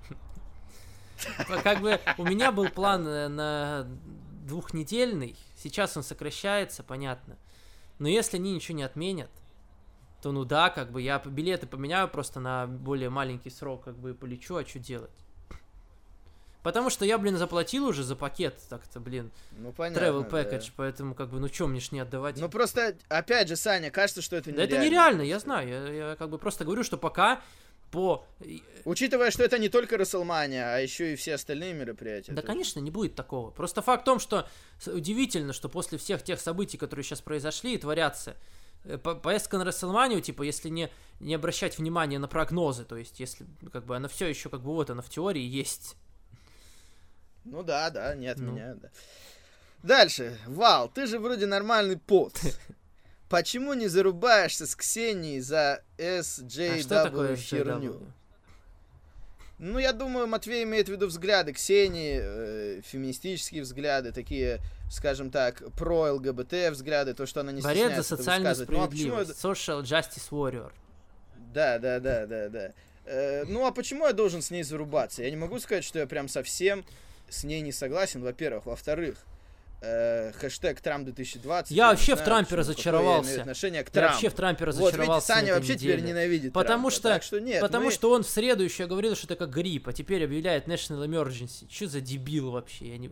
Как бы, у меня был план на двухнедельный, сейчас он сокращается, понятно. Но если они ничего не отменят, то ну да, как бы, я билеты поменяю просто на более маленький срок, как бы, и полечу, а что делать? Потому что я, блин, заплатил уже за пакет, так-то, блин, ну, понятно, travel package, да. Поэтому, как бы, ну чё, мне ж не отдавать? Ну, просто, опять же, Саня, кажется, что это нереально. Да это нереально, я знаю, я, я как бы просто говорю, что пока по... Учитывая, что это не только Расселмания, а еще и все остальные мероприятия. Да, тоже. Конечно, не будет такого. Просто факт в том, что удивительно, что после всех тех событий, которые сейчас произошли и творятся, поездка на Расселманию, типа, если не, не обращать внимания на прогнозы, то есть, если, как бы, она все еще, как бы, вот она в теории есть. Ну да, да, не отменяю, ну. да. Дальше. Вал, ты же вроде нормальный пот. Почему не зарубаешься с Ксенией за эс джей дабл ю херню? Ну, я думаю, Матвей имеет в виду взгляды Ксении, э, феминистические взгляды, такие, скажем так, про-ЛГБТ взгляды, то, что она не Борец стесняется за социальную справедливость. Ну, а Social Justice Warrior. Да, да, да, да, да. Э, ну, а почему я должен с ней зарубаться? Я не могу сказать, что я прям совсем с ней не согласен, во-первых. Во-вторых, э, хэштег Трамп две тысячи двадцать. Я, я вообще в Трампе разочаровался. Отношение к я вообще в Трампе разочаровался. Вот, видите, Саня вообще неделе. теперь ненавидит потому Трампа. Что, так что нет, потому мы... что он в среду еще говорил, что это как грипп, а теперь объявляет National Emergency. Что за дебил вообще? Я не...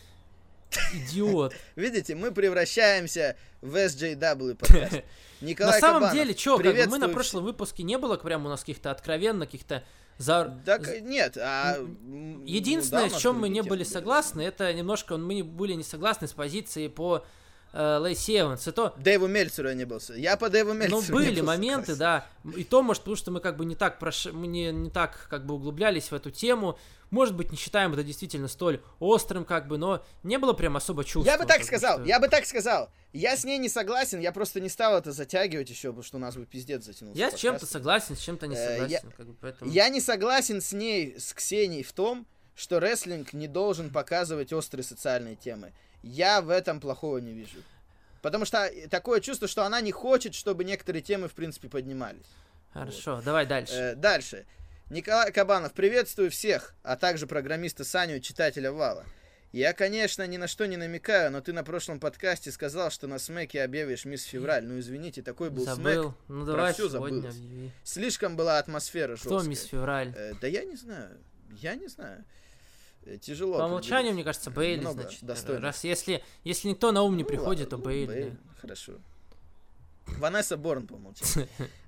Идиот. Видите, мы превращаемся в эс джей дабл ю подкаст. Николай на самом Кабанов, деле, что, как бы мы на прошлом выпуске не было прям у нас каких-то откровенно, каких-то... За... Так, нет, а... Единственное, ну, да, с чем мы не были согласны, это немножко мы не были не согласны с позицией по э, Лейси Эванс. И то... Дэйву Мельцеру я не был. Я по Дэйву Мельцеру Ну, были не был моменты, согласен. да. И то, может, потому что мы как бы не так, прош... мы не, не так как бы углублялись в эту тему. Может быть, не считаем это действительно столь острым, как бы, но не было прям особо чувств. Я бы так сказал, что... я бы так сказал. Я с ней не согласен, я просто не стал это затягивать еще, потому что у нас бы пиздец затянулся. Я с чем-то согласен, с чем-то не согласен. Я, как бы, поэтому... я не согласен с ней, с Ксенией в том, что рестлинг не должен показывать острые социальные темы. Я в этом плохого не вижу. Потому что такое чувство, что она не хочет, чтобы некоторые темы, в принципе, поднимались. Хорошо, вот. Давай дальше. Э, дальше. Николай Кабанов, приветствую всех, а также программиста Саню и читателя Вала. Я, конечно, ни на что не намекаю, но ты на прошлом подкасте сказал, что на смеке объявишь Мисс Февраль. Ну, извините, такой был забыл. смек. Ну, давай все забыл. Слишком была атмосфера жесткая. Кто Мисс Февраль? Э, да я не знаю. Я не знаю. Э, тяжело. По умолчанию, мне кажется, Бейли, Много значит. достойных. Раз если, если никто на ум не ну, приходит, ладно, то Бейли. Бейли. Да. Хорошо. Ванесса Борн по умолчанию.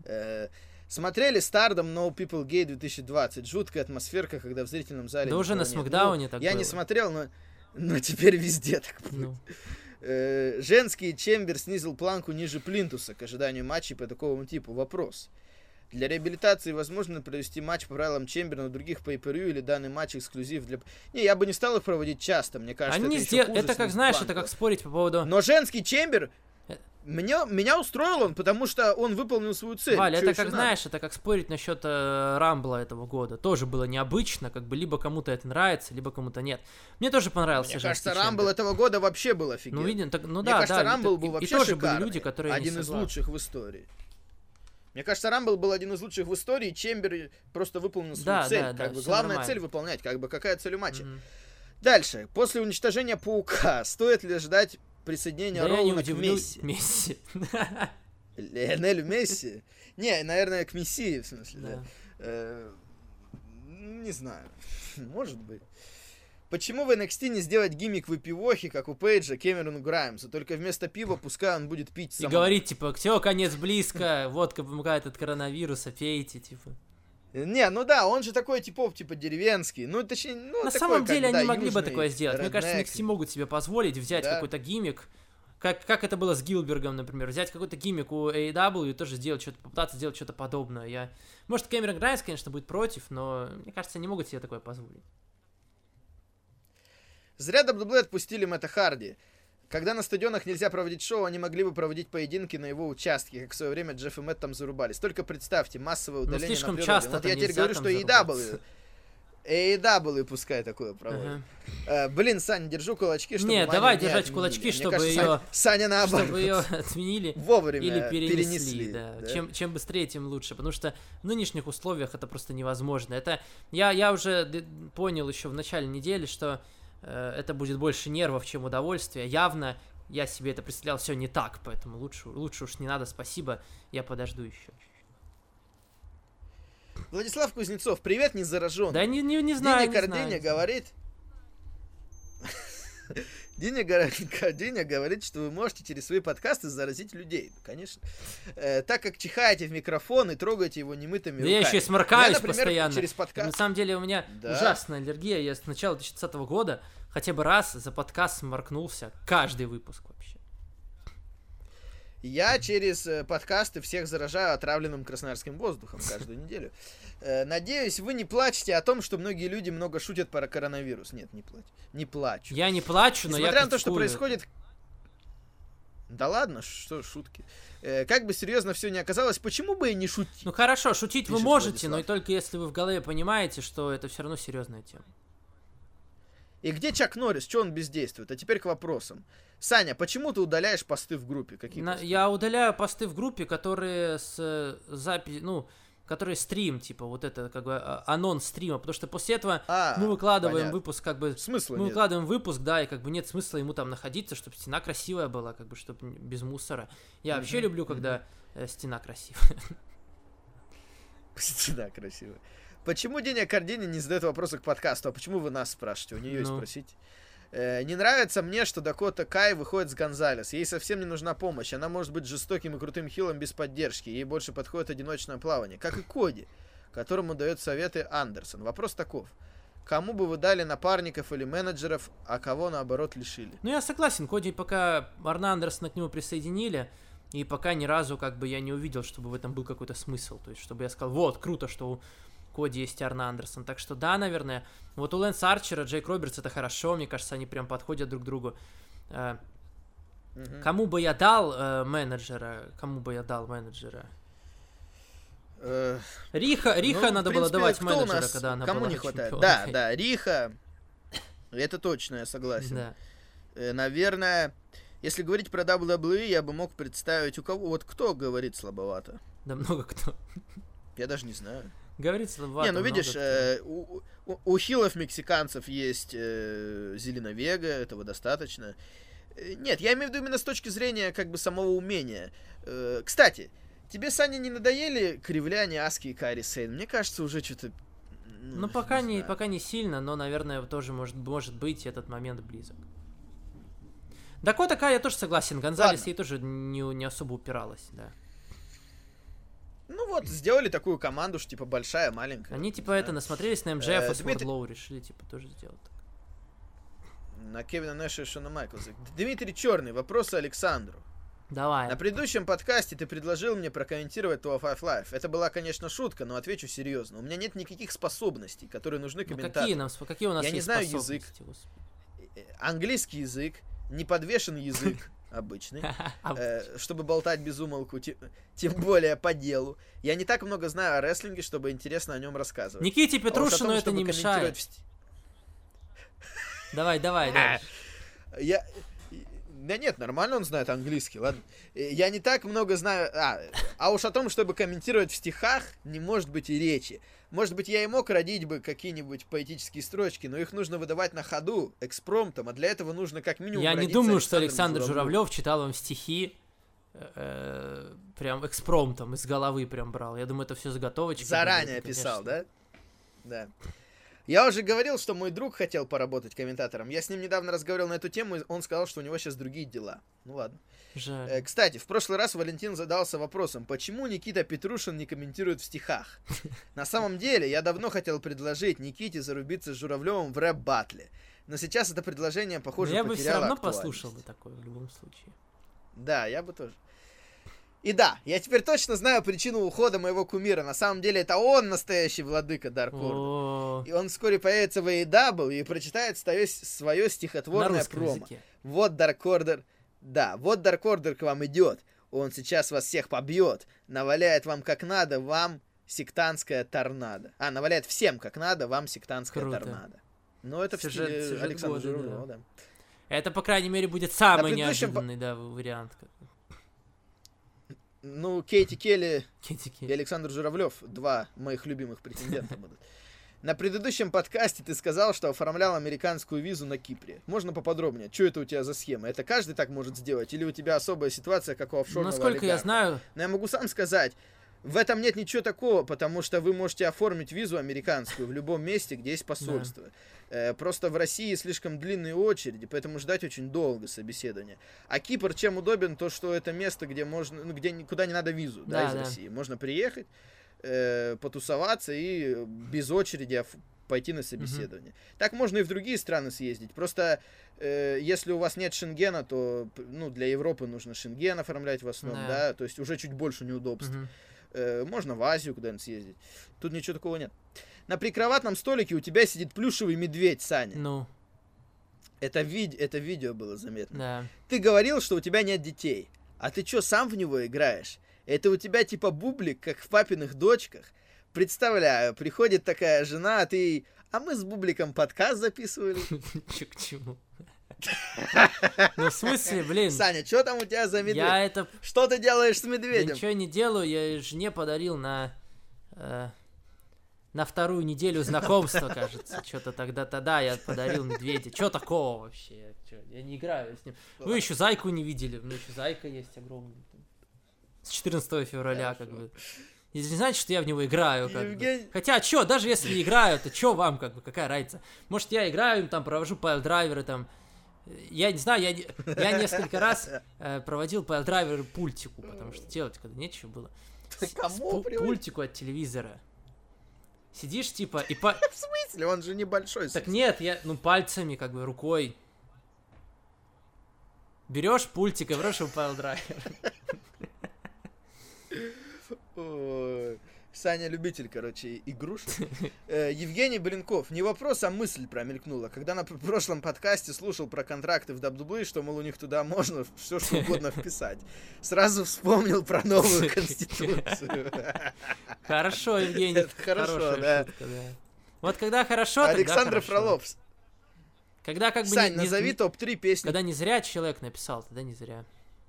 Смотрели Stardom No People Gay две тысячи двадцать. Жуткая атмосферка, когда в зрительном зале... Да уже на Смакдауне ну, так Я было. не смотрел, но, но теперь везде так будет. Ну. Э, женский Чембер снизил планку ниже плинтуса к ожиданию матчей по такому типу. Вопрос. Для реабилитации возможно провести матч по правилам Чембера на других pay-per-view или данный матч эксклюзив для... Не, я бы не стал их проводить часто, мне кажется, Они это сдел... еще хуже Это как, знаешь, планку. это как спорить по поводу... Но женский Чембер... Меня, меня устроил он, потому что он выполнил свою цель. Валя, Чё это как, надо? знаешь, это как спорить насчет э, Рамбла этого года. Тоже было необычно, как бы либо кому-то это нравится, либо кому-то нет. Мне тоже понравился. Мне кажется, Рамбл этого года вообще был офигенный. Ну, видно, так, ну Мне да, кажется, да. Рамбл и, был и, вообще и тоже шикарный. были люди, которые один из лучших в истории. Мне кажется, Рамбл был один из лучших в истории, и Чембер просто выполнил свою да, цель. Да, как да, бы главная нормально. цель выполнять, как бы какая цель у матча. Mm-hmm. Дальше. После уничтожения Паука стоит ли ждать присоединения да Роуна к Месси? Месси. Лионелю Месси? Не, наверное, к Мессии, в смысле, да. да. Э, Не знаю. Может быть. Почему в эн экс ти не сделать гиммик выпивохи, как у Пейджа, Кэмерона Граймса? Только вместо пива пускай он будет пить И сам. говорить, типа, все, конец близко, водка помогает от коронавируса, пейте, типа. Не, ну да, он же такой типов, типа, деревенский. Ну, точнее, ну, На такой, самом деле как, они да, могли бы южный такое сделать. Мне кажется, эн экс ти реднек. могут себе позволить взять Да. какой-то гиммик, как, как это было с Гилбергом, например, взять какой-то гиммик у эй и дабл ю и тоже сделать что-то, попытаться сделать что-то подобное. Я... Может, Кэмерон Граймс, конечно, будет против, но мне кажется, они могут себе такое позволить. Зря дабл ю дабл ю и отпустили Мэтта Харди. Когда на стадионах нельзя проводить шоу, они могли бы проводить поединки на его участке, как в свое время Джефф и Мэтт там зарубались. Только представьте, массовое удаление слишком на природе. часто Вот там я теперь нельзя говорю, там что эй и дабл ю. эй и дабл ю пускай такое проводит. Ага. Э, блин, Саня, держу кулачки, чтобы Нет, Маню давай не держать отменили. кулачки, Мне чтобы кажется, её- Саня, Саня наоборот. Чтобы ее отменили Вовремя или перенесли, перенесли. да. да. Чем, чем быстрее, тем лучше, потому что в нынешних условиях это просто невозможно. Это я, я уже д- понял еще в начале недели, что э, это будет больше нервов, чем удовольствия. Явно я себе это представлял все не так, поэтому лучше, лучше уж не надо, спасибо, я подожду еще. Владислав Кузнецов, привет, не заражен. Да не, не, не знаю, Диня не Корденя знаю. говорит... Диня, говорит- Диня говорит, что вы можете через свои подкасты заразить людей. Ну, конечно. Э, так как чихаете в микрофон и трогаете его немытыми Да руками. я еще и сморкаюсь Я, например, постоянно. через На подкаст... самом деле у меня Да. ужасная аллергия. Я с начала две тысячи двадцатого года хотя бы раз за подкаст сморкнулся. Каждый выпуск вообще. Я через э, подкасты всех заражаю отравленным красноярским воздухом каждую неделю. Э, Надеюсь, вы не плачете о том, что многие люди много шутят про коронавирус. Нет, не плачу. Не плачу. Я не плачу, но я Несмотря на то, что критикую. происходит... Да ладно, что шутки. Э, Как бы серьезно все не оказалось, почему бы и не шутить? Ну хорошо, шутить вы Пишет можете, Владислав. но и только если вы в голове понимаете, что это все равно серьезная тема. И где Чак Норрис? Что он бездействует? А теперь к вопросам. Саня, почему ты удаляешь посты в группе? Какие На- посты? я удаляю посты в группе, которые с записи, ну, которые стрим, типа, вот это, как бы, а- анонс стрима, потому что после этого А, мы выкладываем понятно. выпуск, как бы, Смысла мы нет. выкладываем выпуск, да, и как бы нет смысла ему там находиться, чтобы стена красивая была, как бы, чтобы без мусора. Я вообще Мгм, люблю, когда э, стена красивая. Да, красиво. Почему Деня Кордини не задает вопросы к подкасту? А почему вы нас спрашиваете? У нее есть Ну. спросить. Э, не нравится мне, что Дакота Кай выходит с Гонзалес. Ей совсем не нужна помощь. Она может быть жестоким и крутым хилом без поддержки. Ей больше подходит одиночное плавание. Как и Коди, которому дает советы Андерсон. Вопрос таков. Кому бы вы дали напарников или менеджеров, а кого, наоборот, лишили? Ну, я согласен, Коди пока Арна Андерсона к нему присоединили, и пока ни разу, как бы, я не увидел, чтобы в этом был какой-то смысл. То есть, чтобы я сказал, вот, круто, что у Коди есть Арна Андерсон. Так что, да, наверное. Вот у Лэнса Арчера, Джейк Робертс это хорошо, мне кажется, они прям подходят друг к другу. Э, Мгм. Кому бы я дал э, менеджера? Кому бы я дал менеджера? Э, Риха, Риха ну, надо в было принципе, давать кто у менеджера, нас- когда она Кому была не хватает? чемпионкой. Да, да, Риха. Это точно, я согласен. Да. Э, Наверное, если говорить про дабл ю дабл ю и, я бы мог представить, у кого... Вот кто говорит слабовато? Да много кто. Я даже не знаю. Говорит слабовато, не, ну много видишь, кто. э, у, у- у хилов мексиканцев есть э, Зелена Вега, этого достаточно. Э, Нет, я имею в виду именно с точки зрения как бы самого умения. Э, Кстати, тебе, Саня, не надоели кривляния Аски и Кари Сейн? Мне кажется, уже что-то... Ну, пока не, знаю. пока не сильно, но, наверное, тоже может, может быть этот момент близок. Дакота Кай, я тоже согласен, Гонзалес Ладно. ей тоже не, не особо упиралась, да. Ну вот, сделали такую команду, что типа большая, маленькая. Они, не типа, знаю. это, насмотрелись на эм джей эф Э, и с Дмитрий- Уордлоу, решили, типа, тоже сделать так. На Кевина Нэша и Шона Майклса. Дмитрий Черный, вопросы Александру. Давай. На предыдущем подкасте ты предложил мне прокомментировать два Five Live. Это была, конечно, шутка, но отвечу серьезно. У меня нет никаких способностей, которые нужны Ну, комментатору. какие, нам, с- какие у нас Я не есть знаю способности, язык. господи. Э, Английский язык, неподвешенный язык обычный, А, э, чтобы болтать без умолку, те- тем более по делу. Я не так много знаю о рестлинге, чтобы интересно о нем рассказывать. Никите А уж о Петрушину том, это чтобы не комментировать мешает. в сти- Давай, давай, дальше. Я... Да нет, нормально он знает английский, ладно. Э, Я не так много знаю... А, а уж о том, чтобы комментировать в стихах, не может быть и речи. Может быть, я и мог родить бы какие-нибудь поэтические строчки, но их нужно выдавать на ходу, экспромтом, а для этого нужно как минимум Я не родиться думаю, что Александром Александр Журавлёвым. Журавлев читал вам стихи э, прям экспромтом, из головы прям брал. Я думаю, это все заготовочки. были, Заранее это, писал, конечно. да? Да. Я уже говорил, что мой друг хотел поработать комментатором. Я с ним недавно разговаривал на эту тему, и он сказал, что у него сейчас другие дела. Ну ладно. Жаль. Э, кстати, в прошлый раз Валентин задался вопросом, почему Никита Петрушин не комментирует в стихах. На самом деле, я давно хотел предложить Никите зарубиться с Журавлевым в рэп-баттле. Но сейчас это предложение, похоже, я бы все потеряло равно актуальность. послушал бы такое в любом случае. Да, я бы тоже. И да, я теперь точно знаю причину ухода моего кумира. На самом деле, это он настоящий владыка Dark Order. О, И он вскоре появится в эй и дабл ю и прочитает свое, свое на стихотворное русском промо. языке. Вот Dark Order, да, вот Dark Order к вам идет. Он сейчас вас всех побьет. Наваляет вам как надо, вам сектантская торнадо. А, наваляет всем как надо, вам сектантская Круто. торнадо. Ну, это Сюжет- в стиле сюжет Александра года, Журавлева, да. да. Это, по крайней мере, будет самый На предыдущем по- неожиданный, да, вариант. Ну, Кейти Келли Китики. и Александр Журавлев, два моих любимых претендента будут. На предыдущем подкасте ты сказал, что оформлял американскую визу на Кипре. Можно поподробнее? Что это у тебя за схема? Это каждый так может сделать? Или у тебя особая ситуация, как у офшорного Насколько я олигарха? знаю, Но я могу сам сказать, в этом нет ничего такого, потому что вы можете оформить визу американскую в любом месте, где есть посольство. Э, просто в России слишком длинные очереди, поэтому ждать очень долго собеседования. А Кипр чем удобен, то что это место, где можно, ну, где, ни- куда не надо визу, да, Да, из да. России. Можно приехать, э, потусоваться и без очереди оф- пойти на собеседование. Так можно и в другие страны съездить. Просто э, если у вас нет Шенгена, то п- ну, для Европы нужно Шенген оформлять в основном, Да. да, то есть уже чуть больше неудобств. мгм. Э, можно в Азию куда-нибудь съездить. Тут ничего такого нет. На прикроватном столике у тебя сидит плюшевый медведь, Саня. Ну, Это, ви- это видео было заметно. да. Ты говорил, что у тебя нет детей. А ты что, сам в него играешь? Это у тебя типа бублик, как в папиных дочках? Представляю, приходит такая жена, а ты ей, а мы с бубликом подкаст записывали. Чё к чему? Ну, в смысле, блин, Саня, что там у тебя за медведь? я это Что ты делаешь с да медведем? ничего не делаю, я жене подарил на э, на вторую неделю знакомства, кажется. Что-то тогда-тогда я подарил медведя. Что такого вообще? Я, чё, я не играю с ним. Вы еще зайку не видели, у меня еще зайка есть огромный. С четырнадцатого февраля, как бы. И не значит, что я в него играю, как Евгений- бы. Хотя, что, даже если не играю, то что вам, как бы, какая разница? Может, я играю, им там провожу пайл-драйверы, там. Я не знаю, я, не- я несколько раз э, проводил пайл-драйверы пультику, потому что делать когда нечего было. Ты С- кому с пу- приводишь? пультику от телевизора. Сидишь, типа, и по... В смысле? Он же небольшой. Так нет, я, ну, пальцами, как бы, рукой. Берешь пультик и врешь в пайл-драйвер. Ой, Саня любитель, короче, игрушек. Э, Евгений Блинков. Не вопрос, а мысль промелькнула. Когда на п- прошлом подкасте слушал про контракты в дабл ю дабл ю и, что, мол, у них туда можно все что угодно вписать. Сразу вспомнил про новую конституцию. Хорошо, Евгений. Это хорошо, хорошая да. шутка, да. Вот когда хорошо, тогда Александр хорошо. Фролов. Когда как бы Сань, не- не- назови не- топ-три песни. Когда не зря человек написал, тогда не зря.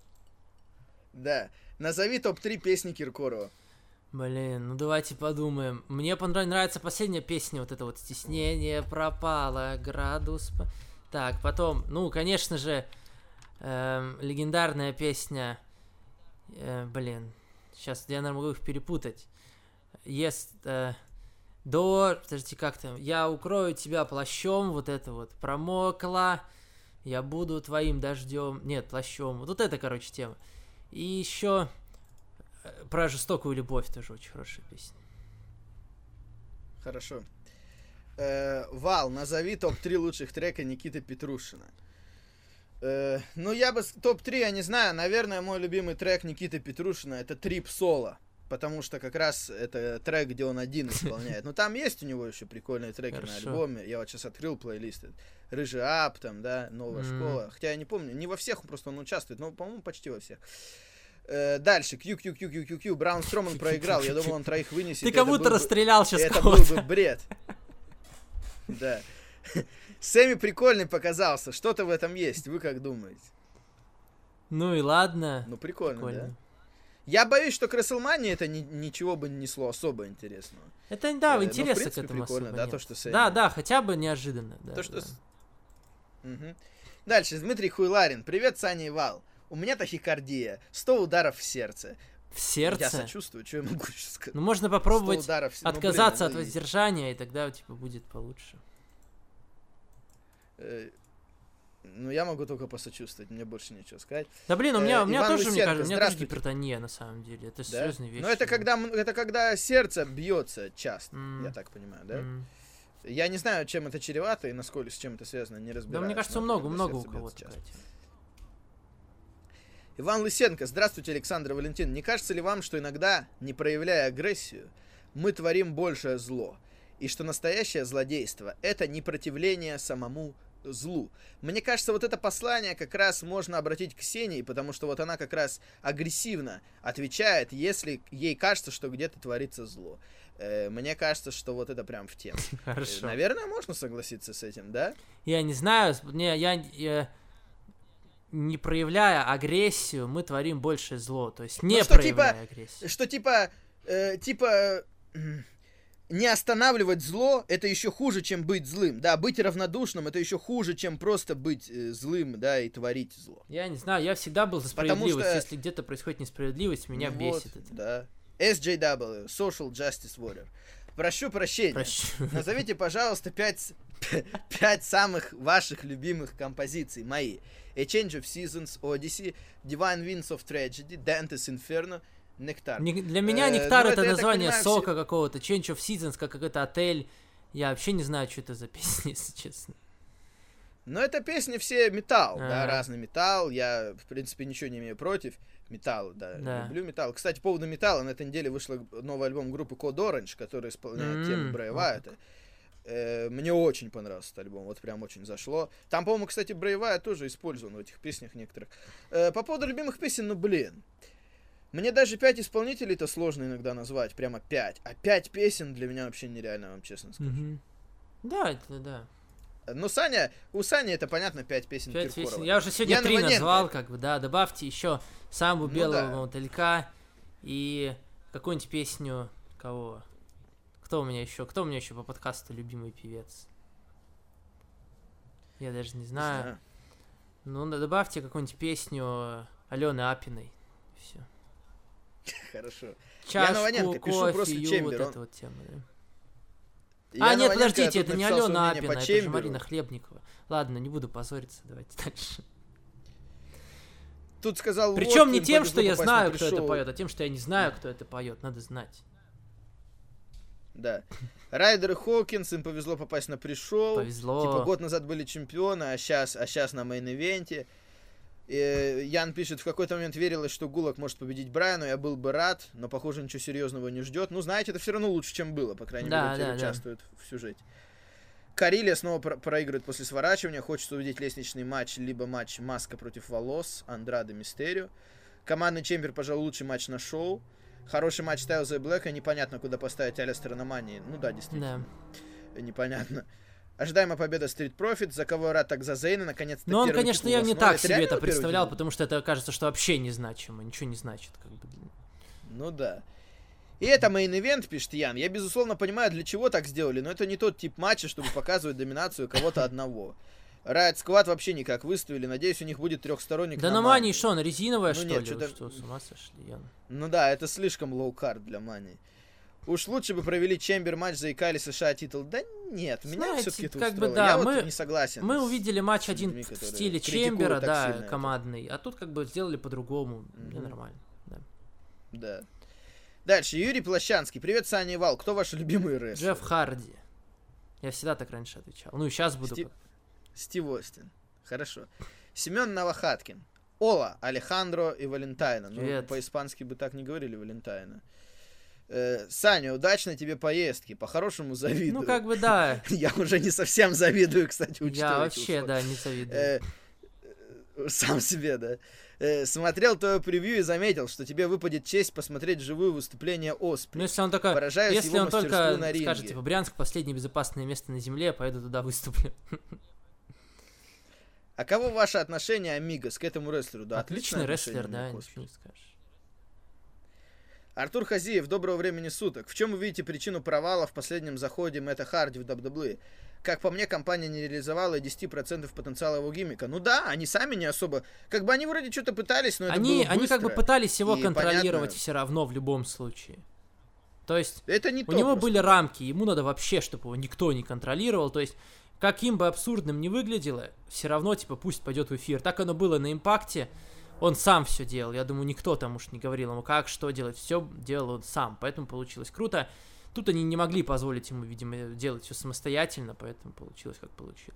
Да. Назови топ-три песни Киркорова. Блин, ну давайте подумаем. Мне понрав- нравится последняя песня, вот это вот «Стеснение пропало, градус...» по-». Так, потом, ну, конечно же, эм, легендарная песня... э, блин, сейчас я, наверное, могу их перепутать. Есть... э, до... Подожди, как там? «Я укрою тебя плащом», вот это вот. «Промокла», «Я буду твоим дождем». Нет, плащом. Вот это, короче, тема. И еще... Про жестокую любовь тоже очень хорошая песня. Хорошо. Э, Вал, назови топ-три лучших трека Никиты Петрушина. Э, ну, я бы... с- топ-три, я не знаю. Наверное, мой любимый трек Никиты Петрушина — это «Трип Соло». Потому что как раз это трек, где он один исполняет. Но там есть у него еще прикольные треки на Хорошо. альбоме. Я вот сейчас открыл плейлист. «Рыжий ап», там, да, «Новая М. школа». Хотя я не помню. Не во всех просто он участвует, но, по-моему, почти во всех. Э, дальше. Кью-кью-кью-кью-кью. Браун Строман проиграл. Я думал, он троих вынесет. Ты Это как был будто бы- расстрелял сейчас Это был кого-то. бы бред. Да. Сэмми прикольный показался. Что-то в этом есть. Вы как думаете? Ну и ладно. Ну, прикольно, да? Прикольно. Я боюсь, что к WrestleMania это ни- ничего бы не несло особо интересного. Это, Э, да, ну, в интереса к принципе, этому прикольно, особо да, нет. то, что Сэмми. Да, да, хотя бы неожиданно. Да, То, что... да. с- Мгм. Дальше. Дмитрий Хуйларин. Привет, Саня и Вал. У меня тахикардия. сто ударов в сердце. В сердце? Я сочувствую, что я могу сейчас сказать. Ну, можно попробовать ударов, ну, отказаться блин, от воздержания, и тогда, типа, будет получше. Э, ну, я могу только посочувствовать, мне больше нечего сказать. Да, блин, у меня, Э, у меня Иван тоже, мне Лысенко, кажется, у меня тоже здравствуйте. гипертония, на самом деле. Это Да? серьезная вещь. Ну, это когда, м- это когда сердце бьется часто, М. я так понимаю, да? М. Я не знаю, чем это чревато и насколько с чем это связано, не Да, разбираюсь. мне кажется, но много, когда много у сердце бьется кого-то часто. такая тема. Иван Лысенко, здравствуйте, Александр и Валентин. Не кажется ли вам, что иногда, не проявляя агрессию, мы творим большее зло? И что настоящее злодейство – это непротивление самому злу. Мне кажется, вот это послание как раз можно обратить к Ксении, потому что вот она как раз агрессивно отвечает, если ей кажется, что где-то творится зло. Э, Мне кажется, что вот это прям в тему. Э, Хорошо. Наверное, можно согласиться с этим, да? Я не знаю, с- не, я, я- не проявляя агрессию, мы творим большее зло. То есть не Ну, что, проявляя типа, агрессию. Что типа, э, типа, м, не останавливать зло, это еще хуже, чем быть злым. Да, быть равнодушным, это еще хуже, чем просто быть э, злым, да, и творить зло. Я не знаю, я всегда был за Потому справедливость. что- Если где-то происходит несправедливость, меня Ну бесит вот, это. Да. эс джей дабл ю, Social Justice Warrior. Прошу прощения. Прощу. Назовите, пожалуйста, пять, с- пять самых ваших любимых композиций мои. A Change of Seasons, Odyssey, Divine Winds of Tragedy, Dante's Inferno, Nectar. Не- Для меня Э, Нектар ну, это это, я так название понимаю, сока какого-то, Change of Seasons, как какой-то отель. Я вообще не знаю, что это за песня, если честно. Но это песни все металл, да, А. разный металл. Я, в принципе, ничего не имею против металла, да, Да. люблю металл. Кстати, по поводу металла, на этой неделе вышел новый альбом группы Code Orange, который исполняет М, тему Брэй вот Уайта. Э, Мне очень понравился этот альбом, вот прям очень зашло. Там, по-моему, кстати, Брэй Уайт тоже использован в этих песнях некоторых. Э, По поводу любимых песен, ну, блин. Мне даже пять исполнителей-то сложно иногда назвать, прямо пять. А пять песен для меня вообще нереально, вам честно скажу. Мгм. Да, это да. Ну, Саня, у Сани это, понятно, пять песен Пять Киркорова. песен. Я уже сегодня Яна три Иваненко. назвал, как бы, да. Добавьте еще самбу Ну белого да. мотылька и какую-нибудь песню кого? Кто у меня еще? Кто у меня еще по подкасту любимый певец? Я даже не Не знаю. знаю. Ну, да, добавьте какую-нибудь песню Алены Апиной. Все. Хорошо. Чашку, Иваненко, пишу кофе, просто ю, Чембер, вот он- эта вот тема, да. Яна А, нет, Иваненко подождите, тут это не написал свое Алена мнение Апина, по это же Чемберу. Марина Хлебникова. Ладно, не буду позориться, давайте дальше. Тут сказал, Причем вот, не им тем, повезло что я попасть на знаю, кто это пришоу. поет, а тем, что я не знаю, кто это поет. Надо знать. Да. Райдер и Хокинс, им повезло попасть на пришоу. Повезло. Типа год назад были чемпионы, а сейчас, а сейчас на мейн-ивенте. Э, Ян пишет, в какой-то момент верилось, что Гулак может победить Брайану, я был бы рад, но, похоже, ничего серьезного не ждет. Ну, знаете, это все равно лучше, чем было, по крайней Да, мере, теперь да, да. участвует в сюжете. Карелия снова про- проигрывает после сворачивания, хочется увидеть лестничный матч, либо матч Маска против Волос, Андрады, Мистерио. Командный чемпер, пожалуй, лучший матч на шоу. Хороший матч Стайлза и Блэка, непонятно, куда поставить Алистера на Мании. Ну да, действительно, Да. непонятно. Ожидаемая победа Street Profits, за кого я рад, так за Зейна, наконец-то Но он, первый конечно, титул я в не основе. так себе реально это его первый представлял, титул? потому что это кажется, что вообще незначимо, ничего не значит. Как бы. Ну да. И это мейн-ивент, пишет Ян. Я, безусловно, понимаю, для чего так сделали, но это не тот тип матча, чтобы показывать доминацию кого-то одного. Riot Squad вообще никак выставили. Надеюсь, у них будет трехсторонник Да на на Мании. Мании что, она резиновая, Ну что нет, ли? Вы что-то- что, с ума сошли, Ян? Ну да, это слишком лоу-кард для Мании. Уж лучше бы провели чембер матч, заикали США титул. Да нет, меня Знаете, все-таки это как бы устроило. да, Я мы- вот не согласен. Мы с- увидели матч с один людьми, в которые стиле критикуют Чембера, так да, сильно это. командный, а тут как бы сделали по-другому. Мне Мгм. нормально. Да. Да. Дальше, Юрий Площанский. Привет, Саня и Вал. Кто ваши любимые рестлеры? Джефф Харди. Я всегда так раньше отвечал. Ну и сейчас буду. Стив- как- Стив Остин. Хорошо. Семен Новохаткин. Ола, Алехандро и Валентайна. Ну, Привет. по-испански бы так не говорили Валентайна. Э, Саня, удачной тебе поездки. По-хорошему завидую. Ну как бы да. Я уже не совсем завидую, кстати, учитывая Я эти вообще, условия. да, не завидую. Э, э, Сам себе, да. Э, Смотрел твое превью и заметил, что тебе выпадет честь посмотреть живое выступление Оспри. Ну, если он только, Поражаюсь если его он только мастерству на скажет, ринге. типа, Брянск последнее безопасное место на земле, я поеду туда выступлю. А кого ваше отношение, Амигос, к этому рестлеру? Да, Отличный отличное рестлер, отношение да, у меня к ничего не скажешь. Артур Хазиев, доброго времени суток. В чем вы видите причину провала в последнем заходе Мэтта Харди в дабл ю дабл ю и? как по мне, компания не реализовала десять процентов потенциала его гиммика. Ну да, они сами не особо... Как бы они вроде что-то пытались, но это они, было быстро. Они как бы пытались его и контролировать понятно. все равно в любом случае. То есть это не у то него просто. были рамки, ему надо вообще, чтобы его никто не контролировал. То есть каким бы абсурдным ни выглядело, все равно, типа, пусть пойдет в эфир. Так оно было на Импакте. Он сам все делал. Я думаю, никто там уж не говорил ему, как, что делать. Все делал он сам. Поэтому получилось круто. Тут они не могли позволить ему, видимо, делать все самостоятельно. Поэтому получилось, как получилось.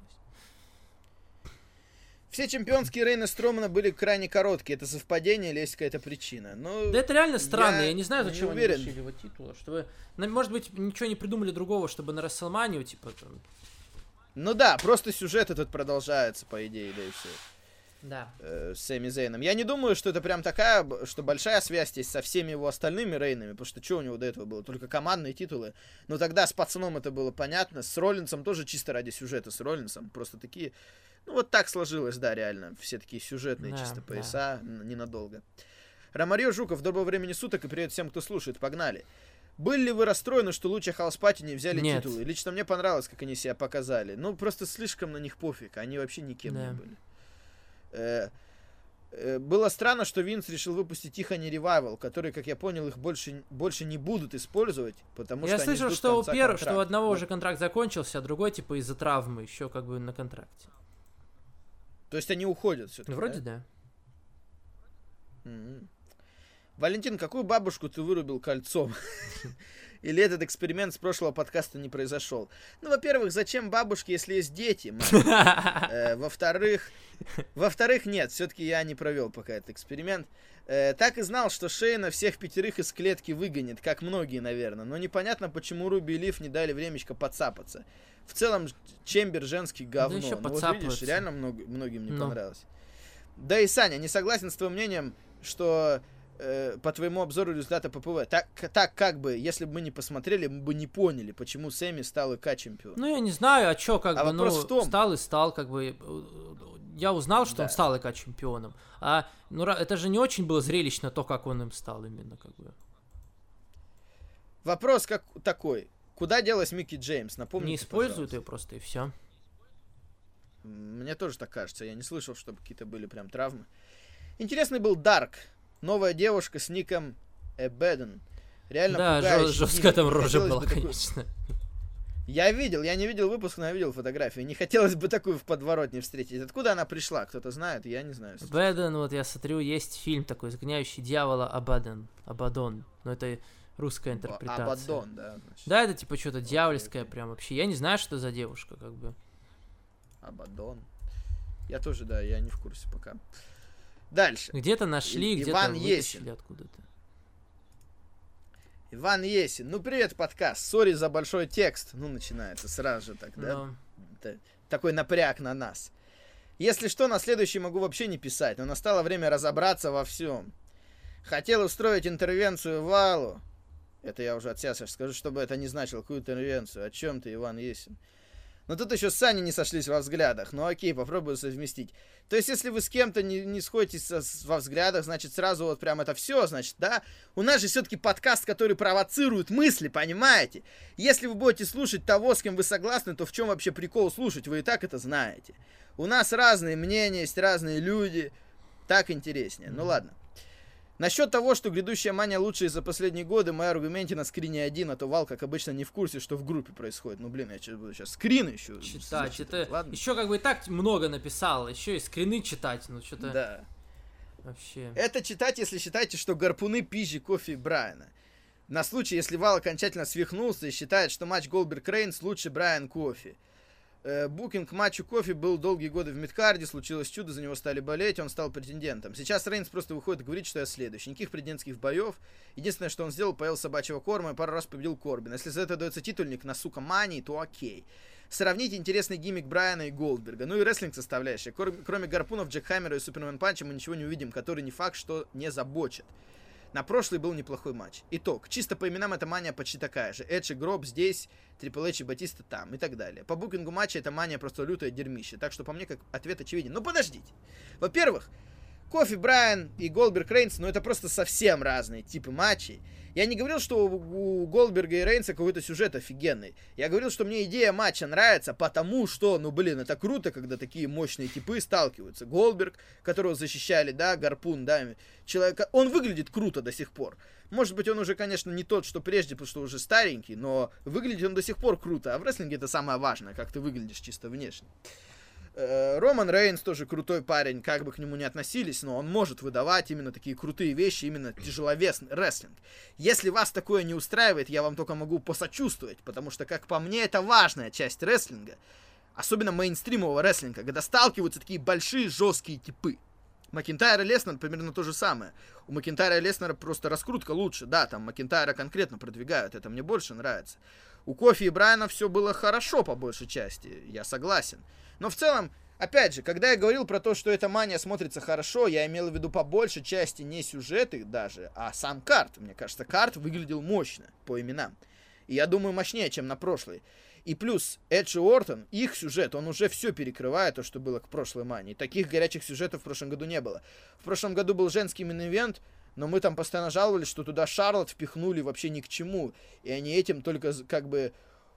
Все чемпионские рейны Стромана были крайне короткие. Это совпадение или есть какая-то причина? Ну, да это реально странно. Я, я не знаю, не зачем они уверен. решили его титула. Чтобы, может быть, ничего не придумали другого, чтобы на Расселманию, типа, там... Ну да, просто сюжет этот продолжается, по идее, да и все. Да. Э, с Сэмми Зейном. Я не думаю, что это прям такая, что большая связь есть со всеми его остальными рейнами, потому что что у него до этого было? Только командные титулы. Но тогда с пацаном это было понятно. С Роллинсом тоже чисто ради сюжета с Роллинсом. Просто такие... Ну вот так сложилось, да, реально. Все такие сюжетные да, чисто да. пояса, ненадолго. Ромарио Жуков, доброго времени суток и привет всем, кто слушает. Погнали. Были ли вы расстроены, что Луча Хаус-Пати не взяли Нет. титулы? Лично мне понравилось, как они себя показали. Ну, просто слишком на них пофиг. Они вообще никем да. не были. Э, э, было странно, что Винс решил выпустить Тихони Ревайвал, который, как я понял, их больше, больше не будут использовать, потому я что слышал, они ждут что у конца первого, контракта. что у одного Ну, уже контракт закончился, а другой, типа, из-за травмы еще как бы на контракте. То есть они уходят все-таки, Ну, вроде да? да. Mm-hmm. Валентин, какую бабушку ты вырубил кольцом? Или этот эксперимент с прошлого подкаста не произошел? Ну, во-первых, зачем бабушке, если есть дети? э, во-вторых, во-вторых, нет, все-таки я не провел пока этот эксперимент. Э, так и знал, что Шейна всех пятерых из клетки выгонит, как многие, наверное. Но непонятно, почему Руби и Лив не дали времечко подцапаться. В целом, Чембер женский говно. Да еще ну, вот видишь, реально много, многим не ну. понравилось. Да и, Саня, не согласен с твоим мнением, что э, по твоему обзору результата ППВ. Так, так как бы, если бы мы не посмотрели, мы бы не поняли, почему Сэмми стал ИК-чемпионом. Ну, я не знаю, а чё, как а бы, ну, в том... стал и стал, как бы... Я узнал, что да. он стал ИК-чемпионом. А, ну, это же не очень было зрелищно, то, как он им стал именно, как бы. Вопрос как такой. Куда делась Микки Джеймс? Напомните, не используют пожалуйста. ее просто, и все. Мне тоже так кажется. Я не слышал, чтобы какие-то были прям травмы. Интересный был Дарк. Новая девушка с ником Эбеден. Реально да, пугающий. жестко там рожа Хотелось была, бы такую... конечно. Я видел, я не видел выпуск, но я видел фотографию. Не хотелось бы такую в подворотне встретить. Откуда она пришла? Кто-то знает? Я не знаю. Эбеден, вот я смотрю, есть фильм такой, «Изгоняющий дьявола» Абадон. Абадон. Но это русская интерпретация. Абадон, да. Значит. Да, это типа что-то дьявольское прям вообще. Я не знаю, что это за девушка, как бы. Абадон. Я тоже, да, я не в курсе пока. Дальше. Где-то нашли, И- где-то Иван вытащили Есин. откуда-то. Иван Есин. Ну, привет, подкаст. Сори за большой текст. Ну, начинается сразу же так, да? Но... Это такой напряг на нас. Если что, на следующий могу вообще не писать, но настало время разобраться во всем. Хотел устроить интервенцию Валу. Это я уже от себя скажу, чтобы это не значило какую интервенцию. О чем ты, Иван Есин? Но тут еще с Саней не сошлись во взглядах. Ну окей, попробую совместить. То есть, если вы с кем-то не, не сходитесь со, с, во взглядах, значит, сразу вот прям это все, значит, да? У нас же все-таки подкаст, который провоцирует мысли, понимаете? Если вы будете слушать того, с кем вы согласны, то в чем вообще прикол слушать? Вы и так это знаете. У нас разные мнения, есть разные люди. Так интереснее. Ну ладно. Насчет того, что грядущая мания лучшая за последние годы, мои аргументы на скрине один, а то Вал, как обычно, не в курсе, что в группе происходит. Ну, блин, я сейчас буду сейчас скрины еще читать. зачитывать. Это Ладно? еще как бы и так много написал, еще и скрины читать, ну что-то Да. вообще. Это читать, если считаете, что гарпуны пизжи кофе и Брайана. На случай, если Вал окончательно свихнулся и считает, что матч Голдберг-Рейнс лучше Брайан Кофи. Э, букинг к матчу Кофи был долгие годы в мидкарде, случилось чудо, за него стали болеть, он стал претендентом. Сейчас Рейнс просто выходит и говорит, что я следующий. Никаких претендентских боев. Единственное, что он сделал, поел собачьего корма и пару раз победил Корбина. Если за это дается титульник на, сука, мании, то окей. Сравните интересный гиммик Брайана и Голдберга. Ну и рестлинг составляющая. Кроме гарпунов, Джек Хаммера и Супермен Панча мы ничего не увидим, который не факт, что не забочит. На прошлый был неплохой матч. Итог. Чисто по именам эта мания почти такая же. Эдж и Гроб здесь, Трипл Эйч и Батиста там и так далее. По букингу матча эта мания просто лютое дерьмище. Так что по мне как ответ очевиден. Но подождите. Во-первых, Кофи Брайан и Голдберг Рейнс, ну это просто совсем разные типы матчей. Я не говорил, что у Голдберга и Рейнса какой-то сюжет офигенный. Я говорил, что мне идея матча нравится, потому что, ну блин, это круто, когда такие мощные типы сталкиваются. Голдберг, которого защищали, да, Гарпун, да, человека, он выглядит круто до сих пор. Может быть, он уже, конечно, не тот, что прежде, потому что уже старенький, но выглядит он до сих пор круто. А в рестлинге это самое важное, как ты выглядишь чисто внешне. Роман Рейнс тоже крутой парень, как бы к нему ни относились, но он может выдавать именно такие крутые вещи, именно тяжеловесный рестлинг. Если вас такое не устраивает, я вам только могу посочувствовать, потому что, как по мне, это важная часть рестлинга, особенно мейнстримового рестлинга, когда сталкиваются такие большие жесткие типы. Макинтайр и Леснер примерно то же самое. У Макинтайра и Леснера просто раскрутка лучше, да, там Макинтайра конкретно продвигают, это мне больше нравится. У Кофи и Брайана все было хорошо по большей части, я согласен. Но в целом, опять же, когда я говорил про то, что эта мания смотрится хорошо, я имел в виду по большей части не сюжеты даже, а сам карт. Мне кажется, карт выглядел мощно по именам. И я думаю, мощнее, чем на прошлый. И плюс Эдж и Ортон, их сюжет, он уже все перекрывает то, что было к прошлой мании. Таких горячих сюжетов в прошлом году не было. В прошлом году был женский мейн-ивент, но мы там постоянно жаловались, что туда Шарлотт впихнули вообще ни к чему. И они этим только как бы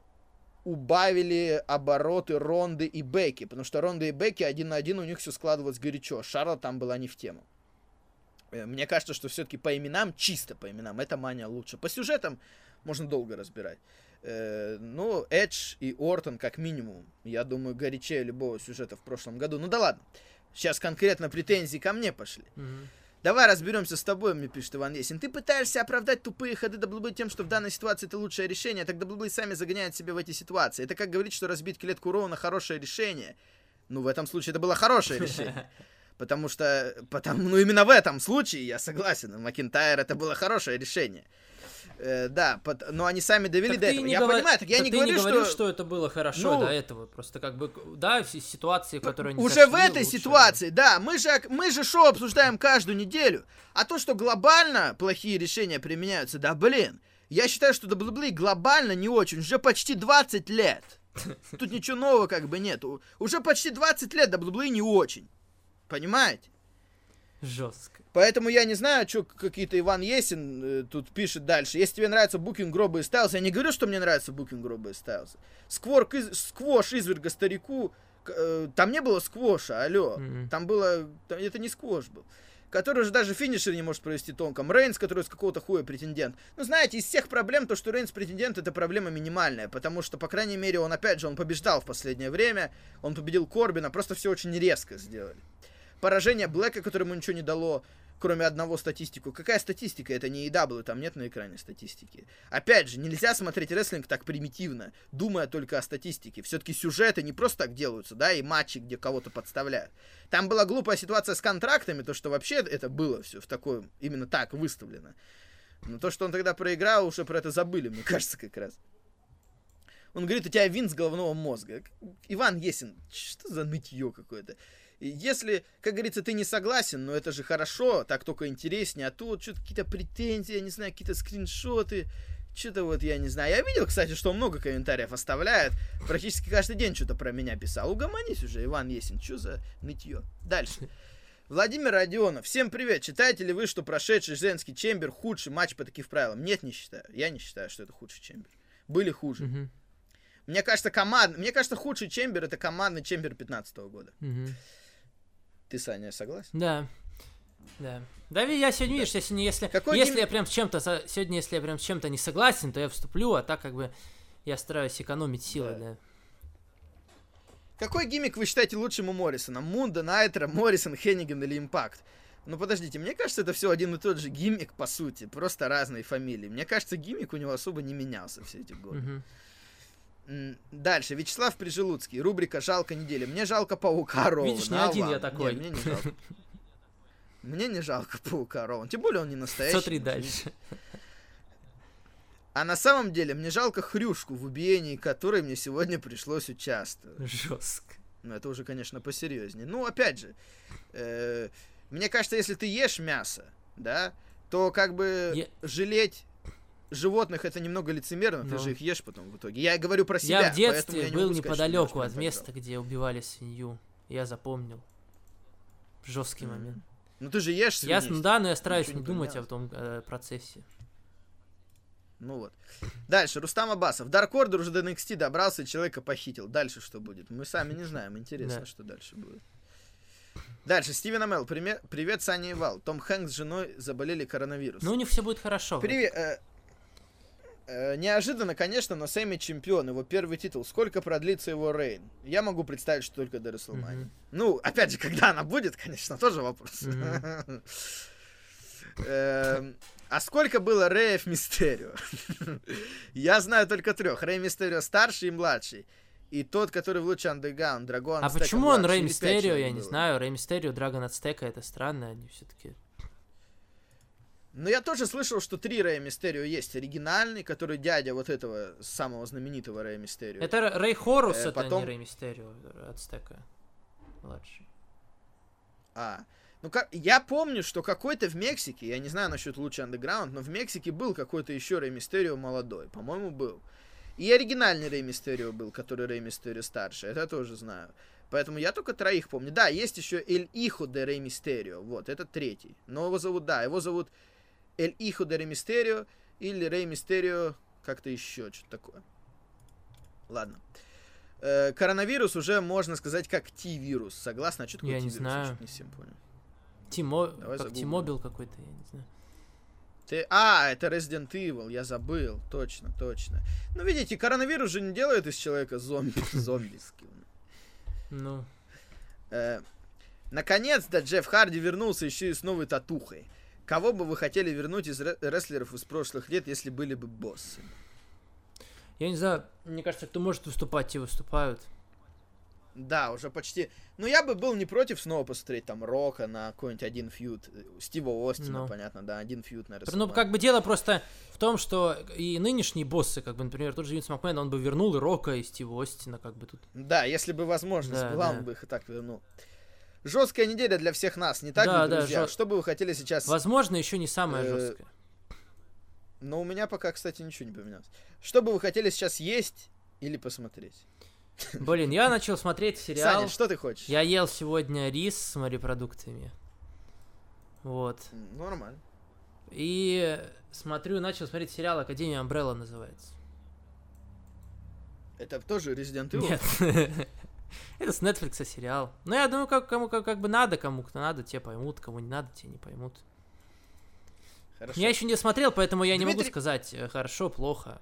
убавили обороты Ронды и Бекки, потому что Ронда и Бекки один на один у них все складывалось горячо. Шарлотт там была не в тему. Мне кажется, что все-таки по именам, чисто по именам, эта мания лучше. По сюжетам можно долго разбирать. Э, ну, Эдж и Ортон, как минимум, я думаю, горячее любого сюжета в прошлом году. Ну да ладно. Сейчас конкретно претензии ко мне пошли. Mm-hmm. Давай разберемся с тобой, мне пишет Иван Есин. Ты пытаешься оправдать тупые ходы дабл ю дабл ю и тем, что в данной ситуации это лучшее решение, так дабл ю дабл ю и сами загоняют себя в эти ситуации. Это как говорить, что разбить клетку Роуна хорошее решение. Ну, в этом случае это было хорошее решение. Потому что, потому, ну, именно в этом случае, я согласен, Макинтайр это было хорошее решение. Э, да, под, но они сами довели так до этого. Я говор... понимаю, так я так не ты говорю, не говорил, что... что это было хорошо ну, до этого. Просто как бы, да, в ситуации, которые не уже зашли, в этой лучше... ситуации, да, мы же, мы же шоу обсуждаем каждую неделю. А то, что глобально плохие решения применяются, да блин. Я считаю, что дабл ю дабл ю и глобально не очень. Уже почти двадцать лет. Тут ничего нового как бы нет. Уже почти двадцать лет дабл ю дабл ю и не очень. Понимаете? Жестко. Поэтому я не знаю, что какие-то Иван Есин э, тут пишет дальше. Если тебе нравится букинг Гроба и Стайлза, я не говорю, что мне нравится букинг Гроба и Стайлза. Скворк из, сквош изверга старику, э, там не было сквоша, алло. Mm-hmm. Там было, там, это не сквош был. Который уже даже финишер не может провести тонком. Рейнс, который с какого-то хуя претендент. Ну, знаете, из всех проблем, то, что Рейнс претендент, это проблема минимальная. Потому что, по крайней мере, он, опять же, он побеждал в последнее время. Он победил Корбина, просто все очень резко сделали. Поражение Блэка, которому ничего не дало, кроме одного статистику. Какая статистика? Это не и дабл ю, там нет на экране статистики. Опять же, нельзя смотреть рестлинг так примитивно, думая только о статистике. Все-таки сюжеты не просто так делаются, да, и матчи, где кого-то подставляют. Там была глупая ситуация с контрактами, то, что вообще это было все в такой, именно так выставлено. Но то, что он тогда проиграл, уже про это забыли, мне кажется, как раз. Он говорит, у тебя винт с головного мозга. Иван Есин, что за нытье какое-то? Если, как говорится, ты не согласен, но это же хорошо, так только интереснее, а тут что-то какие-то претензии, я не знаю, какие-то скриншоты, что-то вот, я не знаю. Я видел, кстати, что он много комментариев оставляет, практически каждый день что-то про меня писал. Угомонись уже, Иван Есин, что за нытье? Дальше. Владимир Родионов. Всем привет. Считаете ли вы, что прошедший женский чембер худший матч по таким правилам? Нет, не считаю. Я не считаю, что это худший чембер. Были хуже. Mm-hmm. Мне кажется, команд... Мне кажется, худший чембер это командный чембер пятнадцатого года. Mm-hmm. Ты, Саня, согласен? Да. Да. Да, я сегодня, видишь, я сегодня, если, Какой если гим... я прям с чем-то, сегодня, если я прям с чем-то не согласен, то я вступлю, а так как бы я стараюсь экономить силы, да. да. Какой гиммик вы считаете лучшим у Моррисона? Мунда, Найтра, Моррисон, Хенниган или Импакт? Ну, подождите, мне кажется, это все один и тот же гиммик, по сути, просто разные фамилии. Мне кажется, гиммик у него особо не менялся все эти годы. Uh-huh. Дальше. Вячеслав Прижелуцкий. Рубрика «Жалко недели». Мне жалко Паука Роуна. Видишь, не один вам? я такой. Нет, мне не жалко. Мне не жалко Паука Роуна. Тем более он не настоящий. Смотри дальше. А на самом деле мне жалко Хрюшку, в убиении которой мне сегодня пришлось участвовать. Жестко. Ну, это уже, конечно, посерьезнее. Ну, опять же, э, мне кажется, если ты ешь мясо, да, то как бы я... жалеть... животных это немного лицемерно, ну. Ты же их ешь потом в итоге. Я говорю про себя. Я в детстве я не был сказать, неподалеку от места, где убивали свинью. Я запомнил. Жесткий mm. момент. Ну ты же ешь свинину. Ясно, да, но я стараюсь Ничего не не думать о поменялось. том э, процессе. Ну вот. Дальше, Рустам Абасов. Dark Order уже до эн экс ти добрался и человека похитил. Дальше что будет? Мы сами не знаем. Интересно, Да. что дальше будет. Дальше, Стивен Амел. Привет, привет, Саня и Вал. Том Хэнкс с женой заболели коронавирусом. Ну, у них все будет хорошо. Привет. э, э, неожиданно, конечно, но Сэмми чемпион. Его первый титул. Сколько продлится его рейн? Я могу представить, что только до Рестлмании. Мгм. Ну, опять же, когда она будет, конечно, тоже вопрос. Мгм. Эм, А сколько было Рэев Мистерио? Я знаю только трех. Рэй Мистерио старший и младший. И тот, который в луче андеграунд, Драгон. А почему он Рэй Мистерио, я не знаю. Рэй Мистерио, Драгон Ацтека, это странно, они все-таки... Но я тоже слышал, что три Рэя Мистерио есть. Оригинальный, который дядя вот этого самого знаменитого Рэя Мистерио. Это Р- Рэй Хорус, Э, это потом- не Рэй Мистерио, Ацтека. Младший. А, ну как, я помню, что какой-то в Мексике, я не знаю насчет луча андеграунд, но в Мексике был какой-то еще Рэй Мистерио молодой, по-моему, был. И оригинальный Рэй Мистерио был, который Рэй Мистерио старший, это я тоже знаю. Поэтому я только троих помню. Да, есть еще Эль Ихо де Рэй Мистерио, вот, это третий. Но его зовут, да, его зовут Эль Ихо де Рэй Мистерио или Рэй Мистерио как-то еще, что-то такое. Ладно. Э, коронавирус уже, можно сказать, как Ти-вирус. Согласна? А что такое Я не Ти-вирус? знаю. что-то не всем понял. Тимо... Давай Как загуглим. Тимобил какой-то, я не знаю. Ты... А, это Resident Evil, я забыл. Точно, точно. Ну, видите, коронавирус же не делает из человека зомби. Зомбиский. Ну, Э, Наконец-то Джефф Харди вернулся еще и с новой татухой. Кого бы вы хотели вернуть из рэ- рестлеров из прошлых лет, если были бы боссы? я не знаю, мне кажется, кто может выступать, те выступают. Да, уже почти. Ну, я бы был не против снова посмотреть там Рока на какой-нибудь один фьюд. Стива Остина, Ну. понятно, да, один фьюд на Ну, WrestleMania. как бы дело просто в том, что и нынешние боссы, как бы, например, тот же Винс Макмен, он бы вернул и Рока, и Стива Остина, как бы тут. Да, если бы возможность Да, была, да. он бы их и так вернул. Жесткая неделя для всех нас, не так Да, ли, да, друзья? жё- Что бы вы хотели сейчас... Возможно, еще не самое Э, жесткое. Но у меня пока, кстати, ничего не поменялось. Что бы вы хотели сейчас есть или посмотреть? Блин, я начал смотреть сериал. Саня, что ты хочешь? Я ел сегодня рис с морепродуктами. Вот. М, Нормально. И смотрю, начал смотреть сериал «Академия Umbrella» называется. Это тоже Resident Evil? Нет. Это с Netflix сериал. Ну, я думаю, как, кому как, как бы надо, кому кто надо, те поймут, кому не надо, те не поймут. Хорошо. Я еще не смотрел, поэтому я не могу Дмитрий- сказать, э, хорошо, плохо.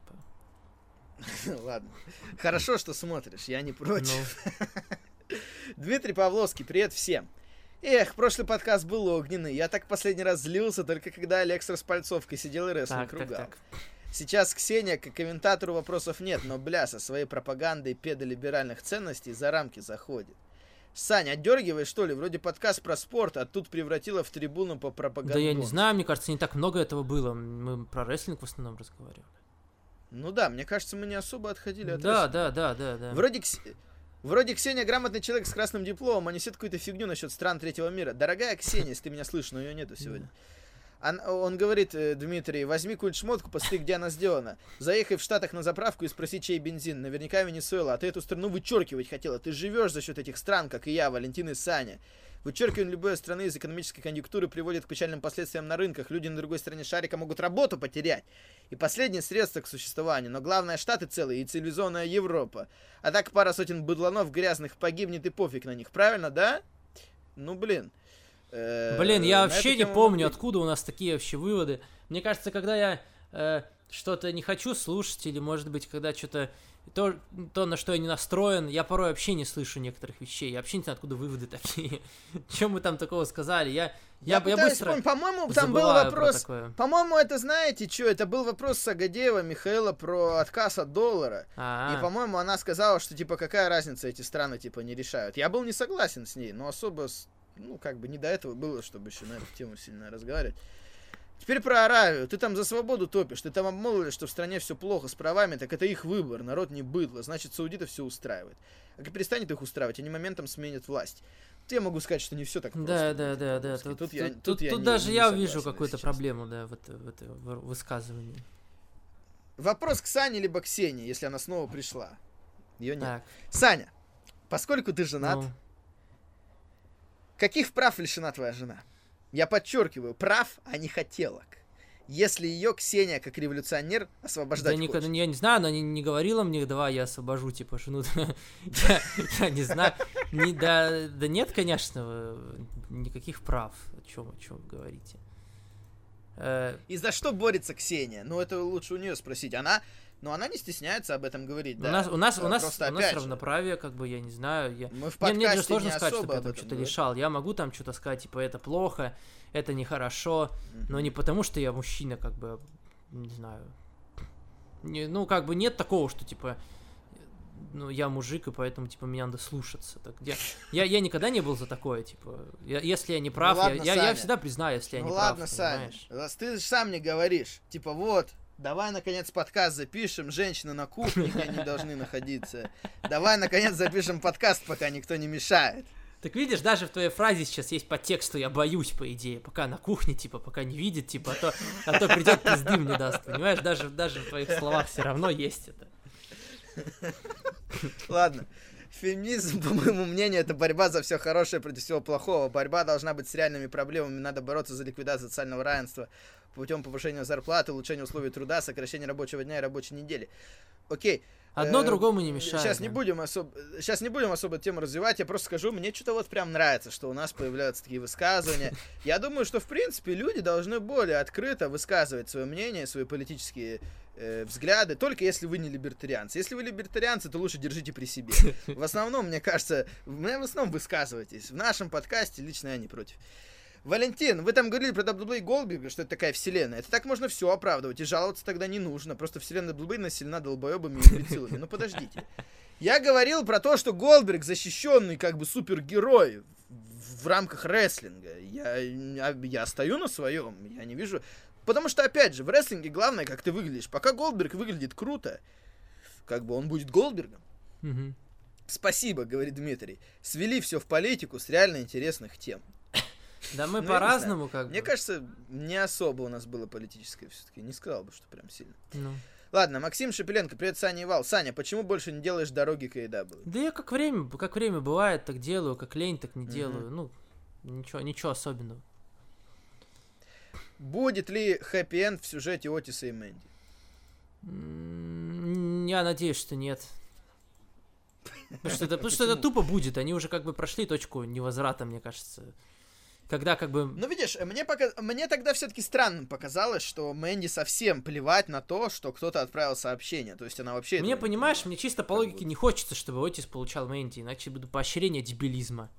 Ладно. Хорошо, что смотришь, я не против. Ну, Дмитрий Павловский, привет всем. Эх, прошлый подкаст был огненный. Я так последний раз злился, только когда Алекс Распальцовкой сидел и рестлинг так, так, ругал. так. Сейчас Ксения, к комментатору вопросов нет, но, бля, со своей пропагандой педолиберальных ценностей за рамки заходит. Саня, отдергивай, что ли? Вроде подкаст про спорт, а тут превратила в трибуну по пропаганде. Да я не знаю, мне кажется, не так много этого было. Мы про рестлинг в основном разговаривали. Ну да, мне кажется, мы не особо отходили от Да, рестлинга. да, да, да, да. Вроде, Кс... Вроде Ксения грамотный человек с красным дипломом, а несет какую-то фигню насчет стран третьего мира. Дорогая Ксения, если ты меня слышишь, но ее нету сегодня. Он, он говорит, э, Дмитрий, возьми какую-нибудь шмотку, посмотри, где она сделана. Заехай в Штатах на заправку и спроси, чей бензин. Наверняка Венесуэла, а ты эту страну вычеркивать хотела. Ты живешь за счет этих стран, как и я, Валентин и Саня. Вычеркивание любой страны из экономической конъюнктуры приводит к печальным последствиям на рынках. Люди на другой стороне шарика могут работу потерять. И последнее средство к существованию. Но главное, Штаты целые и цивилизованная Европа. А так пара сотен быдланов грязных погибнет и пофиг на них. Правильно, да? Ну, блин. Э, Блин, я на вообще эту не тему помню, могли- откуда у нас такие вообще выводы. Мне кажется, когда я э, что-то не хочу слушать, или, может быть, когда что-то то, то, на что я не настроен, я порой вообще не слышу некоторых вещей. Я вообще не знаю, откуда выводы такие. Чем мы там такого сказали? Я, Я, я, я пытаюсь быстро вспомнить. По-моему, там был забываю про вопрос... такое. По-моему, это знаете что? Это был вопрос Сагадеева Михаила про отказ от доллара. А, И, по-моему, она сказала, что, типа, какая разница, эти страны, типа, не решают. Я был не согласен с ней, но особо, с- ну, как бы, не до этого было, чтобы еще на эту тему сильно разговаривать. Теперь про Аравию. Ты там за свободу топишь. Ты там обмолвили, что в стране все плохо с правами, так это их выбор. Народ не быдло. Значит, саудитов все устраивает. А как перестанет их устраивать, они моментом сменят власть. Тут я могу сказать, что не все так просто. да, да, Дмитрий да, да. Павловский. Тут, Тут я- тут- тут я тут не- даже не я согласен, вижу если какую-то честно. проблему, да, в, это, в, это, в высказывании. Вопрос к Сане либо к Ксении, если она снова пришла. Ее нет. Так, Саня, поскольку ты женат, ну, каких прав лишена твоя жена? Я подчеркиваю, прав, а не хотелок. Если ее Ксения, как революционер, освобождать Да никогда, хочет. я не знаю, она не, не говорила мне, давай я освобожу, типа, что, ну, я, я не знаю, не, да, да нет, конечно, никаких прав, о чем, о чем вы говорите. Э, И за что борется Ксения? Ну, это лучше у нее спросить. Она, ну, она не стесняется об этом говорить, У да. нас, у нас, у Да, нас, просто у нас опять же, равноправие, как бы, я не знаю, я... мы в Мне, мне даже подкасте сложно не сказать, что особо я об там этом что-то говорим. решал. Я могу там что-то сказать, типа, это плохо, это нехорошо, Мгм. но не потому, что я мужчина, как бы, не знаю. Не, ну, как бы нет такого, что, типа, ну, я мужик, и поэтому, типа, меня надо слушаться. Так, я, я, я никогда не был за такое, типа, я, если я не прав, Ну ладно, я, я, я Саня. всегда признаю, если я Ну не ладно, прав, Саня, понимаешь? раз ты же сам мне говоришь, типа, вот, давай, наконец, подкаст запишем, женщины на кухне, где они должны находиться. Давай, наконец, запишем подкаст, пока никто не мешает. Так видишь, даже в твоей фразе сейчас есть подтекст, что я боюсь, по идее, пока на кухне, типа, пока не видит, типа, а то, а то придет пизды мне даст, понимаешь? Даже, даже в твоих словах все равно есть это. Ладно. Феминизм, по моему мнению, это борьба за все хорошее против всего плохого. Борьба должна быть с реальными проблемами. Надо бороться за ликвидацию социального равенства путем повышения зарплаты, улучшения условий труда, сокращения рабочего дня и рабочей недели. Окей. Одно Э, другому не мешает. Сейчас не да. будем особо, сейчас не будем особо тему развивать. Я просто скажу, мне что-то вот прям нравится, что у нас появляются такие высказывания. Я думаю, что в принципе люди должны более открыто высказывать свое мнение, свои политические э, взгляды, только если вы не либертарианцы. Если вы либертарианцы, то лучше держите при себе. В основном, мне кажется, в основном высказывайтесь. В нашем подкасте лично я не против. Валентин, вы там говорили про дабл ю дабл ю и Голдберга, что это такая вселенная. Это так можно все оправдывать, и жаловаться тогда не нужно. Просто вселенная дабл ю дабл ю и населена долбоебами и имбецилами. Ну подождите. Я говорил про то, что Голдберг защищенный как бы супергерой в, в рамках рестлинга. Я, я, я стою на своем, я не вижу... Потому что, опять же, в рестлинге главное, как ты выглядишь. Пока Голдберг выглядит круто, как бы он будет Голдбергом. Мгм. Спасибо, говорит Дмитрий. Свели все в политику с реально интересных тем. Да мы Ну, я не по-разному, как Мне бы. кажется, не особо у нас было политическое все-таки. Не сказал бы, что прям сильно. Ну. Ладно, Максим Шепеленко, привет, Саня и Вал. Саня, почему больше не делаешь дороги к эй и дабл ю? Да я как время, как время бывает, так делаю, как лень, так не Мгм. делаю. Ну, ничего, ничего особенного. Будет ли хэппи-энд в сюжете Отиса и Мэнди? М, Я надеюсь, что нет. Потому что, это, потому что это тупо будет. Они уже как бы прошли точку невозврата, мне кажется. Когда как бы... Ну, видишь, мне, пока... мне тогда все-таки странным показалось, что Мэнди совсем плевать на то, что кто-то отправил сообщение. То есть она вообще... Мне, этого не понимаешь, понимает. мне чисто по Как логике будто. не хочется, чтобы Отис получал Мэнди, иначе буду поощрение дебилизма.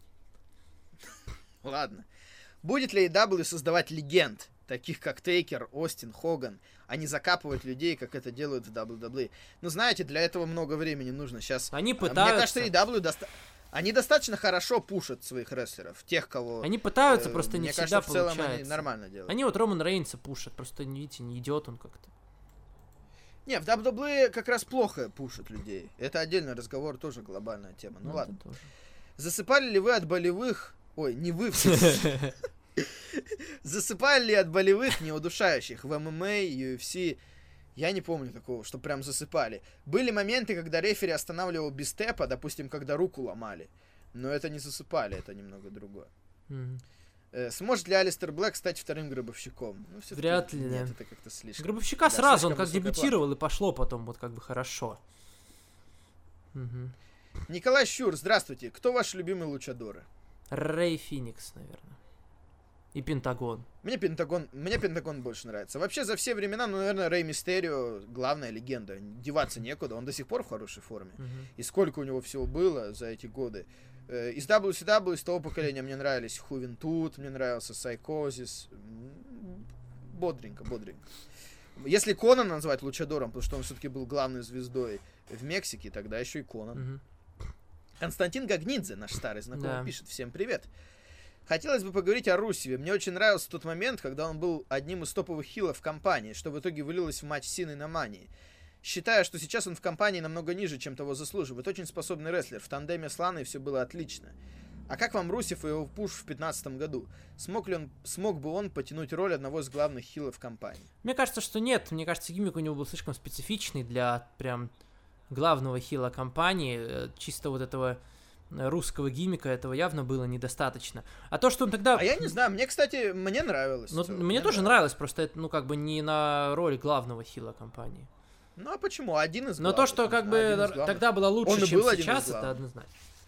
Ладно. Будет ли эй и дабл ю создавать легенд, таких как Тейкер, Остин, Хоган, а не закапывать людей, как это делают в дабл ю дабл ю и? Ну, знаете, для этого много времени нужно. Сейчас... Они Мне пытаются... кажется, эй и дабл ю доста... Они достаточно хорошо пушат своих рестлеров, тех, кого... Они пытаются, э, просто не мне всегда кажется, в целом получается. они нормально делают. Они вот Романа Рейнса пушат, просто, видите, не идет он как-то. Не, в дабл ю дабл ю и как раз плохо пушат людей. Это отдельный разговор, тоже глобальная тема. Ну, это ладно. тоже. Засыпали ли вы от болевых... Ой, не вы, в смысле. Засыпали ли от болевых, неудушающих в эм эм а, ю эф си? Я не помню такого, что прям засыпали. Были моменты, когда рефери останавливал без тэпа, допустим, когда руку ломали. Но это не засыпали, это немного другое. Мгм. Э, сможет ли Алистер Блэк стать вторым гробовщиком? Ну, всё-таки Вряд ли, нет, да. это как-то слишком. Гробовщика Да, сразу, он слишком как высокая дебютировал и пошло потом вот как бы хорошо. Мгм. Николай Щур, здравствуйте. Кто ваши любимые лучадоры? Рэй Феникс, наверное. И Пентагон. Мне Пентагон, мне Пентагон больше нравится. Вообще, за все времена, ну, наверное, Рэй Мистерио главная легенда. Деваться некуда, он до сих пор в хорошей форме. Мгм. И сколько у него всего было за эти годы. Э, Из дабл ю си дабл ю, из того поколения мне нравились Хувентуд, мне нравился Сайкозис. М, Бодренько, бодренько. Если Конан назвать лучадором, потому что он все-таки был главной звездой в Мексике, тогда еще и Конан. Мгм. Константин Гагнидзе, наш старый знакомый, Да. пишет: всем привет. Хотелось бы поговорить о Русеве. Мне очень нравился тот момент, когда он был одним из топовых хилов компании, что в итоге вылилось в матч Сины на Мании. Считаю, что сейчас он в компании намного ниже, чем того заслуживает. Очень способный рестлер. В тандеме с Ланой все было отлично. А как вам Русев и его пуш в пятнадцатом году? Смог ли он, смог бы он потянуть роль одного из главных хилов компании? Мне кажется, что нет. Мне кажется, гиммик у него был слишком специфичный для прям главного хила компании. Э, Чисто вот этого русского гиммика этого явно было недостаточно. А то, что он тогда... А я не знаю, мне, кстати, мне нравилось. Ну, мне, мне тоже нравилось. нравилось, просто это, ну, как бы не на роль главного хила компании. Ну, а почему? Один из главных. Но то, что как бы тогда было лучше, он чем был сейчас, это однозначно.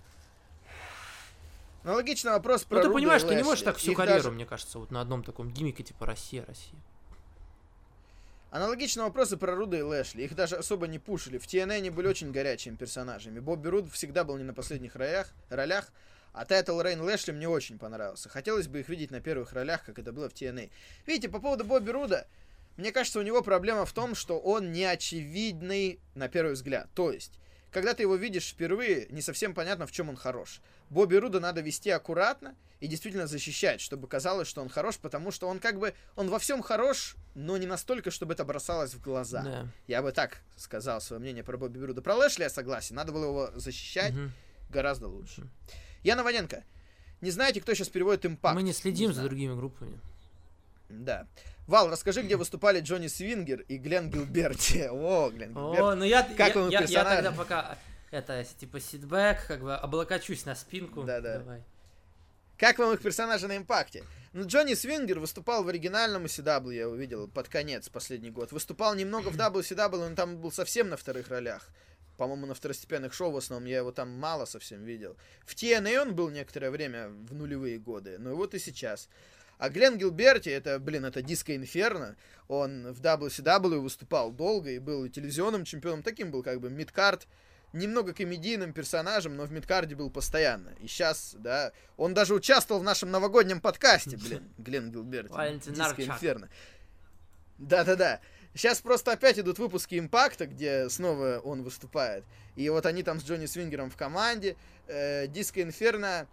Аналогичный вопрос про Ну, ты Руда понимаешь, и ты не Лэшли. можешь так всю Их карьеру, даже... мне кажется, вот на одном таком гиммике, типа Россия, Россия. Аналогичные вопросы про Руда и Лэшли. Их даже особо не пушили. В ти эн эй они были очень горячими персонажами. Бобби Руд всегда был не на последних ролях, ролях а Тайтл Рейн Лэшли мне очень понравился. Хотелось бы их видеть на первых ролях, как это было в ти эн эй. Видите, по поводу Бобби Руда, мне кажется, у него проблема в том, что он не очевидный на первый взгляд. То есть, когда ты его видишь впервые, не совсем понятно, в чем он хорош. Бобби Руда надо вести аккуратно и действительно защищать, чтобы казалось, что он хорош, потому что он как бы, он во всем хорош, но не настолько, чтобы это бросалось в глаза. Да. Я бы так сказал свое мнение про Бобби Руда. Про Лэшли я согласен, надо было его защищать Угу. гораздо лучше. Угу. Яна Ваненко, не знаете, кто сейчас переводит импакт? Мы не следим не за другими группами. Да. Вал, расскажи, где выступали Джонни Свингер и Глен Гилберти. О, Глен Гилберти. О, ну я, как я, он я, персонаж? я тогда пока, это, типа, ситбэк, как бы облокочусь на спинку. Да-да. Давай. Как вам их персонажи на импакте? Ну, Джонни Свингер выступал в оригинальном си дабл ю, я увидел под конец последний год. Выступал немного в дабл ю си дабл ю, но там был совсем на вторых ролях. По-моему, на второстепенных шоу в основном, я его там мало совсем видел. В ти эн эй он был некоторое время в нулевые годы, но вот и сейчас. А Глен Гилберти, это, блин, это Диско Инферно, он в дабл ю си дабл ю выступал долго и был телевизионным чемпионом, таким был как бы мидкард, немного комедийным персонажем, но в мидкарде был постоянно. И сейчас, да, он даже участвовал в нашем новогоднем подкасте, блин, Глен Гилберти, Диско Инферно. Да-да-да. Сейчас просто опять идут выпуски Импакта, где снова он выступает. И вот они там с Джонни Свингером в команде. Э, Диско Инферно.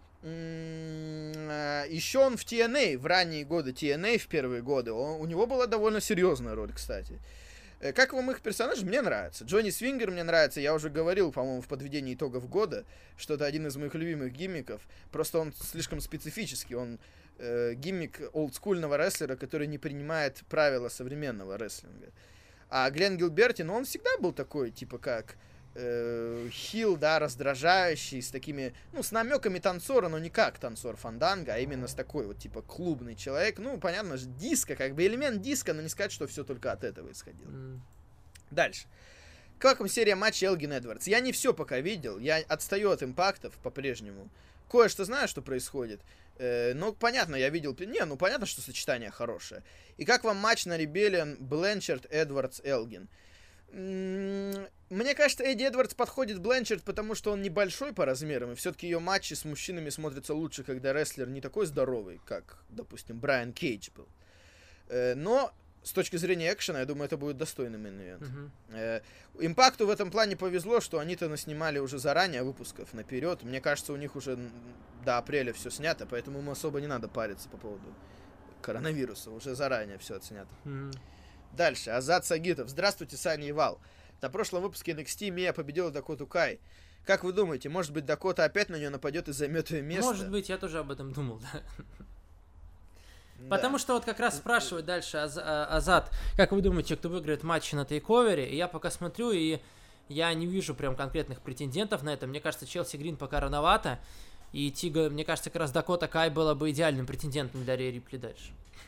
Э, еще он в ти эн эй, в ранние годы ти эн эй, в первые годы. Он, у него была довольно серьезная роль, кстати. Э, как вам их персонажи? Мне нравится. Джонни Свингер мне нравится. Я уже говорил, по-моему, в подведении итогов года, что это один из моих любимых гиммиков. Просто он слишком специфический. Он э, гиммик олдскульного рестлера, который не принимает правила современного рестлинга. А Глен Гилберти, ну, он всегда был такой, типа, как э, хил, да, раздражающий, с такими, ну, с намеками танцора, но не как танцор Фанданга, а именно с такой вот, типа, клубный человек. Ну, понятно же, диско, как бы элемент диска, но не сказать, что все только от этого исходило. Mm. Дальше. Как вам серия матчей Элгин Эдвардс? Я не все пока видел, я отстаю от импактов по-прежнему. Кое-что знаю, что происходит. Э, ну, понятно, я видел... Не, ну, понятно, что сочетание хорошее. И как вам матч на Ребеллион Бленчард, Эдвардс, Элгин? М-м- мне кажется, Эдди Эдвардс подходит Бленчард, потому что он небольшой по размерам, и все-таки ее матчи с мужчинами смотрятся лучше, когда рестлер не такой здоровый, как, допустим, Брайан Кейдж был. Э, но... С точки зрения экшена, я думаю, это будет достойный мейн-ивент. Uh-huh. Э, Импакту в этом плане повезло, что они-то наснимали уже заранее выпусков наперед. Мне кажется, у них уже до апреля все снято, поэтому им особо не надо париться по поводу коронавируса. Уже заранее все отснято. Uh-huh. Дальше. Азат Сагитов. Здравствуйте, Саня и Вал. На прошлом выпуске эн экс ти Мия победила Дакоту Кай. Как вы думаете, может быть, Дакота опять на нее нападет и займет ее место? Может быть, я тоже об этом думал, да. Потому да. что вот как раз спрашивают дальше Аз- Азат, как вы думаете, кто выиграет матчи на тейковере? И я пока смотрю, и я не вижу прям конкретных претендентов на это. Мне кажется, Челси Грин пока рановато. И Тига, мне кажется, как раз Дакота Кай была бы идеальным претендентом для Рэй Рипли дальше.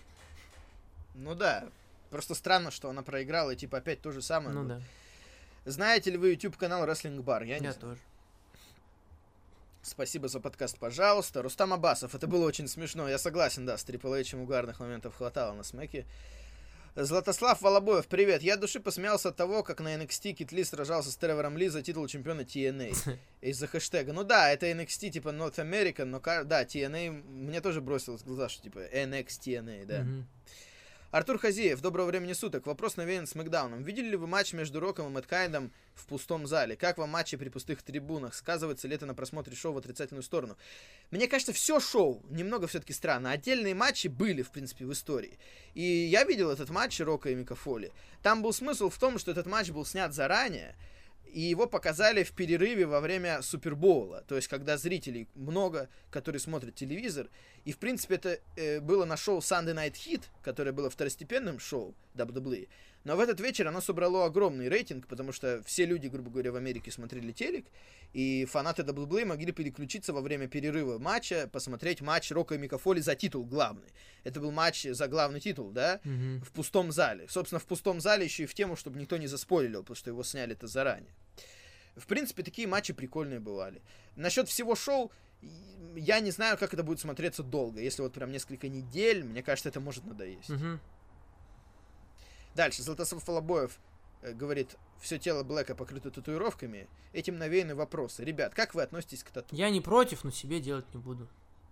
Ну да. Просто странно, что она проиграла, и типа опять то же самое. Ну будет. да. Знаете ли вы YouTube-канал Wrestling Bar? Я не я знаю. тоже. Спасибо за подкаст, пожалуйста. Рустам Абасов, это было очень смешно. Я согласен, да, с Triple H угарных моментов хватало на смеке. Златослав Волобоев, привет. Я от души посмеялся от того, как на эн экс ти Кит Ли сражался с Тревором Ли за титул чемпиона ти эн эй. Из-за хэштега. Ну да, это эн экс ти типа North American, но да, ти эн эй мне тоже бросилось в глаза, что типа эн экс ти эн эй, да. Mm-hmm. Артур Хазиев, доброго времени суток. Вопрос навеян с Мэкдауном. Видели ли вы матч между Роком и Мэтт Кайндом в пустом зале? Как вам матчи при пустых трибунах? Сказывается ли это на просмотре шоу в отрицательную сторону? Мне кажется, все шоу немного все-таки странно. Отдельные матчи были, в принципе, в истории. И я видел этот матч Рока и Мика Фоли. Там был смысл в том, что этот матч был снят заранее, и его показали в перерыве во время Супербоула. То есть, когда зрителей много, которые смотрят телевизор. И, в принципе, это э, было на шоу Sunday Night Heat, которое было второстепенным шоу дабл ю дабл ю и. Но в этот вечер оно собрало огромный рейтинг, потому что все люди, грубо говоря, в Америке смотрели телек, и фанаты дабл ю дабл ю и могли переключиться во время перерыва матча, посмотреть матч Рока и Мика Фоли за титул главный. Это был матч за главный титул, да, Мгм. в пустом зале. Собственно, в пустом зале еще и в тему, чтобы никто не заспойлерил, потому что его сняли-то заранее. В принципе, такие матчи прикольные бывали. Насчет всего шоу, я не знаю, как это будет смотреться долго. Если вот прям несколько недель, мне кажется, это может надоесть. Мгм. Дальше, Златослав Волобоев э, говорит, все тело Блэка покрыто татуировками. Этим навеяны вопросы. Ребят, как вы относитесь к тату? Я не против, но себе делать не буду.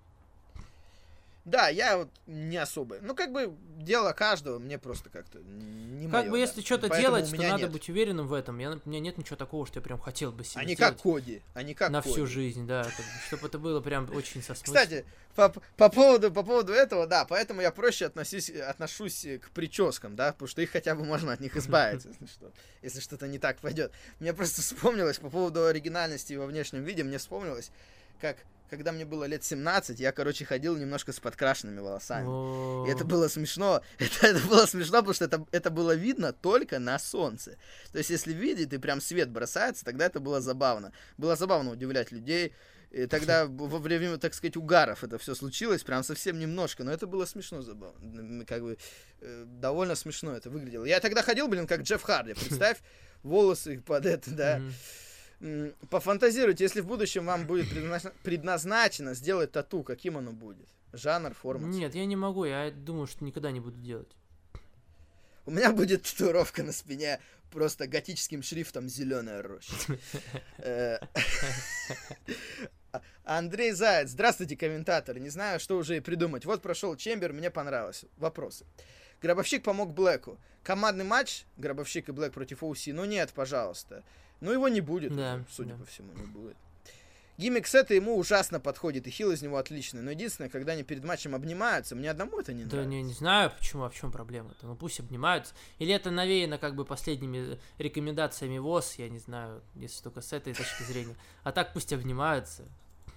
Да, я вот не особо. Ну, как бы, дело каждого, мне просто как-то не Как моё, бы да. если что-то Поэтому делать, у то меня надо нет. быть уверенным в этом. Я, у меня нет ничего такого, что я прям хотел бы себе Они сделать как Коди. Они как на Коди. всю жизнь, да, чтобы это было прям очень со смыслом. Кстати, по, по, поводу, по поводу этого, да, поэтому я проще относюсь, отношусь к прическам, да, потому что их хотя бы можно от них избавиться, если что, если что-то не так пойдет. Мне просто вспомнилось по поводу оригинальности во внешнем виде, мне вспомнилось, как когда мне было лет семнадцать, я, короче, ходил немножко с подкрашенными волосами. О, И это было смешно. Это, это было смешно, потому что это, это было видно только на солнце. То есть, если видеть, и прям свет бросается, тогда это было забавно. Было забавно удивлять людей. И тогда во время, так сказать, угаров это все случилось, прям совсем немножко. Но это было смешно, забавно. Как бы э, довольно смешно это выглядело. Я тогда ходил, блин, как Джефф Харди. Представь, волосы под это, да. мгм. М, Пофантазируйте, если в будущем вам будет предназна- предназначено сделать тату, каким оно будет? Жанр, форма? цвет? Нет, я не могу, я думаю, что никогда не буду делать. У меня будет татуировка на спине просто готическим шрифтом «Зеленая роща». Э, Андрей Заяц. Здравствуйте, комментатор. Не знаю, что уже и придумать. Вот прошел Чембер, мне понравилось. Вопросы. Гробовщик помог Блэку. Командный матч Гробовщик и Блэк против Оуси? Ну нет, пожалуйста. Ну его не будет, Да, уже, судя да. по всему, не будет. Гиммик Сета ему ужасно подходит, и хил из него отличный. Но единственное, когда они перед матчем обнимаются, мне одному это не Да нравится. не, не знаю, почему, а в чем проблема-то. Ну пусть обнимаются. Или это навеяно как бы последними рекомендациями ВОЗ, я не знаю, если только с этой точки зрения. А так пусть обнимаются.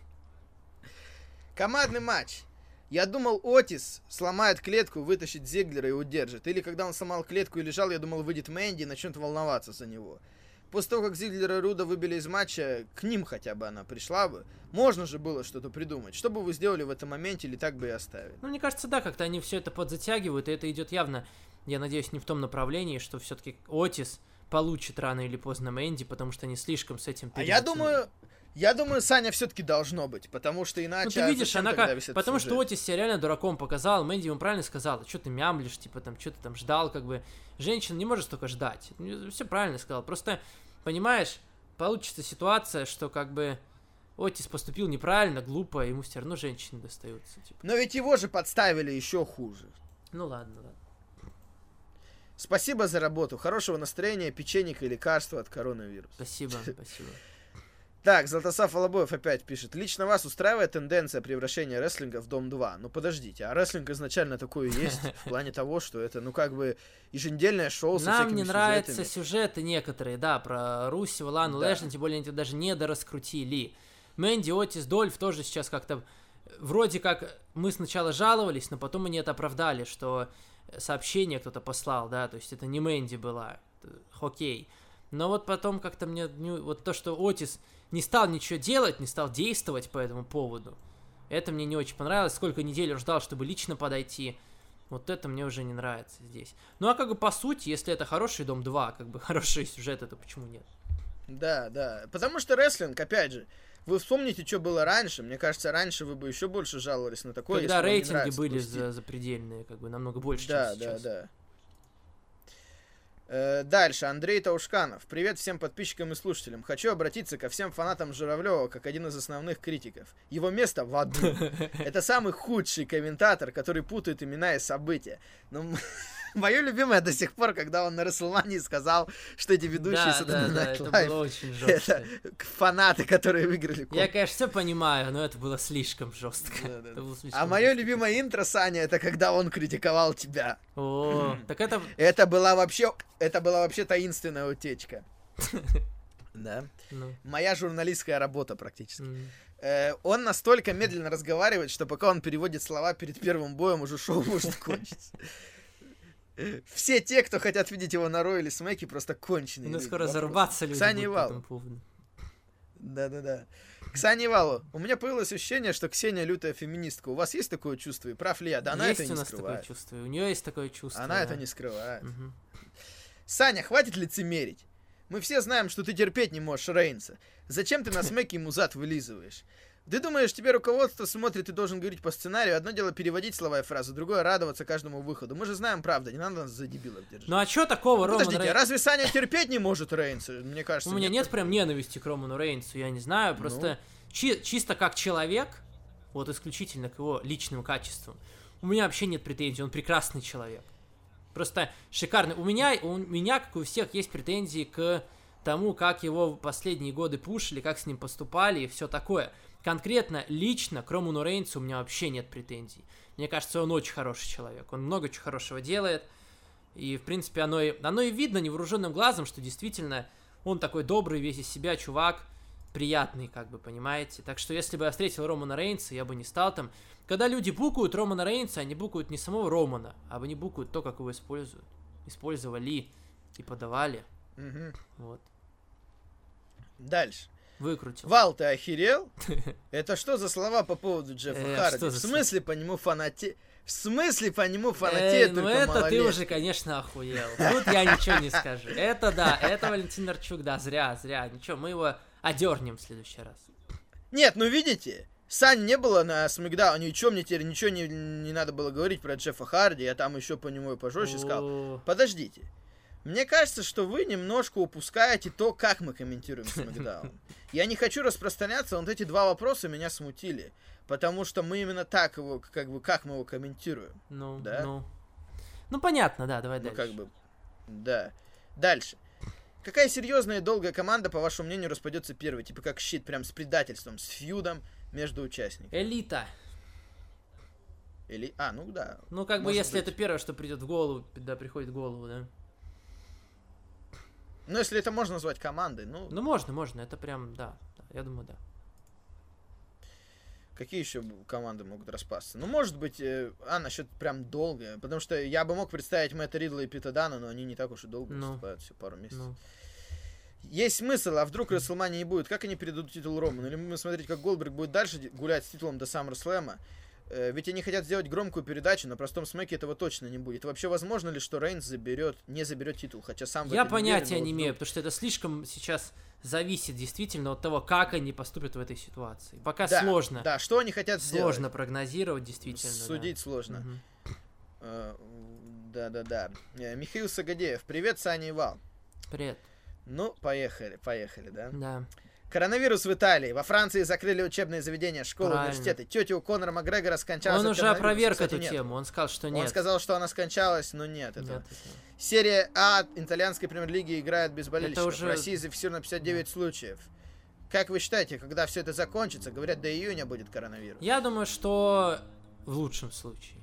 Командный матч. Я думал, Отис сломает клетку, вытащит Зиглера и удержит. Или когда он сломал клетку и лежал, я думал, выйдет Мэнди и начнет волноваться за него. После того, как Зиглера и Руда выбили из матча, к ним хотя бы она пришла бы. Можно же было что-то придумать. Что бы вы сделали в этом моменте, или так бы и оставили? Ну, мне кажется, да, как-то они все это подзатягивают, и это идет явно, я надеюсь, не в том направлении, что все-таки Отис получит рано или поздно Мэнди, потому что они слишком с этим А я перенатянули. думаю, я думаю, Саня все-таки должно быть, потому что иначе... Ну, ты а видишь, зачем она тогда как... весь этот Потому что сюжет? Отис себя реально дураком показал, Мэнди ему правильно сказала, что ты мямлишь, типа, там, что ты там ждал, как бы. Женщина не может столько ждать. Все правильно сказал. Просто, понимаешь, получится ситуация, что, как бы, Отис поступил неправильно, глупо, ему все равно женщины достаются, типа. Но ведь его же подставили еще хуже. Ну, ладно, ладно. Спасибо за работу, хорошего настроения, печенька и лекарства от коронавируса. Спасибо, спасибо. Так, Златослав Волобоев опять пишет. Лично вас устраивает тенденция превращения рестлинга в Дом два? Ну подождите, а рестлинг изначально такой и есть, в плане того, что это, ну как бы, еженедельное шоу со Нам всякими не нравятся сюжетами. сюжеты некоторые, да, про Русева, Лану, Да. Лэшли, тем более они это даже не дораскрутили. Мэнди, Отис, Дольф тоже сейчас как-то... Вроде как мы сначала жаловались, но потом они это оправдали, что сообщение кто-то послал, да, то есть это не Мэнди была, это окей. Но вот потом как-то мне... не- Вот то, что Отис не стал ничего делать, не стал действовать по этому поводу, это мне не очень понравилось. Сколько недель он ждал, чтобы лично подойти. Вот это мне уже не нравится здесь. Ну а как бы по сути, если это хороший Дом два, как бы хороший сюжет, то почему нет? Да, да. Потому что рестлинг, опять же, вы вспомните, что было раньше. Мне кажется, раньше вы бы еще больше жаловались на такое. Когда если вам не рейтинги нравится были такой стиль. за, запредельные, как бы намного больше, Да, чем да, сейчас. да. Э, Дальше, Андрей Таушканов. Привет всем подписчикам и слушателям. Хочу обратиться ко всем фанатам Журавлева, как один из основных критиков. Его место в аду. Это самый худший комментатор, который путает имена и события. Но мое любимое до сих пор, когда он на Расселмании сказал, что эти ведущие Да, да, Saturday да, Night это Live было очень жестко. это фанаты, которые выиграли Я, конкурс. конечно, все понимаю, но это было слишком жестко. Да, да, Это да. было слишком А мое жестко. любимое интро, Саня, это когда он критиковал тебя. О, так это... Это была вообще, это была вообще таинственная утечка. Да. ну, Моя журналистская работа практически. м. Э, он настолько медленно разговаривает, что пока он переводит слова перед первым боем, уже шоу может кончиться. Все те, кто хотят видеть его на Ро или Смэке, просто конченые. Ну, люди. скоро Вопрос. зарубаться люди Ксания будут по Валу. этому поводу. Да-да-да. Ксания Валу, у меня появилось ощущение, что Ксения лютая феминистка. У вас есть такое чувство? И прав ли я? Да она Есть это у не нас скрывает. такое чувство, у нее есть такое чувство. Она да. это не скрывает. Мгм. Саня, хватит лицемерить. Мы все знаем, что ты терпеть не можешь Рейнса. Зачем ты на Смэке ему зад вылизываешь? Ты думаешь, тебе руководство смотрит и должен говорить по сценарию? Одно дело переводить слова и фразы, другое радоваться каждому выходу. Мы же знаем, правда, не надо нас за дебилов держать. Ну а чё такого, Роман Подождите, Рейнс? разве Саня терпеть не может Рейнса? Мне кажется, У меня нет такого. прям ненависти к Роману Рейнсу, я не знаю, Ну. просто чи- чисто как человек, вот исключительно к его личным качествам, у меня вообще нет претензий, он прекрасный человек. Просто шикарный. У меня, у меня, как и у всех, есть претензии к тому, как его в последние годы пушили, как с ним поступали и все такое. Конкретно, лично, к Роману Рейнсу у меня вообще нет претензий. Мне кажется, он очень хороший человек, он много чего хорошего делает. И, в принципе, оно и, оно и видно невооруженным глазом, что действительно он такой добрый, весь из себя чувак, приятный, как бы, понимаете. Так что, если бы я встретил Романа Рейнса, я бы не стал там... Когда люди букают Романа Рейнса, они букают не самого Романа, а они букают то, как его используют. Использовали и подавали. Мгм. Вот. Дальше. Выкрутил. Вал, ты охерел? Это что за слова по поводу Джеффа Э, Харди? что В за смысле по нему фанате... В смысле по нему Эй, фанатеет ну только это ты малолетки? уже, конечно, охуел. Тут я ничего не скажу. Это да, это Валентин Арчук, да, зря, зря. Ничего, мы его одернем в следующий раз. Нет, ну видите, Сани не было на Смэкдауне, ничего мне теперь ничего не, не надо было говорить про Джеффа Харди, я там еще по нему и пожестче сказал. О, Подождите. Мне кажется, что вы немножко упускаете то, как мы комментируем Смэкдаун. Я не хочу распространяться, вот эти два вопроса меня смутили. Потому что мы именно так его, как бы, как мы его комментируем. Ну, Да? ну. Ну, понятно, да, давай Ну, дальше. как бы, да. Дальше. Какая серьезная и долгая команда, по вашему мнению, распадется первой? Типа как щит, прям с предательством, с фьюдом между участниками. Элита. Или... А, ну да. Ну, как бы, Может если быть. это первое, что придет в голову, да, приходит в голову, да. Ну, если это можно назвать командой, ну, Ну, можно, можно, это прям, да, да, я думаю, да. какие еще команды могут распасться? Ну, может быть, э, а, насчет прям долго. Потому что я бы мог представить Мэтта Ридла и Пита Дана, но они не так уж и долго Ну. выступают, все пару месяцев. Ну. Есть смысл, а вдруг Расселмании не будет? Как они передадут титул Роману? Или мы будем смотреть, как Голдберг будет дальше ди- гулять с титулом до SummerSlam? Э, ведь они хотят сделать громкую передачу, на простом смеке этого точно не будет. Вообще возможно ли, что Рейнс заберет, не заберет титул? Хотя сам в Я это не уверен, понятия но не вот имею, вдруг- потому что это слишком сейчас зависит действительно от того, как они поступят в этой ситуации. Пока Да, сложно. Да, что они хотят сделать? Сложно прогнозировать, действительно. да. Судить сложно. Мгм. Э, Да-да-да. Э, Михаил Сагадеев. Привет, Саня и Вал. Привет. Ну, поехали, поехали, да? Да. Коронавирус в Италии. Во Франции закрыли учебные заведения, школы, Правильно. университы. Тетя у Конора Макгрегора скончалась Он от уже коронавируса. опроверг Кстати, эту нет. тему. Он сказал, что нет. Он сказал, что она скончалась, но нет. Это... Нет, это- Серия А итальянской премьер-лиги играет без болельщиков. уже- В России зафиксировано пятьдесят девять случаев. Как вы считаете, когда все это закончится? Говорят, до июня будет коронавирус. Я думаю, что в лучшем случае.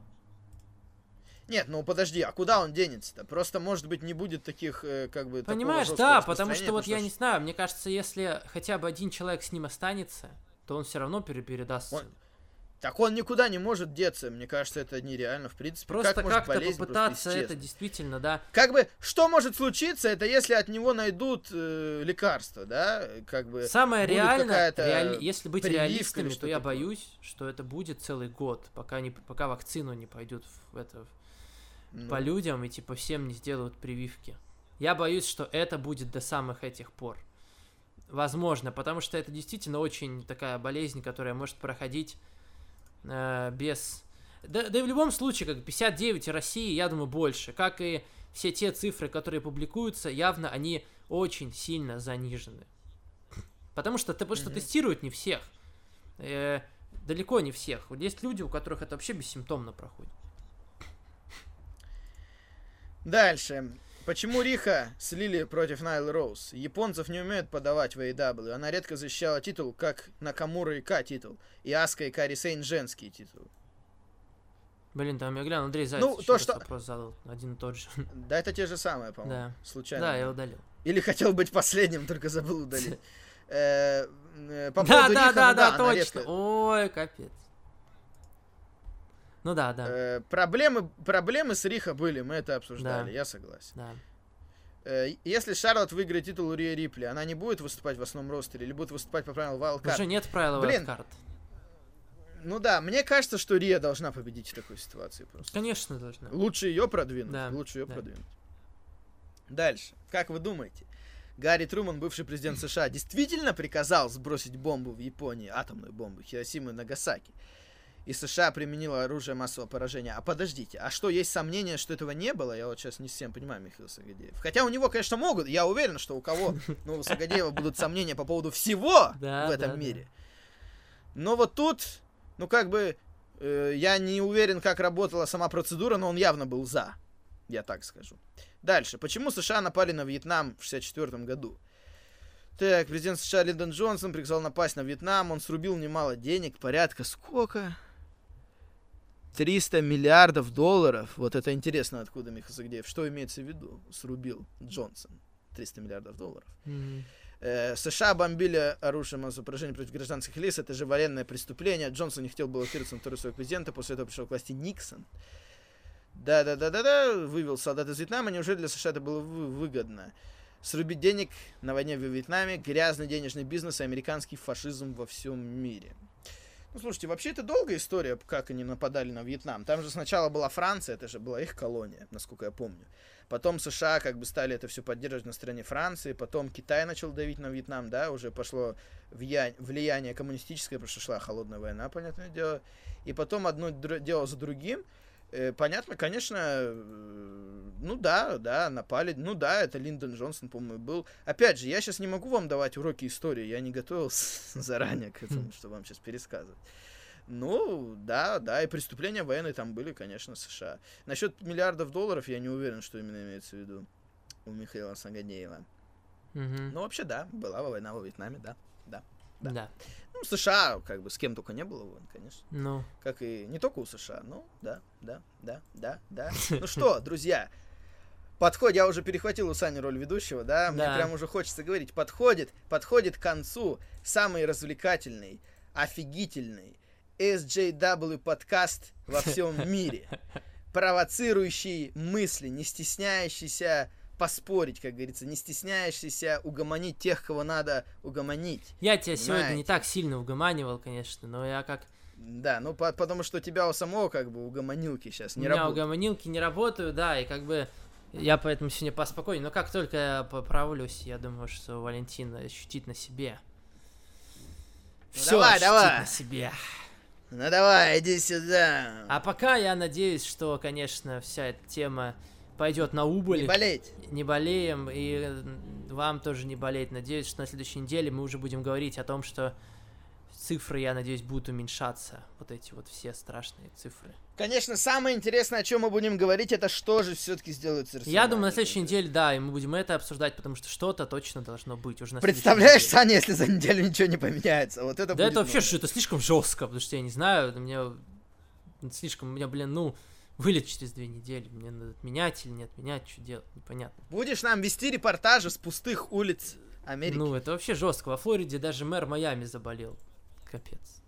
Нет, ну подожди, а куда он денется-то? Просто, может быть, не будет таких, э, как бы, такого Понимаешь, жесткого да, потому что распространения, вот я что не ж- знаю, мне кажется, если хотя бы один человек с ним останется, то он все равно пере- передаст. Он- Так он никуда не может деться, мне кажется, это нереально, в принципе. Просто как может как-то болезнь попытаться просто это исчезнуть? действительно, да. Как бы, что может случиться, это если от него найдут э, лекарства, да? Как бы, Самое будет реально, какая-то реали- если быть прививка реалистами, или то что я такое. боюсь, что это будет целый год, пока, не, пока вакцину не пойдет в это, ну, по людям и типа всем не сделают прививки. Я боюсь, что это будет до самых этих пор. Возможно, потому что это действительно очень такая болезнь, которая может проходить э, без... Да, да и в любом случае, как пятьдесят девять в России, я думаю, больше. Как и все те цифры, которые публикуются, явно они очень сильно занижены. Потому что, потому что Мгм. тестируют не всех. Э, далеко не всех. Вот есть люди, у которых это вообще бессимптомно проходит. Дальше. Почему Риха слили против Найл Роуз? Японцев не умеют подавать в эй и дабл ю. Она редко защищала титул, как Накамура и К титул. И Аска и Кари Сейн женский титул. Блин, там я гляну, Андрей Зайцев Ну, еще то, раз что- вопрос задал. Один и тот же. Да, это те же самые, по-моему. Да. Случайно. Да, я удалил. Или хотел быть последним, только забыл удалить. Э, э, По Да, поводу да, Риха, да, ну да, она точно. редко- Ой, капец. Ну да, да. Э, проблемы, проблемы с Риха были, мы это обсуждали, Да. я согласен. Да. Э, если Шарлотт выиграет титул у Рия Рипли, она не будет выступать в основном ростере или будет выступать по правилам Wildcard? Уже нет правила Блин. Wildcard. Ну да, мне кажется, что Рия должна победить в такой ситуации просто. Конечно, должна. Лучше ее продвинуть. Да, Лучше ее да. продвинуть. Дальше. Как вы думаете, Гарри Труман, бывший президент США, действительно приказал сбросить бомбу в Японии, атомную бомбу, Хиросиму и Нагасаки? И США применила оружие массового поражения. А подождите, а что, есть сомнения, что этого не было? Я вот сейчас не совсем понимаю, Михаил Сагадеев. Хотя у него, конечно, могут. Я уверен, что у кого, ну, у Сагадеева будут сомнения по поводу всего Да, в этом да, мире. Но вот тут, ну, как бы, э, я не уверен, как работала сама процедура, но он явно был за. Я так скажу. Дальше. Почему США напали на Вьетнам в шестьдесят четвёртом году? Так, президент США Линдон Джонсон приказал напасть на Вьетнам. Он срубил немало денег. Порядка сколько? триста миллиардов долларов. Вот это интересно, откуда, Михаил Сагдеев. Что имеется в виду? Срубил Джонсон. триста миллиардов долларов. Мгм. Э, США бомбили оружием массового поражения против гражданских лиц. Это же военное преступление. Джонсон не хотел баллотироваться на второй срок президента. После этого пришел к власти Никсон. Да-да-да-да-да. Вывел солдат из Вьетнама. Неужели для США это было вы- выгодно? Срубить денег на войне в Вьетнаме. Грязный денежный бизнес и американский фашизм во всем мире. Ну, слушайте, вообще это долгая история, как они нападали на Вьетнам. Там же сначала была Франция, это же была их колония, насколько я помню. Потом США как бы стали это все поддерживать на стороне Франции. Потом Китай начал давить на Вьетнам, да, уже пошло влия- влияние коммунистическое, потому что шла холодная война, понятное дело. И потом одно др- дело за другим. Э, понятно, конечно, э, ну да, да, напали. Ну да, это Линдон Джонсон, по-моему, был. Опять же, я сейчас не могу вам давать уроки истории, я не готовился заранее к этому, чтобы вам сейчас пересказывать. Ну, да, да, и преступления военные там были, конечно, США. Насчет миллиардов долларов я не уверен, что именно имеется в виду у Михаила Сагадеева. Мгм. Ну, вообще, да, была война во Вьетнаме, да, да. да. Да. Ну, США, как бы, с кем только не было войн, конечно. Ну. Как и не только у США, ну, да, да, да, да, да. Ну что, друзья, подходит, я уже перехватил у Сани роль ведущего, да, мне Да. прям уже хочется говорить, подходит, подходит к концу самый развлекательный, офигительный эс джей дабл ю подкаст во всем мире, провоцирующий мысли, не стесняющийся поспорить, как говорится, не стесняющийся угомонить тех, кого надо угомонить. Я тебя сегодня не Понимаете? так сильно угоманивал, конечно, но я как... Да, ну по- потому что у тебя у самого как бы угомонилки сейчас У не меня работают. угомонилки не работают, да, и как бы я поэтому сегодня поспокойнее. Но как только я поправлюсь, я думаю, что Валентин ощутит на себе. Ну Всё давай, ощутит давай. на себе. Ну давай, иди сюда. А пока я надеюсь, что, конечно, вся эта тема пойдет на убыль. Не болеть. Не болеем, и м, вам тоже не болеть. Надеюсь, что на следующей неделе мы уже будем говорить о том, что цифры, я надеюсь, будут уменьшаться. Вот эти вот все страшные цифры. Конечно, самое интересное, о чем мы будем говорить, это что же все-таки сделают с Я Арсеналом. думаю, на следующей неделе, да, и мы будем это обсуждать, потому что что-то точно должно быть уже на следующей Представляешь, неделе. Саня, если за неделю ничего не поменяется? Вот это Да будет это вообще, новость. что это слишком жестко, потому что я не знаю, у меня слишком, у меня, блин, ну, вылет через две недели, мне надо отменять или не отменять, что делать, непонятно. Будешь нам вести репортажи с пустых улиц Америки? Ну, это вообще жестко. Во Флориде даже мэр Майами заболел. Капец.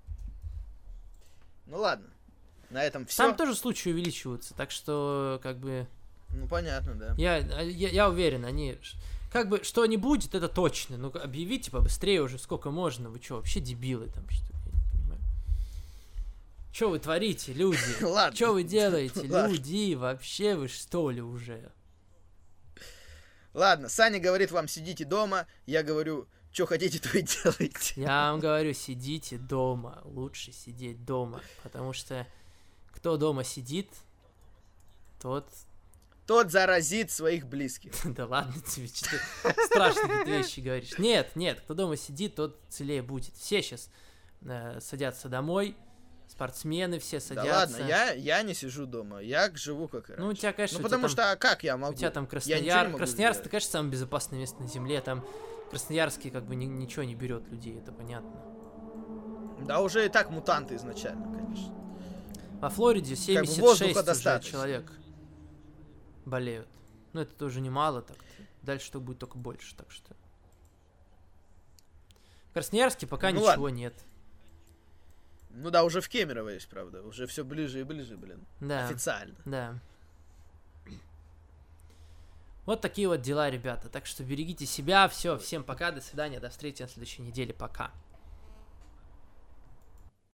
Ну ладно, на этом все. Там тоже случаи увеличиваются, так что, как бы, Ну понятно, да. я, я, я уверен, они, ш- как бы, что не будет, это точно. Ну, объявите побыстрее уже, сколько можно. Вы что, вообще дебилы там, что ли? Я не понимаю. Что вы творите, люди? Ладно. Что вы делаете, Ладно. люди? Вообще вы что ли уже? Ладно, Саня говорит вам, сидите дома. Я говорю, что хотите, то и делайте. Я вам говорю, сидите дома. Лучше сидеть дома. Потому что кто дома сидит, тот... Тот заразит своих близких. Да ладно тебе, что ты страшные какие-то вещи говоришь. Нет, нет, кто дома сидит, тот целее будет. Все сейчас э, садятся домой, спортсмены все Да садятся. ладно, я, я не сижу дома. Я живу как и раньше. Ну, у тебя, конечно, Ну у тебя потому там- что, а как я могу? У тебя там Я ничего Краснояр... не могу Красноярск, сделать. это, конечно, самое безопасное место на земле. Там Красноярский как бы ни- ничего не берет людей, это понятно. Да уже и так мутанты изначально, конечно. Во Флориде Как бы семьдесят шесть воздуха уже достаточно. человек болеют. Ну, это тоже немало так. Дальше что будет только больше, так что... В Красноярске пока Ну ничего ладно. нет. Ну да, уже в Кемерово есть, правда. Уже все ближе и ближе, блин. Да. Официально. Да. Вот такие вот дела, ребята. Так что берегите себя. Все, всем пока, до свидания, до встречи на следующей неделе. Пока.